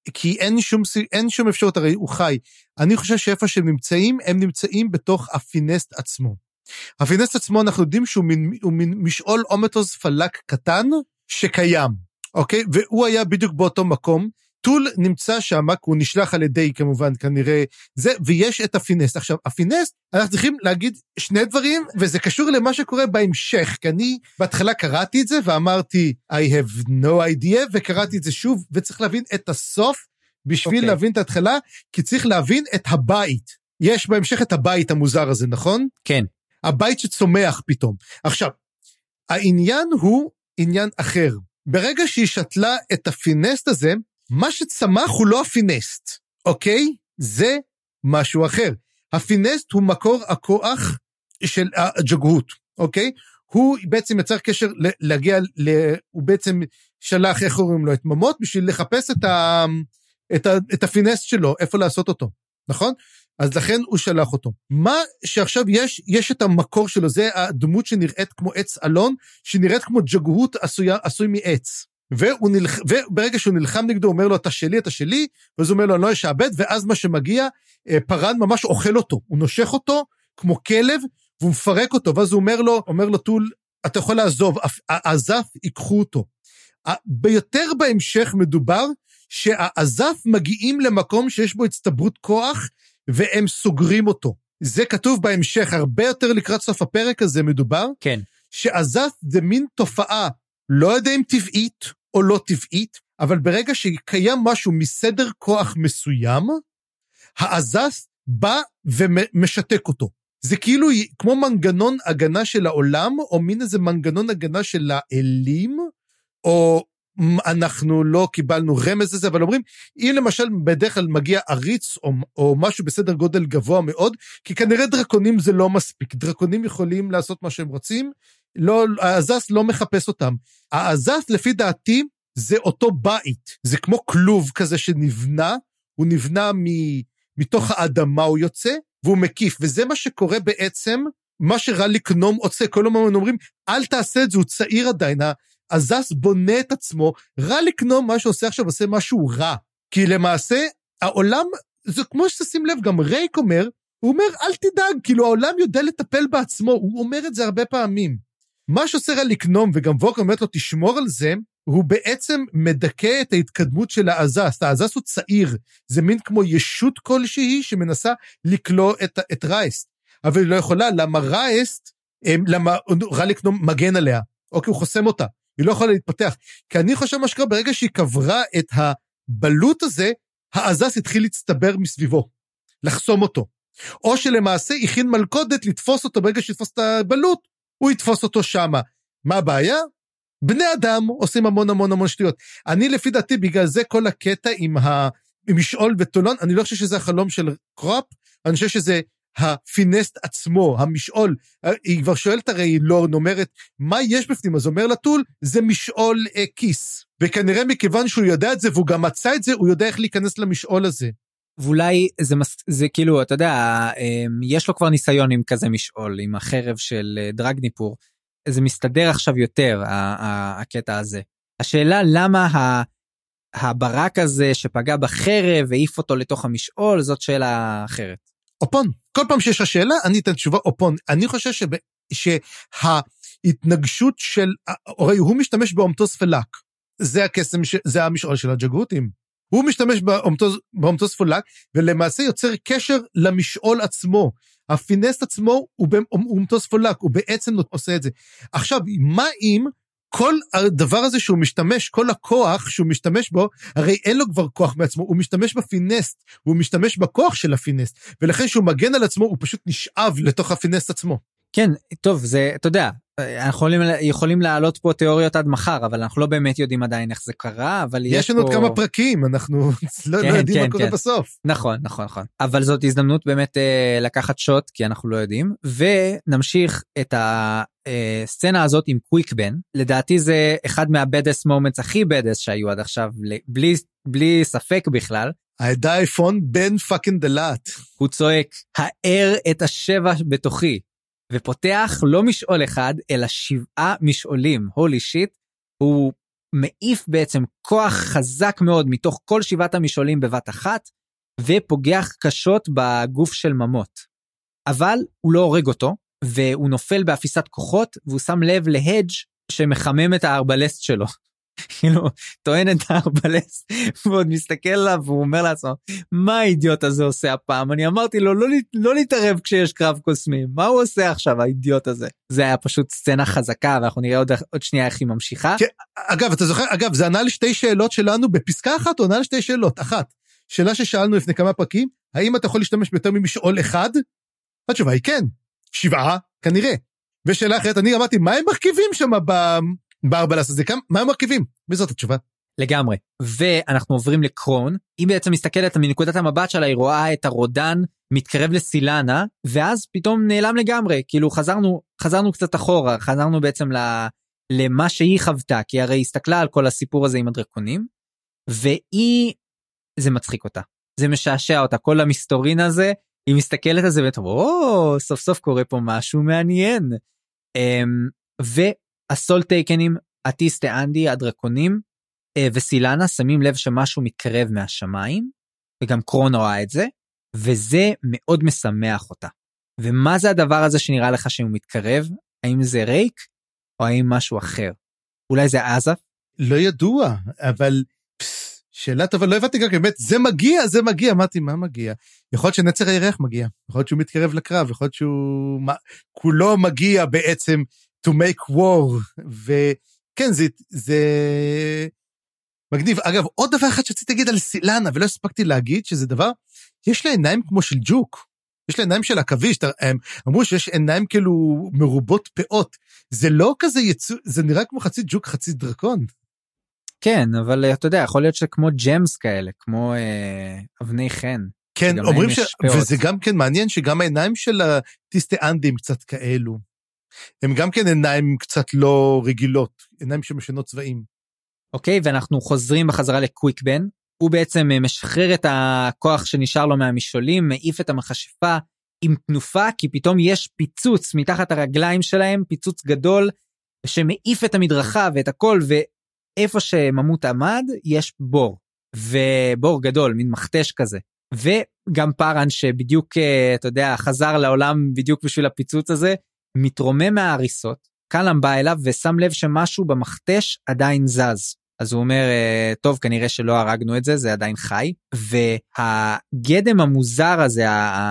כי אין שום אפשרות, הרי הוא חי. אני חושב שאיפה שהם נמצאים, הם נמצאים בתוך הפינסט עצמו. הפינסט עצמו, אנחנו יודעים שהוא מין משעול אומטוס פלק קטן, שקיים, אוקיי? והוא היה בדיוק באותו מקום, טול נמצא שם, הוא נשלח על ידי כמובן כנראה זה, ויש את הפינסט. עכשיו, הפינסט, אנחנו צריכים להגיד שני דברים, וזה קשור למה שקורה בהמשך, כי אני בהתחלה קראתי את זה, ואמרתי, I have no idea, וקראתי את זה שוב, וצריך להבין את הסוף, בשביל להבין את ההתחלה, כי צריך להבין את הבית. יש בהמשך את הבית המוזר הזה, נכון? כן. הבית שצומח פתאום. עכשיו, העניין הוא עניין אחר. ברגע שהיא שתלה את הפינסט הזה, מה שצמח הוא לא הפינסט, אוקיי? זה משהו אחר. הפינסט הוא מקור הכוח של הג'גהות, אוקיי? הוא בעצם יצר קשר להגיע, הוא בעצם שלח, איך אומרים לו, את ממות, בשביל לחפש את הפינסט שלו, איפה לעשות אותו, נכון? אז לכן הוא שלח אותו. מה שעכשיו יש את המקור שלו, זה הדמות שנראית כמו עץ אלון, שנראית כמו ג'גהות עשוי מעץ. וברגע שהוא נלחם נגדו, הוא אומר לו, אתה שלי, ואז הוא אומר לו, אני לא אשעבד, ואז מה שמגיע, פרן ממש אוכל אותו, הוא נושך אותו כמו כלב, והוא מפרק אותו, ואז הוא אומר לו, טול, אתה יכול לעזוב, העזף ייקחו אותו. ביותר בהמשך מדובר, שהעזף מגיעים למקום שיש בו הצטברות כוח, והם סוגרים אותו. זה כתוב בהמשך, הרבה יותר לקראת סוף הפרק הזה מדובר, כן. שעזף זה מין תופעה, לא יודע אם טבעית או לא טבעית, אבל ברגע שקיים משהו מסדר כוח מסוים, העזף בא ומשתק אותו. זה כאילו כמו מנגנון הגנה של העולם, או מין איזה מנגנון הגנה של האלים, או אנחנו לא קיבלנו רמז לזה, אבל אומרים, אם למשל בדרך כלל מגיע עריץ, או משהו בסדר גודל גבוה מאוד, כי כנראה דרקונים זה לא מספיק, דרקונים יכולים לעשות מה שהם רוצים, העזס לא מחפש אותם. העזס לפי דעתי זה אותו בית, זה כמו כלוב כזה שנבנה, הוא נבנה מתוך האדמה הוא יוצא, והוא מקיף, וזה מה שקורה בעצם, מה שרע לקנום עושה, כל הזמן אומרים, אל תעשה את זה, הוא צעיר עדיין, העזס בונה את עצמו, רע לקנום מה שעושה עכשיו, עושה משהו רע, כי למעשה העולם, זה כמו שתשים לב, גם רייק אומר, הוא אומר אל תדאג, כאילו העולם יודע לטפל בעצמו, הוא אומר את זה הרבה פעמים, מה שעושה רע לקנום, וגם ווק אומרת לו תשמור על זה, הוא בעצם מדכא את ההתקדמות של העזס, העזס הוא צעיר, זה מין כמו ישות כלשהי, שמנסה לקלוא את רייסט, אבל היא לא יכולה, למה רייסט, למה רע לקנום מגן עליה, אוקיי, הוא חוסם אותה, היא לא יכולה להתפתח, כי אני חושב מה שקרה, ברגע שהיא קברה את הבלוט הזה, העזס התחיל להצטבר מסביבו, לחסום אותו, או שלמעשה הכין מלכודת לתפוס אותו, ברגע שיתפוס את הבלוט, הוא יתפוס אותו שמה. מה הבעיה? בני אדם עושים המון שטויות. אני לפי דעתי, בגלל זה כל הקטע עם המשעול וטולון, אני לא חושב שזה החלום של קרופ, אני חושב שזה הפינסט עצמו, המשעול, היא כבר שואלת הרי לורן, אומרת, מה יש בפנים? אז אומר לטול, זה משעול כיס, וכנראה מכיוון שהוא יודע את זה, והוא גם מצא את זה, הוא יודע איך להיכנס למשעול הזה. ואולי זה כאילו, אתה יודע, יש לו כבר ניסיון עם כזה משעול, עם החרב של דרגניפור, זה מסתדר עכשיו יותר, הקטע הזה. השאלה למה הברק הזה שפגע בחרב, והעיף אותו לתוך המשעול, זאת שאלה אחרת. אופון, כל פעם שיש השאלה, אני אתן תשובה אופון. אני חושב שההתנגשות של, הרי הוא משתמש באומטוס פלק, זה הקסם, זה המשעול של הג'גהותים. הוא משתמש באומטוס פלק, ולמעשה יוצר קשר למשעול עצמו. הפינסט עצמו הוא באומטוס פלק, הוא בעצם עושה את זה. עכשיו, מה אם כל הדבר הזה שהוא משתמש, כל הכוח שהוא משתמש בו, הרי אין לו כבר כוח מעצמו, הוא משתמש בפינסט, הוא משתמש בכוח של הפינסט, ולכן שהוא מגן על עצמו, הוא פשוט נשאב לתוך הפינסט עצמו. כן, טוב, זה, אתה יודע, אנחנו יכולים להעלות פה תיאוריות עד מחר, אבל אנחנו לא באמת יודעים עדיין איך זה קרה, אבל יש לנו עוד כמה פרקים, אנחנו לא יודעים מה קורה בסוף. נכון. אבל זאת הזדמנות באמת לקחת שוט, כי אנחנו לא יודעים, ונמשיך את הסצנה הזאת עם קוויקבן, לדעתי זה אחד מהבדס מומנטס הכי בדס שהיו עד עכשיו, בלי ספק בכלל. העדה איפון בן פאקינג דלת. הוא צועק, האר את השבע בתוכי. ופותח לא משעול אחד, אלא 7 משעולים, הולי שיט, הוא מעיף בעצם כוח חזק מאוד מתוך כל 7 המשעולים בבת אחת, ופוגח קשות בגוף של ממות. אבל הוא לא הורג אותו, והוא נופל באפיסת כוחות, והוא שם לב להדג' שמחמם את הארבלסט שלו. כאילו, טוען את הארבלסט, ועוד מסתכל עליו, והוא אומר לעצמו, מה האידיוט הזה עושה הפעם? אני אמרתי לו, לא להתערב כשיש קרב קוסמי, מה הוא עושה עכשיו, האידיוט הזה? זה היה פשוט סצנה חזקה, ואנחנו נראה עוד שנייה איך היא ממשיכה. אגב, אתה זוכר, זה ענה לשתי שאלות שלנו, בפסקה אחת, הוא ענה לשתי שאלות. אחת, שאלה ששאלנו לפני כמה פרקים, האם אתה יכול להשתמש ביותר ממשעול אחד? התשובה היא כן, 7, כנראה. ושאלה אחרת, אני אמרתי, מה הם מרכיבים שם בארבלס הזה? מה הם מרכיבים? וזאת התשובה. לגמרי. ואנחנו עוברים לקרון, היא בעצם מסתכלת מנקודת המבט שלה, היא רואה את הרודן מתקרב לסילנה, ואז פתאום נעלם לגמרי, כאילו חזרנו קצת אחורה, חזרנו בעצם למה שהיא חוותה, כי הרי היא הסתכלה על כל הסיפור הזה עם הדרקונים, זה מצחיק אותה, זה משעשע אותה, כל המסתורין הזה, היא מסתכלת על זה ואומרת, סוף סוף קורה פה משהו מעניין. והסול טייקנים, אטיסטה אנדי, הדרקונים, וסילנה שמים לב שמשהו מתקרב מהשמיים, וגם קרון רואה את זה, וזה מאוד משמח אותה. ומה זה הדבר הזה שנראה לך שהוא מתקרב? האם זה ריק, או האם משהו אחר? אולי זה עזה? לא ידוע, אבל שאלה טובה, לא הבנתי גם, באמת, זה מגיע, אמרתי, מה מגיע? יכול להיות שנצר הירח מגיע, יכול להיות שהוא מתקרב לקרב, יכול להיות שהוא כולו מגיע בעצם to make war, וכן, זה מגניב. אגב, עוד דבר אחד שרציתי להגיד על סילנה, ולא הספקתי להגיד שזה דבר, יש לה עיניים כמו של ג'וק, יש לה עיניים של עכביש, אמרו שיש עיניים כאילו מרובות פאות, זה לא כזה זה נראה כמו חצי ג'וק, חצי דרקון. כן, אבל אתה יודע, יכול להיות שכמו ג'מס כאלה, כמו אבני חן. כן, אומרים וזה גם כן מעניין שגם העיניים של הטיסטה אנדים קצת כאלו. הם גם כן עיניים קצת לא רגילות, עיניים שמשנות צבעים. אוקיי, ואנחנו חוזרים בחזרה לקוויקבן, הוא בעצם משחרר את הכוח שנשאר לו מהמשעולים, מעיף את המכשפה עם תנופה, כי פתאום יש פיצוץ מתחת הרגליים שלהם, פיצוץ גדול, שמעיף את המדרכה ואת הכל, ואיפה שממות עמד, יש בור, ובור גדול, מין מכתש כזה. וגם פארן שבדיוק, אתה יודע, חזר לעולם בדיוק בשביל הפיצוץ הזה, מתרומם מההריסות, קלם בא אליו ושם לב שמשהו במכתש עדיין זז. אז הוא אומר, טוב, כנראה שלא הרגנו את זה, זה עדיין חי. והגדם המוזר הזה,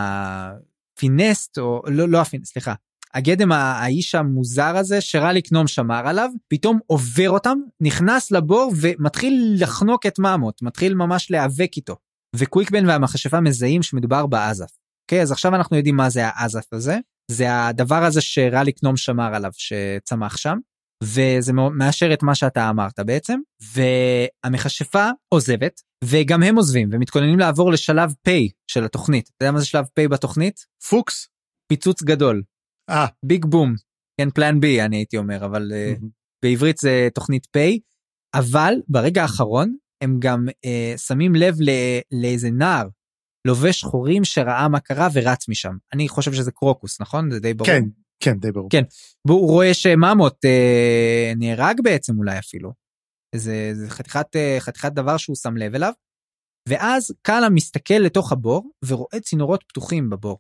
הפינסט, או לא הפינסט, סליחה, הגדם האיש המוזר הזה, שרליק נום שמר עליו, פתאום עובר אותם, נכנס לבור ומתחיל לחנוק את ממות, מתחיל ממש להיאבק איתו. וקוויקבן והמכשפה מזהים שמדובר באזף. אוקיי, אז עכשיו אנחנו יודעים מה זה האזף הזה. זה הדבר הזה שרליק נום שמר עליו, שצמח שם, וזה מאשר את מה שאתה אמרת בעצם, והמכשפה עוזבת, וגם הם עוזבים, ומתכוננים לעבור לשלב פי של התוכנית. אתה יודע מה זה שלב פי בתוכנית? פוקס. פיצוץ גדול. ביג בום. כן, פלן בי אני הייתי אומר, אבל בעברית זה תוכנית פי, אבל ברגע האחרון, הם גם שמים לב לאיזה נער, לובש חורים שראה מה קרה ורץ משם. אני חושב שזה קרוקוס, נכון? זה די ברור. כן, די ברור. כן, הוא רואה שממות נהרג בעצם אולי אפילו. זה חתיכת דבר שהוא שם לב אליו, ואז קאלה מסתכל לתוך הבור, ורואה צינורות פתוחים בבור.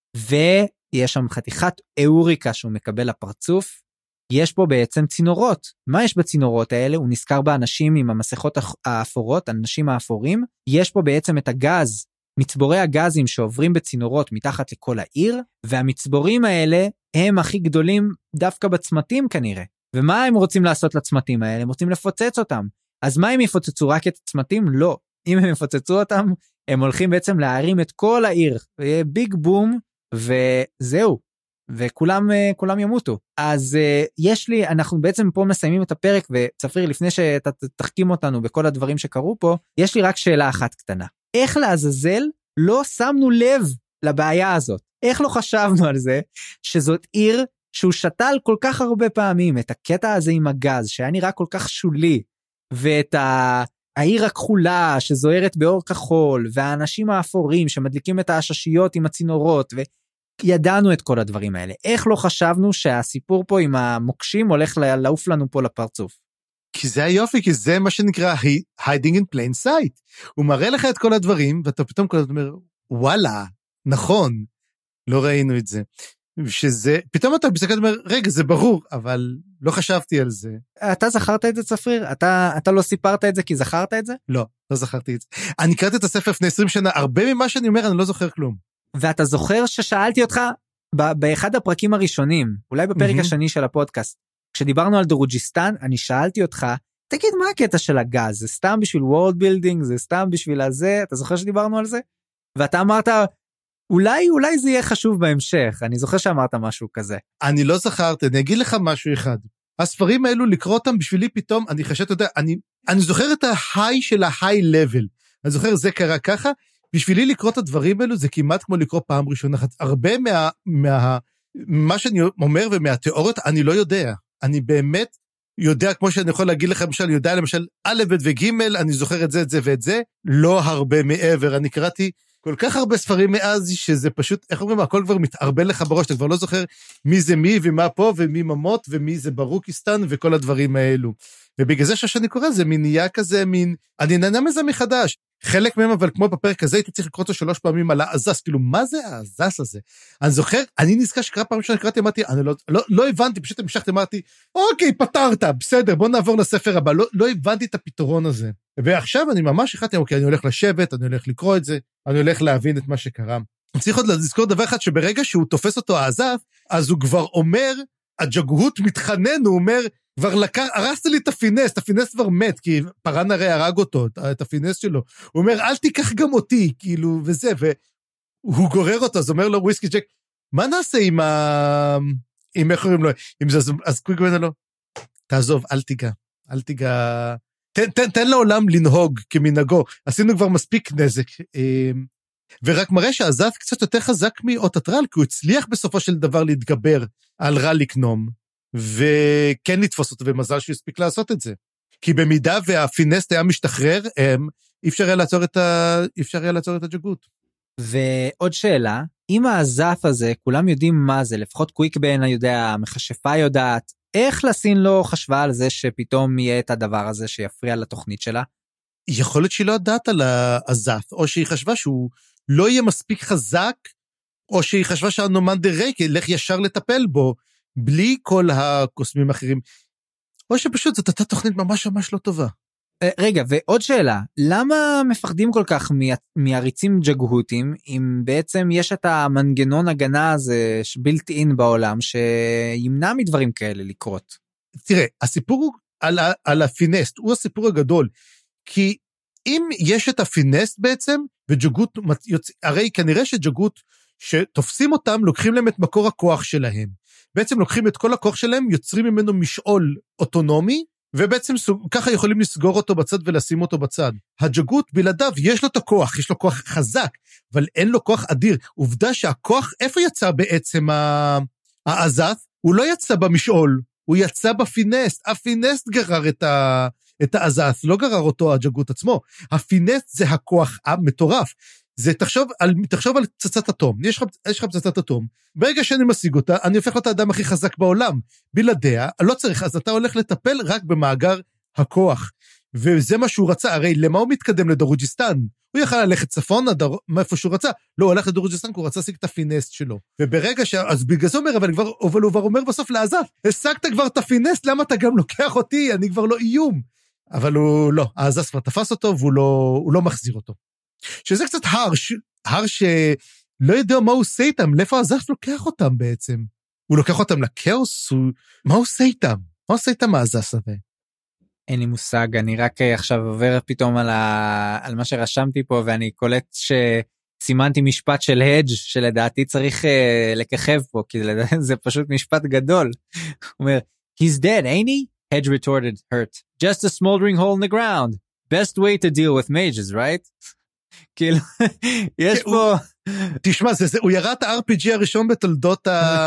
ויש שם חתיכת אוריקה שהוא מקבל לפרצוף, יש פה בעצם צינורות. מה יש בצינורות האלה? הוא נזכר באנשים עם המסכות האפורות, האנשים האפורים. יש פה בעצם את הגז, מצבורי הגזים שעוברים בצינורות מתחת לכל העיר, והמצבורים האלה הם הכי גדולים דווקא בצמתים כנראה. ומה הם רוצים לעשות לצמתים האלה? הם רוצים לפוצץ אותם. אז מה הם יפוצצו? רק את הצמתים? לא. אם הם יפוצצו אותם, הם הולכים בעצם להרים את כל העיר. ויהיה ביג בום, וזהו. וכולם ימותו. אז אנחנו בעצם פה מסיימים את הפרק, וצפריר, לפני שאתה תחכים אותנו בכל הדברים שקרו פה, יש לי רק שאלה אחת קטנה. איך לעזאזל לא שמנו לב לבעיה הזאת? איך לא חשבנו על זה שזאת עיר שהוא שתל כל כך הרבה פעמים, את הקטע הזה עם הגז שהיה נראה כל כך שולי, ואת העיר הכחולה שזוהרת באור כחול, והאנשים האפורים שמדליקים את העששיות עם הצינורות, וידענו את כל הדברים האלה. איך לא חשבנו שהסיפור פה עם המוקשים הולך לעוף לנו פה לפרצוף? כי זה היופי, כי זה מה שנקרא hiding in plain sight. הוא מראה לך את כל הדברים, ואתה פתאום כל הזמן אומר, וואלה, נכון, לא ראינו את זה. שזה, פתאום אתה בסקת אומר, רגע, זה ברור, אבל לא חשבתי על זה. אתה זכרת את זה, צפריר? אתה לא סיפרת את זה כי זכרת את זה? לא, לא זכרתי את זה. אני קראתי את הספר לפני 20 שנה, הרבה ממה שאני אומר, אני לא זוכר כלום. ואתה זוכר ששאלתי אותך, באחד הפרקים הראשונים, אולי בפרק השני של הפודקאסט, כשדיברנו על דרוג'יסטן, אני שאלתי אותך, תגיד, מה הקטע של הגז? זה סתם בשביל world building, זה סתם בשביל הזה, אתה זוכר שדיברנו על זה? ואתה אמרת, אולי זה יהיה חשוב בהמשך, אני זוכר שאמרת משהו כזה. אני לא זכרתי, אני אגיד לך משהו אחד. הספרים האלו, לקרוא אותם בשבילי פתאום, אני חשבת, אתה יודע, אני זוכר את ההיי של ההיי לבל, אני זוכר זה קרה ככה, בשבילי לקרוא את הדברים האלו, זה כמעט כמו לקרוא פעם ראשונה, הרבה מה שאני אומר ומהתיאוריות, אני לא יודע, אני באמת יודע, כמו שאני יכול להגיד לך, למשל, יודע למשל, א' ב' וג', אני זוכר את זה ואת זה, לא הרבה מעבר, אני קראתי כל כך הרבה ספרים מאז, שזה פשוט, איך אומרים, הכל כבר מתערבל לך בראש, אתה כבר לא זוכר מי זה מי, ומה פה, ומי ממות, ומי זה ברוקיסטן, וכל הדברים האלו. ובגלל זה שאני קורא, זה מין נהיה כזה, אני נהנה מזה מחדש. חלק מהם, אבל כמו בפרק הזה, הייתי צריך לקרוא אותו 3 פעמים על האזס, כאילו, מה זה האזס הזה? אני זוכר, אני נזכר שקרא פעם שאני קראתי, אמרתי, אני לא הבנתי, פשוט המשכתי, אמרתי, אוקיי, פתרת, בסדר, בוא נעבור לספר הבא, לא הבנתי את הפתרון הזה. ועכשיו אני ממש החלטתי, אוקיי, אני הולך לשבת, אני הולך לקרוא את זה, אני הולך להבין את מה שקרה. אני צריך עוד לזכור דבר אחד, שברגע שהוא תופס אותו האזס, אז הוא כבר אומר, הג'גהות מתחנן, הוא אומר, כבר הרסת לי את הפינס כבר מת, כי פרן הרי הרג אותו, את הפינס שלו. הוא אומר, אל תיקח גם אותי, כאילו, וזה, והוא גורר אותו, אז אומר לו וויסקי ג'ק, מה נעשה עם איך קוראים לו, עם זה, אז קוויקבן לו, תעזוב, אל תיגע, תן לעולם לנהוג כמנהגו, עשינו כבר מספיק נזק, ורק מראה שהזף קצת יותר חזק מאוטטרל, כי הוא הצליח בסופו של דבר להתגבר על רע לקנום, וכן לתפוס אותו, ומזל שהוא הספיק לעשות את זה. כי במידה והפינסט היה משתחרר, אי אפשר היה לעצור את הג'גות. ועוד שאלה, אם הזף הזה, כולם יודעים מה זה, לפחות קוויקבן יודע, המכשפה יודעת, איך לסין לא חשבה על זה שפתאום יהיה את הדבר הזה שיפריע לתוכנית שלה? יכול להיות שהיא לא יודעת על הזף, או שהיא חשבה שהוא לא יהיה מספיק חזק, או שהיא חשבה שהנומנדר ריק ילך ישר לטפל בו, בלי כל הקוסמים האחרים, או שפשוט זאת הייתה תוכנית ממש ממש לא טובה. רגע, ועוד שאלה, למה מפחדים כל כך מעריצים ג'גהותים, אם בעצם יש את המנגנון הגנה הזה בילט אין בעולם, שימנע מדברים כאלה לקרות? תראה, הסיפור הוא על הפינסט, הוא הסיפור הגדול, כי אם יש את הפינסט בעצם, וג'גות, הרי כנראה שג'גות, שתופסים אותם, לוקחים להם את מקור הכוח שלהם, בעצם לוקחים את כל הכוח שלהם, יוצרים ממנו משעול אוטונומי, ובעצם ככה יכולים לסגור אותו בצד ולשים אותו בצד. הג'גות בלעדיו יש לו את הכוח, יש לו כוח חזק, אבל אין לו כוח אדיר. עובדה שהכוח, איפה יצא בעצם האזף? הוא לא יצא במשעול, הוא יצא בפינסט. הפינסט גרר את האזף, לא גרר אותו הג'גות עצמו. הפינסט זה הכוח המטורף. זה תחשוב על פצצת אטום, יש לך פצצת אטום, ברגע שאני משיג אותה, אני הופך להיות האדם הכי חזק בעולם, בלעדיה, לא צריך, אז אתה הולך לטפל רק במאגר הכוח, וזה מה שהוא רצה, הרי למה הוא מתקדם לדרוג'יסטן? הוא יכל ללכת צפון, מאיפה שהוא רצה, לא, הוא הלך לדרוג'יסטן, כי הוא רצה להשיג את הפינסט שלו, וברגע אז בגלל זה אומר, אבל הוא כבר אומר בסוף לעזב, השגת כבר את הפינסט, למה אתה גם לוקח אותי, אני כבר לא איום, אבל הוא לא, העזב כבר תפס אותו, והוא לא מחזיר אותו. שזה קצת הר שלא יודע מה הוא עושה איתם, לאיפה הזף לוקח אותם בעצם? הוא לוקח אותם לקאוס? מה הוא עושה איתם? מה עושה איתם הזף הזה? אין לי מושג, אני רק עכשיו עובר פתאום על מה שרשמתי פה, ואני קולט שסימנתי משפט של הדג' שלדעתי צריך לככב פה, כי זה פשוט משפט גדול. הוא אומר, he's dead, ain't he? Hedge retorted, hurt. Just a smoldering hole in the ground. Best way to deal with mages, right? כאילו, יש פה... תשמע, הוא ירה את ה-RPG הראשון בתולדות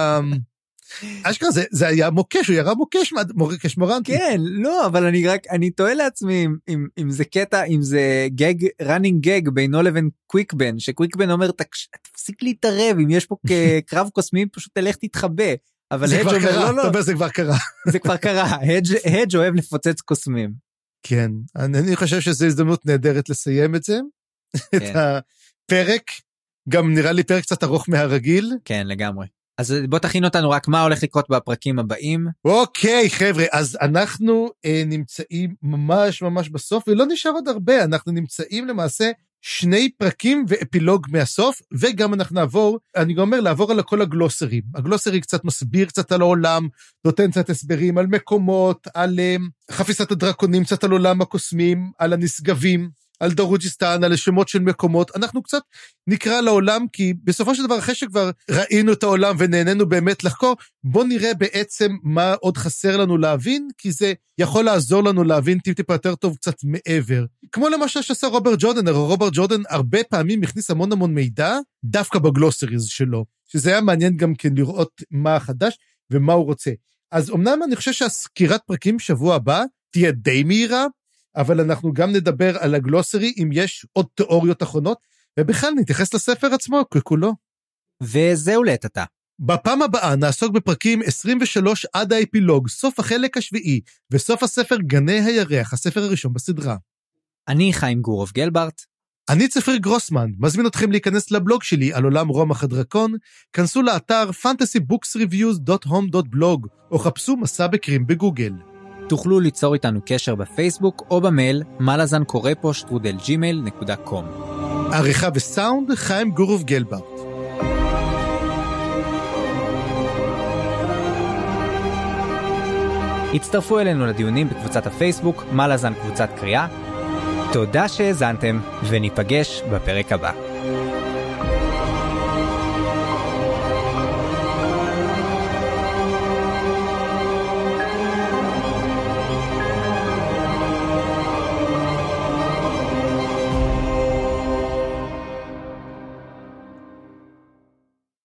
אשכרה, זה היה מוקש, הוא ירה מוקש מורנטי. כן, לא, אבל אני תוהה לעצמי, אם זה קטע, אם זה running gag בינו לבין קוויקבן, שקוויקבן אומר, תפסיק להתערב, אם יש פה קרב קוסמים, פשוט תלך תתחבא. אבל זה הדג' כבר אומר, קרה, לא, לא. אתה אומר, זה כבר קרה. זה כבר קרה, הדג' אוהב לפוצץ קוסמים. כן, אני חושב שזו הזדמנות נהדרת לסיים את זה, את הפרק, גם נראה לי פרק קצת ארוך מהרגיל. כן, לגמרי. אז בוא תכין אותנו רק מה הולך לקרות בפרקים הבאים. אוקיי, חבר'ה, אז אנחנו נמצאים ממש ממש בסוף, ולא נשאר עוד הרבה, אנחנו נמצאים למעשה 2 פרקים ואפילוג מהסוף, וגם אנחנו נעבור, אני אומר, לעבור על כל הגלוסרים. הגלוסרי קצת מסביר קצת על העולם, נותן קצת הסברים על מקומות, על חפיסת הדרקונים, קצת על עולם הקוסמים, על הנשגבים, על דרוג'יסטן, על שמות של מקומות. אנחנו קצת נקרא לעולם, כי בסופו של דבר, אחרי שכבר ראינו את העולם ונהנינו באמת לחקור, בוא נראה בעצם מה עוד חסר לנו להבין, כי זה יכול לעזור לנו להבין טיפה יותר טוב קצת מעבר. כמו למשל שעשה רוברט ג'ורדן, רוברט ג'ורדן הרבה פעמים הכניס המון מידע, דווקא בגלוסריז שלו, שזה היה מעניין גם כן לראות מה החדש ומה הוא רוצה. אז אמנם אני חושב שהסקירת פרקים שבוע הבא תהיה די מהירה, אבל אנחנו גם נדבר על הגלוסרי, אם יש עוד תיאוריות אחרונות, ובכלל נתייחס לספר עצמו ככולו. וזהו לעת עתה. בפעם הבאה נעסוק בפרקים 23 עד האפילוג, סוף החלק השביעי, וסוף הספר גני הירח, הספר הראשון בסדרה. אני חיים גורוב גלברט. אני צפיר גרוסמן, מזמין אתכם להיכנס לבלוג שלי על עולם רומח הדרקון, כנסו לאתר fantasybooksreviews.home.blog, או חפשו מסע בקרים בגוגל. תוכלו ליצור איתנו קשר בפייסבוק או במייל malazankorepos@gmail.com. עריכה וסאונד חיים גורוב גלברט. הצטרפו אלינו לדיונים בקבוצת הפייסבוק מלאזן קבוצת קריאה. תודה שהאזנתם וניפגש בפרק הבא.